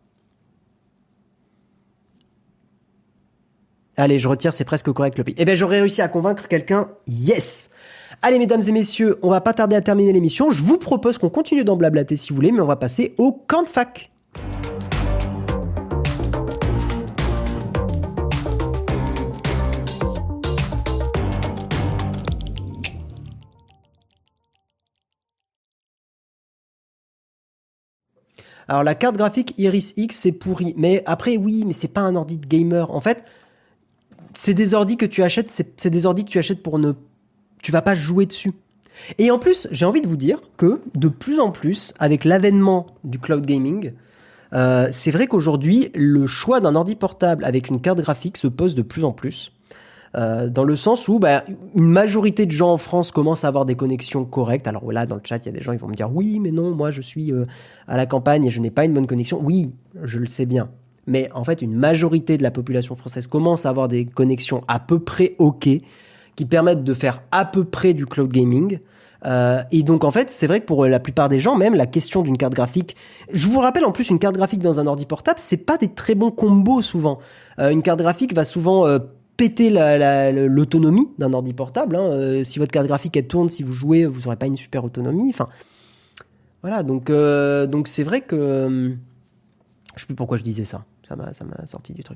A: Allez, je retire, c'est presque correct le prix. Eh bien, j'aurais réussi à convaincre quelqu'un. Yes! Allez, mesdames et messieurs, on va pas tarder à terminer l'émission. Je vous propose qu'on continue d'en blablater si vous voulez, mais on va passer au camp de fac. Alors, la carte graphique Iris X, c'est pourri. Mais après, oui, mais c'est pas un ordi de gamer. En fait, c'est des ordis que tu achètes, c'est, c'est des ordis que tu achètes pour ne... Tu vas pas jouer dessus. Et en plus, j'ai envie de vous dire que, de plus en plus, avec l'avènement du cloud gaming, euh, c'est vrai qu'aujourd'hui, le choix d'un ordi portable avec une carte graphique se pose de plus en plus. Euh, dans le sens où bah, une majorité de gens en France commencent à avoir des connexions correctes. Alors là, dans le chat, il y a des gens qui vont me dire « Oui, mais non, moi, je suis euh, à la campagne et je n'ai pas une bonne connexion. » Oui, je le sais bien. Mais en fait, une majorité de la population française commence à avoir des connexions à peu près OK, qui permettent de faire à peu près du cloud gaming. Euh, et donc, en fait, c'est vrai que pour la plupart des gens, même, la question d'une carte graphique... Je vous rappelle, en plus, une carte graphique dans un ordi portable, c'est pas des très bons combos, souvent. Euh, une carte graphique va souvent... Euh, péter la, la, l'autonomie d'un ordi portable. Hein. Euh, si votre carte graphique elle tourne, si vous jouez, vous n'aurez pas une super autonomie. Enfin, voilà. Donc, euh, donc c'est vrai que euh, je sais plus pourquoi je disais ça. Ça m'a, ça m'a sorti du truc.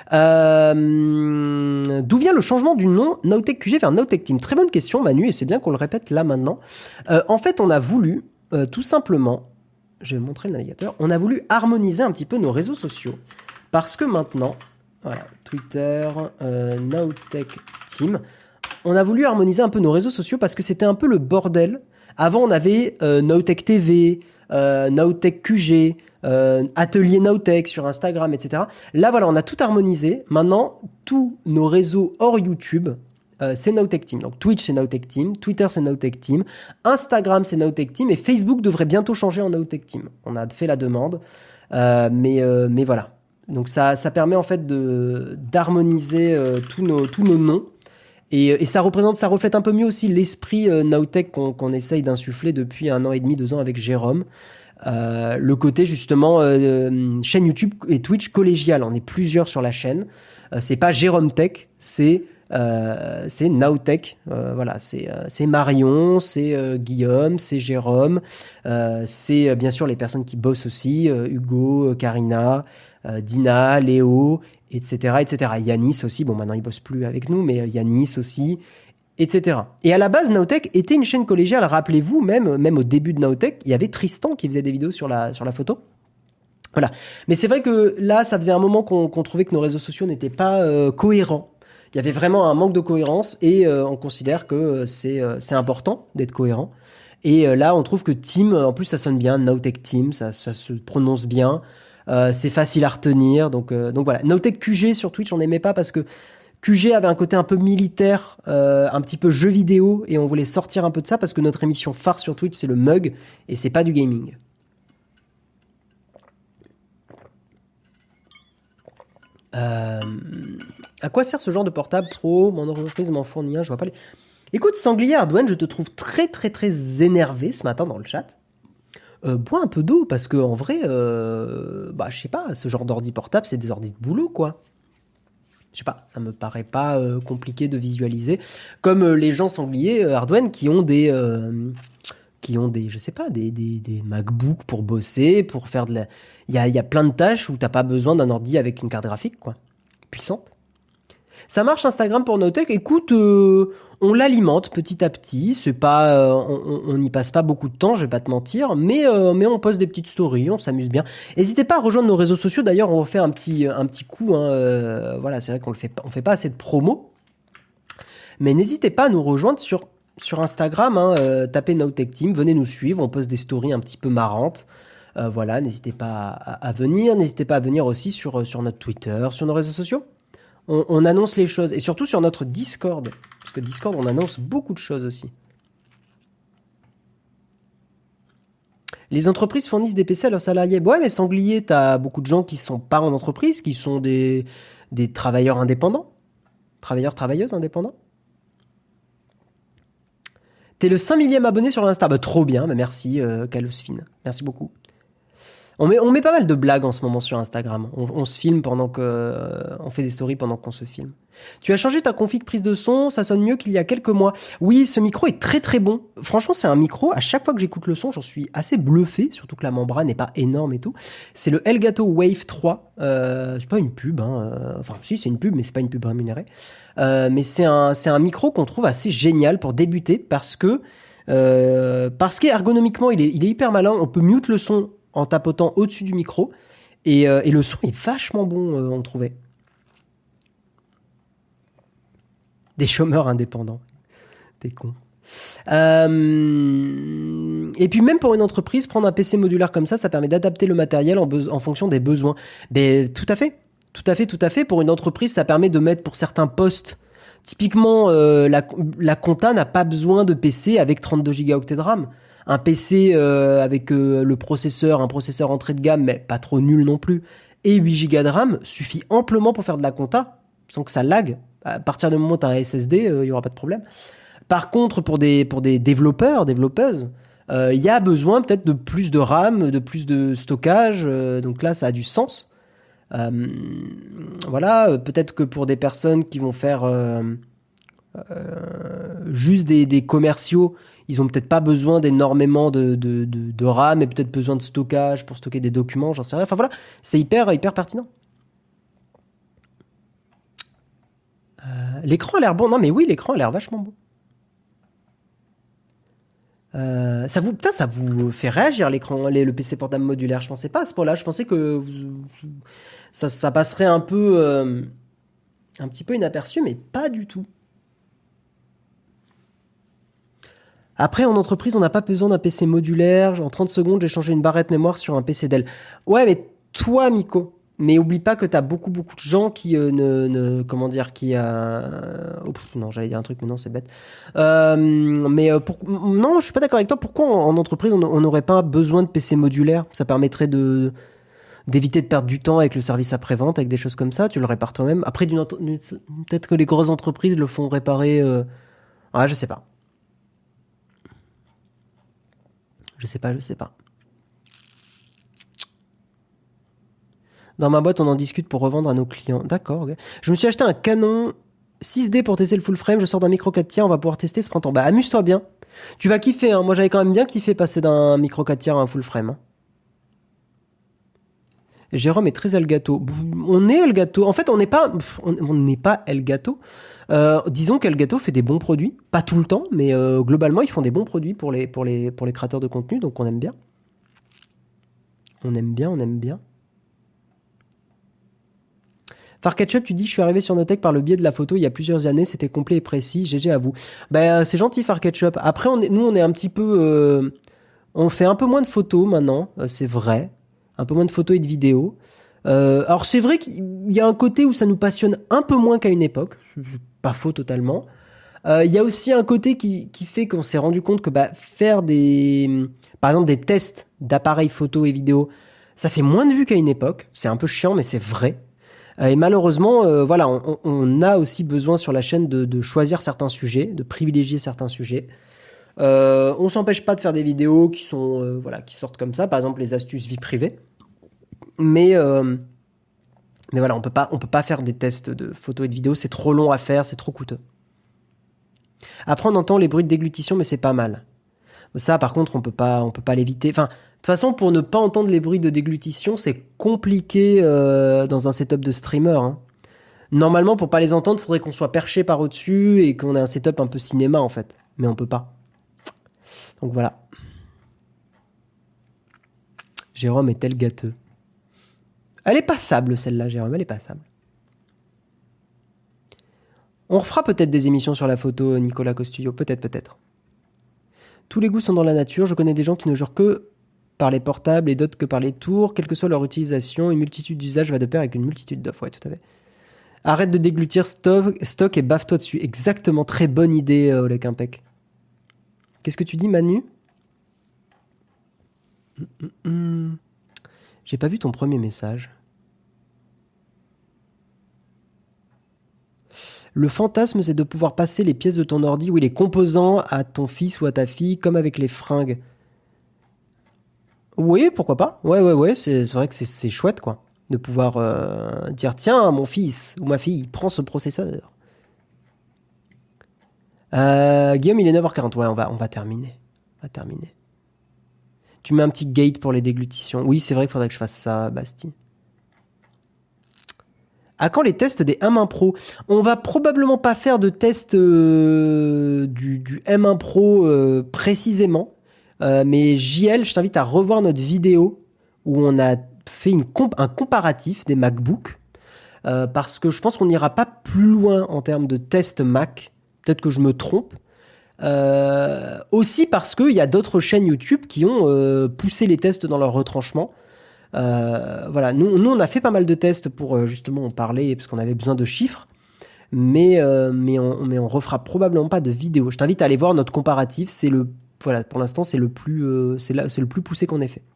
A: Euh, d'où vient le changement du nom Nowtech Q G vers Nowtech Team? Très bonne question, Manu, et c'est bien qu'on le répète là maintenant. Euh, en fait, on a voulu, euh, tout simplement, je vais montrer le navigateur, on a voulu harmoniser un petit peu nos réseaux sociaux. Parce que maintenant, voilà, Twitter, euh, Nowtech Team, on a voulu harmoniser un peu nos réseaux sociaux parce que c'était un peu le bordel. Avant, on avait euh, Nowtech T V, euh, Nowtech Q G, Euh, Atelier Nowtech sur Instagram, et cetera. Là, voilà, on a tout harmonisé. Maintenant, tous nos réseaux hors YouTube, euh, c'est Nowtech Team. Donc Twitch, c'est Nowtech Team. Twitter, c'est Nowtech Team. Instagram, c'est Nowtech Team. Et Facebook devrait bientôt changer en Nowtech Team. On a fait la demande. Euh, mais, euh, mais voilà. Donc ça, ça permet en fait de, d'harmoniser euh, tous, nos, tous nos noms. Et, et ça représente, ça reflète un peu mieux aussi l'esprit euh, Nowtech qu'on, qu'on essaye d'insuffler depuis un an et demi, deux ans avec Jérôme. Euh, le côté justement euh, chaîne YouTube et Twitch collégial, on est plusieurs sur la chaîne. Euh, c'est pas Jérôme Tech, c'est euh, c'est Nowtech. Euh, voilà, c'est euh, c'est Marion, c'est euh, Guillaume, c'est Jérôme, euh, c'est euh, bien sûr les personnes qui bossent aussi, euh, Hugo, Karina, euh, Dina, Léo, et cetera, et cetera. Yanis aussi. Bon, maintenant il bosse plus avec nous, mais euh, Yanis aussi. Etc. Et à la base, Nowtech était une chaîne collégiale. Rappelez-vous, même, même au début de Nowtech, il y avait Tristan qui faisait des vidéos sur la, sur la photo. Voilà. Mais c'est vrai que là, ça faisait un moment qu'on, qu'on trouvait que nos réseaux sociaux n'étaient pas euh, cohérents. Il y avait vraiment un manque de cohérence et euh, on considère que euh, c'est, euh, c'est important d'être cohérent. Et euh, là, on trouve que Team, en plus, ça sonne bien, Nowtech Team, ça, ça se prononce bien. Euh, c'est facile à retenir. Donc, euh, donc voilà. Nowtech Q G sur Twitch, on n'aimait pas parce que Q G avait un côté un peu militaire, euh, un petit peu jeu vidéo, et on voulait sortir un peu de ça parce que notre émission phare sur Twitch, c'est le mug, et c'est pas du gaming. Euh, à quoi sert ce genre de portable pro? Mon entreprise m'en fournit un, je vois pas les... Écoute, Sanglier Hardwen, je te trouve très très très énervé ce matin dans le chat. Euh, bois un peu d'eau, parce que en vrai, euh, bah je sais pas, ce genre d'ordi portable, c'est des ordis de boulot, quoi. Je sais pas, ça me paraît pas euh, compliqué de visualiser. Comme euh, les gens sangliers, euh, Hardwen, qui ont des, euh, qui ont des, je sais pas, des, des, des MacBooks pour bosser, pour faire de la... Il y a, y a plein de tâches où t'as pas besoin d'un ordi avec une carte graphique, quoi, puissante. Ça marche Instagram pour Nowtech. Écoute, euh, on l'alimente petit à petit. C'est pas, euh, on n'y passe pas beaucoup de temps, je vais pas te mentir, mais euh, mais on poste des petites stories, on s'amuse bien. N'hésitez pas à rejoindre nos réseaux sociaux. D'ailleurs, on va faire un petit un petit coup. Hein, euh, voilà, c'est vrai qu'on le fait, pas, on fait pas assez de promo, mais n'hésitez pas à nous rejoindre sur sur Instagram. Hein, euh, tapez Nowtech Team, venez nous suivre. On poste des stories un petit peu marrantes. Euh, voilà, n'hésitez pas à, à, à venir. N'hésitez pas à venir aussi sur sur notre Twitter, sur nos réseaux sociaux. On, on annonce les choses. Et surtout sur notre Discord. Parce que Discord, on annonce beaucoup de choses aussi. Les entreprises fournissent des P C à leurs salariés. Ouais, mais Sanglier, t'as beaucoup de gens qui sont pas en entreprise, qui sont des, des travailleurs indépendants. Travailleurs, travailleuses indépendants. T'es le cinq millième abonné sur l'Insta. Bah, trop bien. Bah, merci, euh, Calosfine. Merci beaucoup. On met, on met pas mal de blagues en ce moment sur Instagram. On, on se filme pendant que... Euh, on fait des stories pendant qu'on se filme. Tu as changé ta config prise de son, ça sonne mieux qu'il y a quelques mois. Oui, ce micro est très très bon. Franchement, c'est un micro, à chaque fois que j'écoute le son, j'en suis assez bluffé, surtout que la membrane n'est pas énorme et tout. C'est le Elgato Wave trois. Euh, c'est pas une pub, hein. Enfin, si, c'est une pub, mais c'est pas une pub rémunérée. Euh, mais c'est un, c'est un micro qu'on trouve assez génial pour débuter parce que... Euh, parce qu'ergonomiquement, il est, il est hyper malin. On peut mute le son en tapotant au-dessus du micro. Et, euh, et le son est vachement bon, euh, on trouvait. Des chômeurs indépendants. T'es con. Euh, et puis même pour une entreprise, prendre un P C modulaire comme ça, ça permet d'adapter le matériel en, be- en fonction des besoins. Mais tout à fait. Tout à fait, tout à fait. Pour une entreprise, ça permet de mettre pour certains postes... Typiquement, euh, la, la compta n'a pas besoin de P C avec trente-deux gigaoctets de RAM. Un P C euh, avec euh, le processeur, un processeur entrée de gamme, mais pas trop nul non plus, et huit gigas de RAM suffit amplement pour faire de la compta, sans que ça lag. À partir du moment où tu as un S S D, il euh, n'y aura pas de problème. Par contre, pour des, pour des développeurs, développeuses, il euh, y a besoin peut-être de plus de RAM, de plus de stockage, euh, donc là, ça a du sens. Euh, voilà, peut-être que pour des personnes qui vont faire euh, euh, juste des, des commerciaux, ils ont peut-être pas besoin d'énormément de, de, de, de RAM, et peut-être besoin de stockage pour stocker des documents, j'en sais rien. Enfin voilà, c'est hyper, hyper pertinent. Euh, l'écran a l'air bon. Non mais oui, l'écran a l'air vachement bon. Euh, ça vous, putain, ça vous fait réagir l'écran, les- le P C portable modulaire. Je pensais pas à ce point-là. Je pensais que vous- ça, ça passerait un peu, euh, un petit peu inaperçu, mais pas du tout. Après, en entreprise, on n'a pas besoin d'un P C modulaire. En trente secondes, j'ai changé une barrette mémoire sur un P C Dell. Ouais, mais toi, Miko. Mais oublie pas que t'as beaucoup, beaucoup de gens qui euh, ne, ne- comment dire, qui euh... oh, pff, non, j'allais dire un truc, mais non, c'est bête. Euh, mais euh, pour... non, je suis pas d'accord avec toi. Pourquoi en, en entreprise, on n'aurait pas besoin de P C modulaire? Ça permettrait de d'éviter de perdre du temps avec le service après-vente, avec des choses comme ça. Tu le répares toi-même. Après, d'une entre- d'une- peut-être que les grosses entreprises le font réparer. Euh... Ah, je sais pas. Je sais pas, je sais pas. Dans ma boîte, on en discute pour revendre à nos clients. D'accord, ok. Je me suis acheté un Canon six D pour tester le full frame. Je sors d'un micro quatre tiers. On va pouvoir tester ce printemps. Bah, amuse-toi bien. Tu vas kiffer, hein. Moi, j'avais quand même bien kiffé passer d'un micro quatre tiers à un full frame, hein. Jérôme est très Elgato. On est Elgato. En fait, on n'est pas, on n'est pas Elgato. Euh, disons qu'Elgato fait des bons produits. Pas tout le temps, mais euh, globalement, ils font des bons produits pour les, pour les, pour les créateurs de contenu. Donc, on aime bien. On aime bien, on aime bien. Farketchup, tu dis, je suis arrivé sur Notech par le biais de la photo il y a plusieurs années, c'était complet et précis, G G à vous. Ben, c'est gentil Farketchup. Après, on est, nous, on est un petit peu... Euh, on fait un peu moins de photos maintenant, euh, c'est vrai. Un peu moins de photos et de vidéos. Euh, alors, c'est vrai qu'il y a un côté où ça nous passionne un peu moins qu'à une époque. Pas faux totalement. Euh, Il y a aussi un côté qui, qui fait qu'on s'est rendu compte que bah, faire des... Par exemple, des tests d'appareils photo et vidéo, ça fait moins de vues qu'à une époque. C'est un peu chiant, mais c'est vrai. Et malheureusement, euh, voilà, on, on a aussi besoin sur la chaîne de, de choisir certains sujets, de privilégier certains sujets. Euh, on s'empêche pas de faire des vidéos qui sont, euh, voilà, qui sortent comme ça, par exemple les astuces vie privée. Mais, euh, mais voilà, on peut pas, on peut pas faire des tests de photos et de vidéos, c'est trop long à faire, c'est trop coûteux. Après, on entend les bruits de déglutition, mais c'est pas mal. Ça, par contre, on peut pas, on peut pas l'éviter. Enfin, de toute façon, pour ne pas entendre les bruits de déglutition, c'est compliqué euh, dans un setup de streamer, hein. Normalement, pour pas les entendre, il faudrait qu'on soit perché par au-dessus et qu'on ait un setup un peu cinéma, en fait. Mais on peut pas. Donc voilà. Jérôme est-elle gâteux? Elle est passable, celle-là, Jérôme, elle est passable. On refera peut-être des émissions sur la photo, Nicolas Costudio. Peut-être, peut-être. Tous les goûts sont dans la nature. Je connais des gens qui ne jurent que par les portables et d'autres que par les tours. Quelle que soit leur utilisation, une multitude d'usages va de pair avec une multitude d'offres. Ouais, tout à fait. Arrête de déglutir stock, stock et baffe-toi dessus. Exactement, très bonne idée, euh, Olek Impec. Qu'est-ce que tu dis, Manu? hum, hum, hum. J'ai pas vu ton premier message. Le fantasme, c'est de pouvoir passer les pièces de ton ordi, oui, les composants à ton fils ou à ta fille, comme avec les fringues. Oui, pourquoi pas? Ouais, ouais, ouais, c'est c'est vrai que c'est c'est chouette, quoi. De pouvoir euh, dire, tiens, mon fils ou ma fille, prends ce processeur. Euh, Guillaume, il est neuf heures quarante. Ouais, on va, on va terminer. On va terminer. Tu mets un petit gate pour les déglutitions. Oui, c'est vrai qu'il faudrait que je fasse ça, Basti. À quand les tests des M un Pro? On va probablement pas faire de test euh, du, du M un Pro euh, précisément. Euh, mais J L, je t'invite à revoir notre vidéo où on a fait une comp- un comparatif des MacBooks. Euh, parce que je pense qu'on n'ira pas plus loin en termes de test Mac. Peut-être que je me trompe. Euh, aussi parce qu'il y a d'autres chaînes YouTube qui ont euh, poussé les tests dans leur retranchement. Euh, voilà, nous, nous on a fait pas mal de tests pour euh, justement en parler parce qu'on avait besoin de chiffres, mais euh, mais on mais on refera probablement pas de vidéo. Je t'invite à aller voir notre comparatif. C'est le voilà pour l'instant c'est le plus euh, c'est là c'est le plus poussé qu'on ait fait.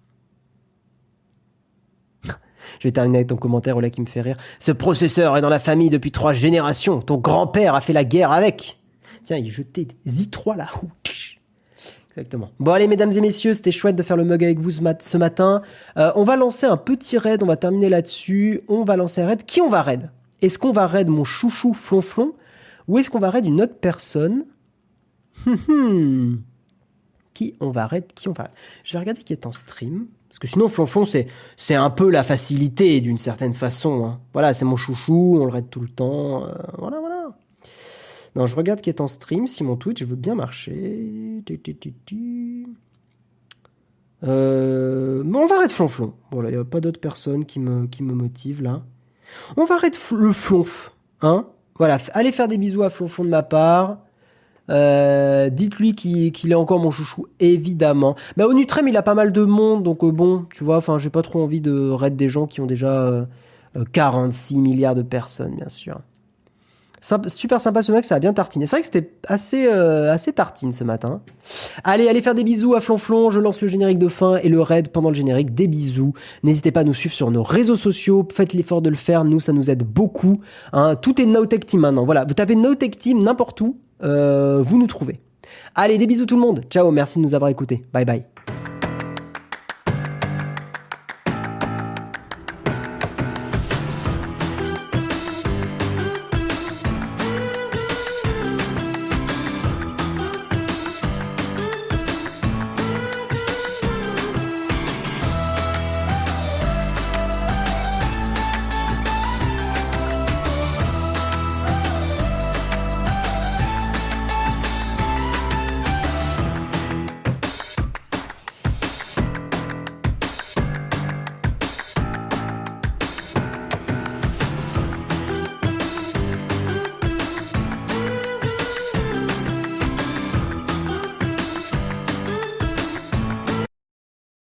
A: Je vais terminer avec ton commentaire là qui me fait rire. Ce processeur est dans la famille depuis trois générations. Ton grand-père a fait la guerre avec. Tiens, il jetait des i trois là. Exactement. Bon allez mesdames et messieurs, c'était chouette de faire le mug avec vous ce, mat- ce matin. Euh, on va lancer un petit raid, on va terminer là-dessus. On va lancer un raid. Qui on va raid? Est-ce qu'on va raid mon chouchou Flonflon ou est-ce qu'on va raid une autre personne? Hum, hum. Qui on va raid? Qui on va raid? Je vais regarder qui est en stream. Parce que sinon Flonflon c'est, c'est un peu la facilité d'une certaine façon. Hein. Voilà, c'est mon chouchou, on le raid tout le temps. Euh, voilà, voilà. Non, je regarde qui est en stream, si mon Twitch veut bien marcher. Euh, mais on va arrêter Flonflon. Voilà, il n'y a pas d'autres personnes qui me, qui me motivent là. On va arrêter le Flonf. Hein, voilà, allez faire des bisous à Flonflon de ma part. Euh, dites-lui qu'il, qu'il est encore mon chouchou, évidemment. Bah, au Nutrem, il a pas mal de monde, donc euh, bon, tu vois, enfin, j'ai pas trop envie de raid des gens qui ont déjà euh, euh, quarante-six milliards de personnes, bien sûr. Sympa, super sympa ce mec, ça a bien tartiné. C'est vrai que c'était assez, euh, assez tartine ce matin. Allez, allez faire des bisous à Flonflon. Je lance le générique de fin et le raid pendant le générique. Des bisous. N'hésitez pas à nous suivre sur nos réseaux sociaux. Faites l'effort de le faire. Nous, ça nous aide beaucoup. Hein. Tout est NoTech Team maintenant. Voilà, vous tapez NoTech Team n'importe où. Euh, vous nous trouvez. Allez, des bisous tout le monde. Ciao, merci de nous avoir écoutés. Bye bye.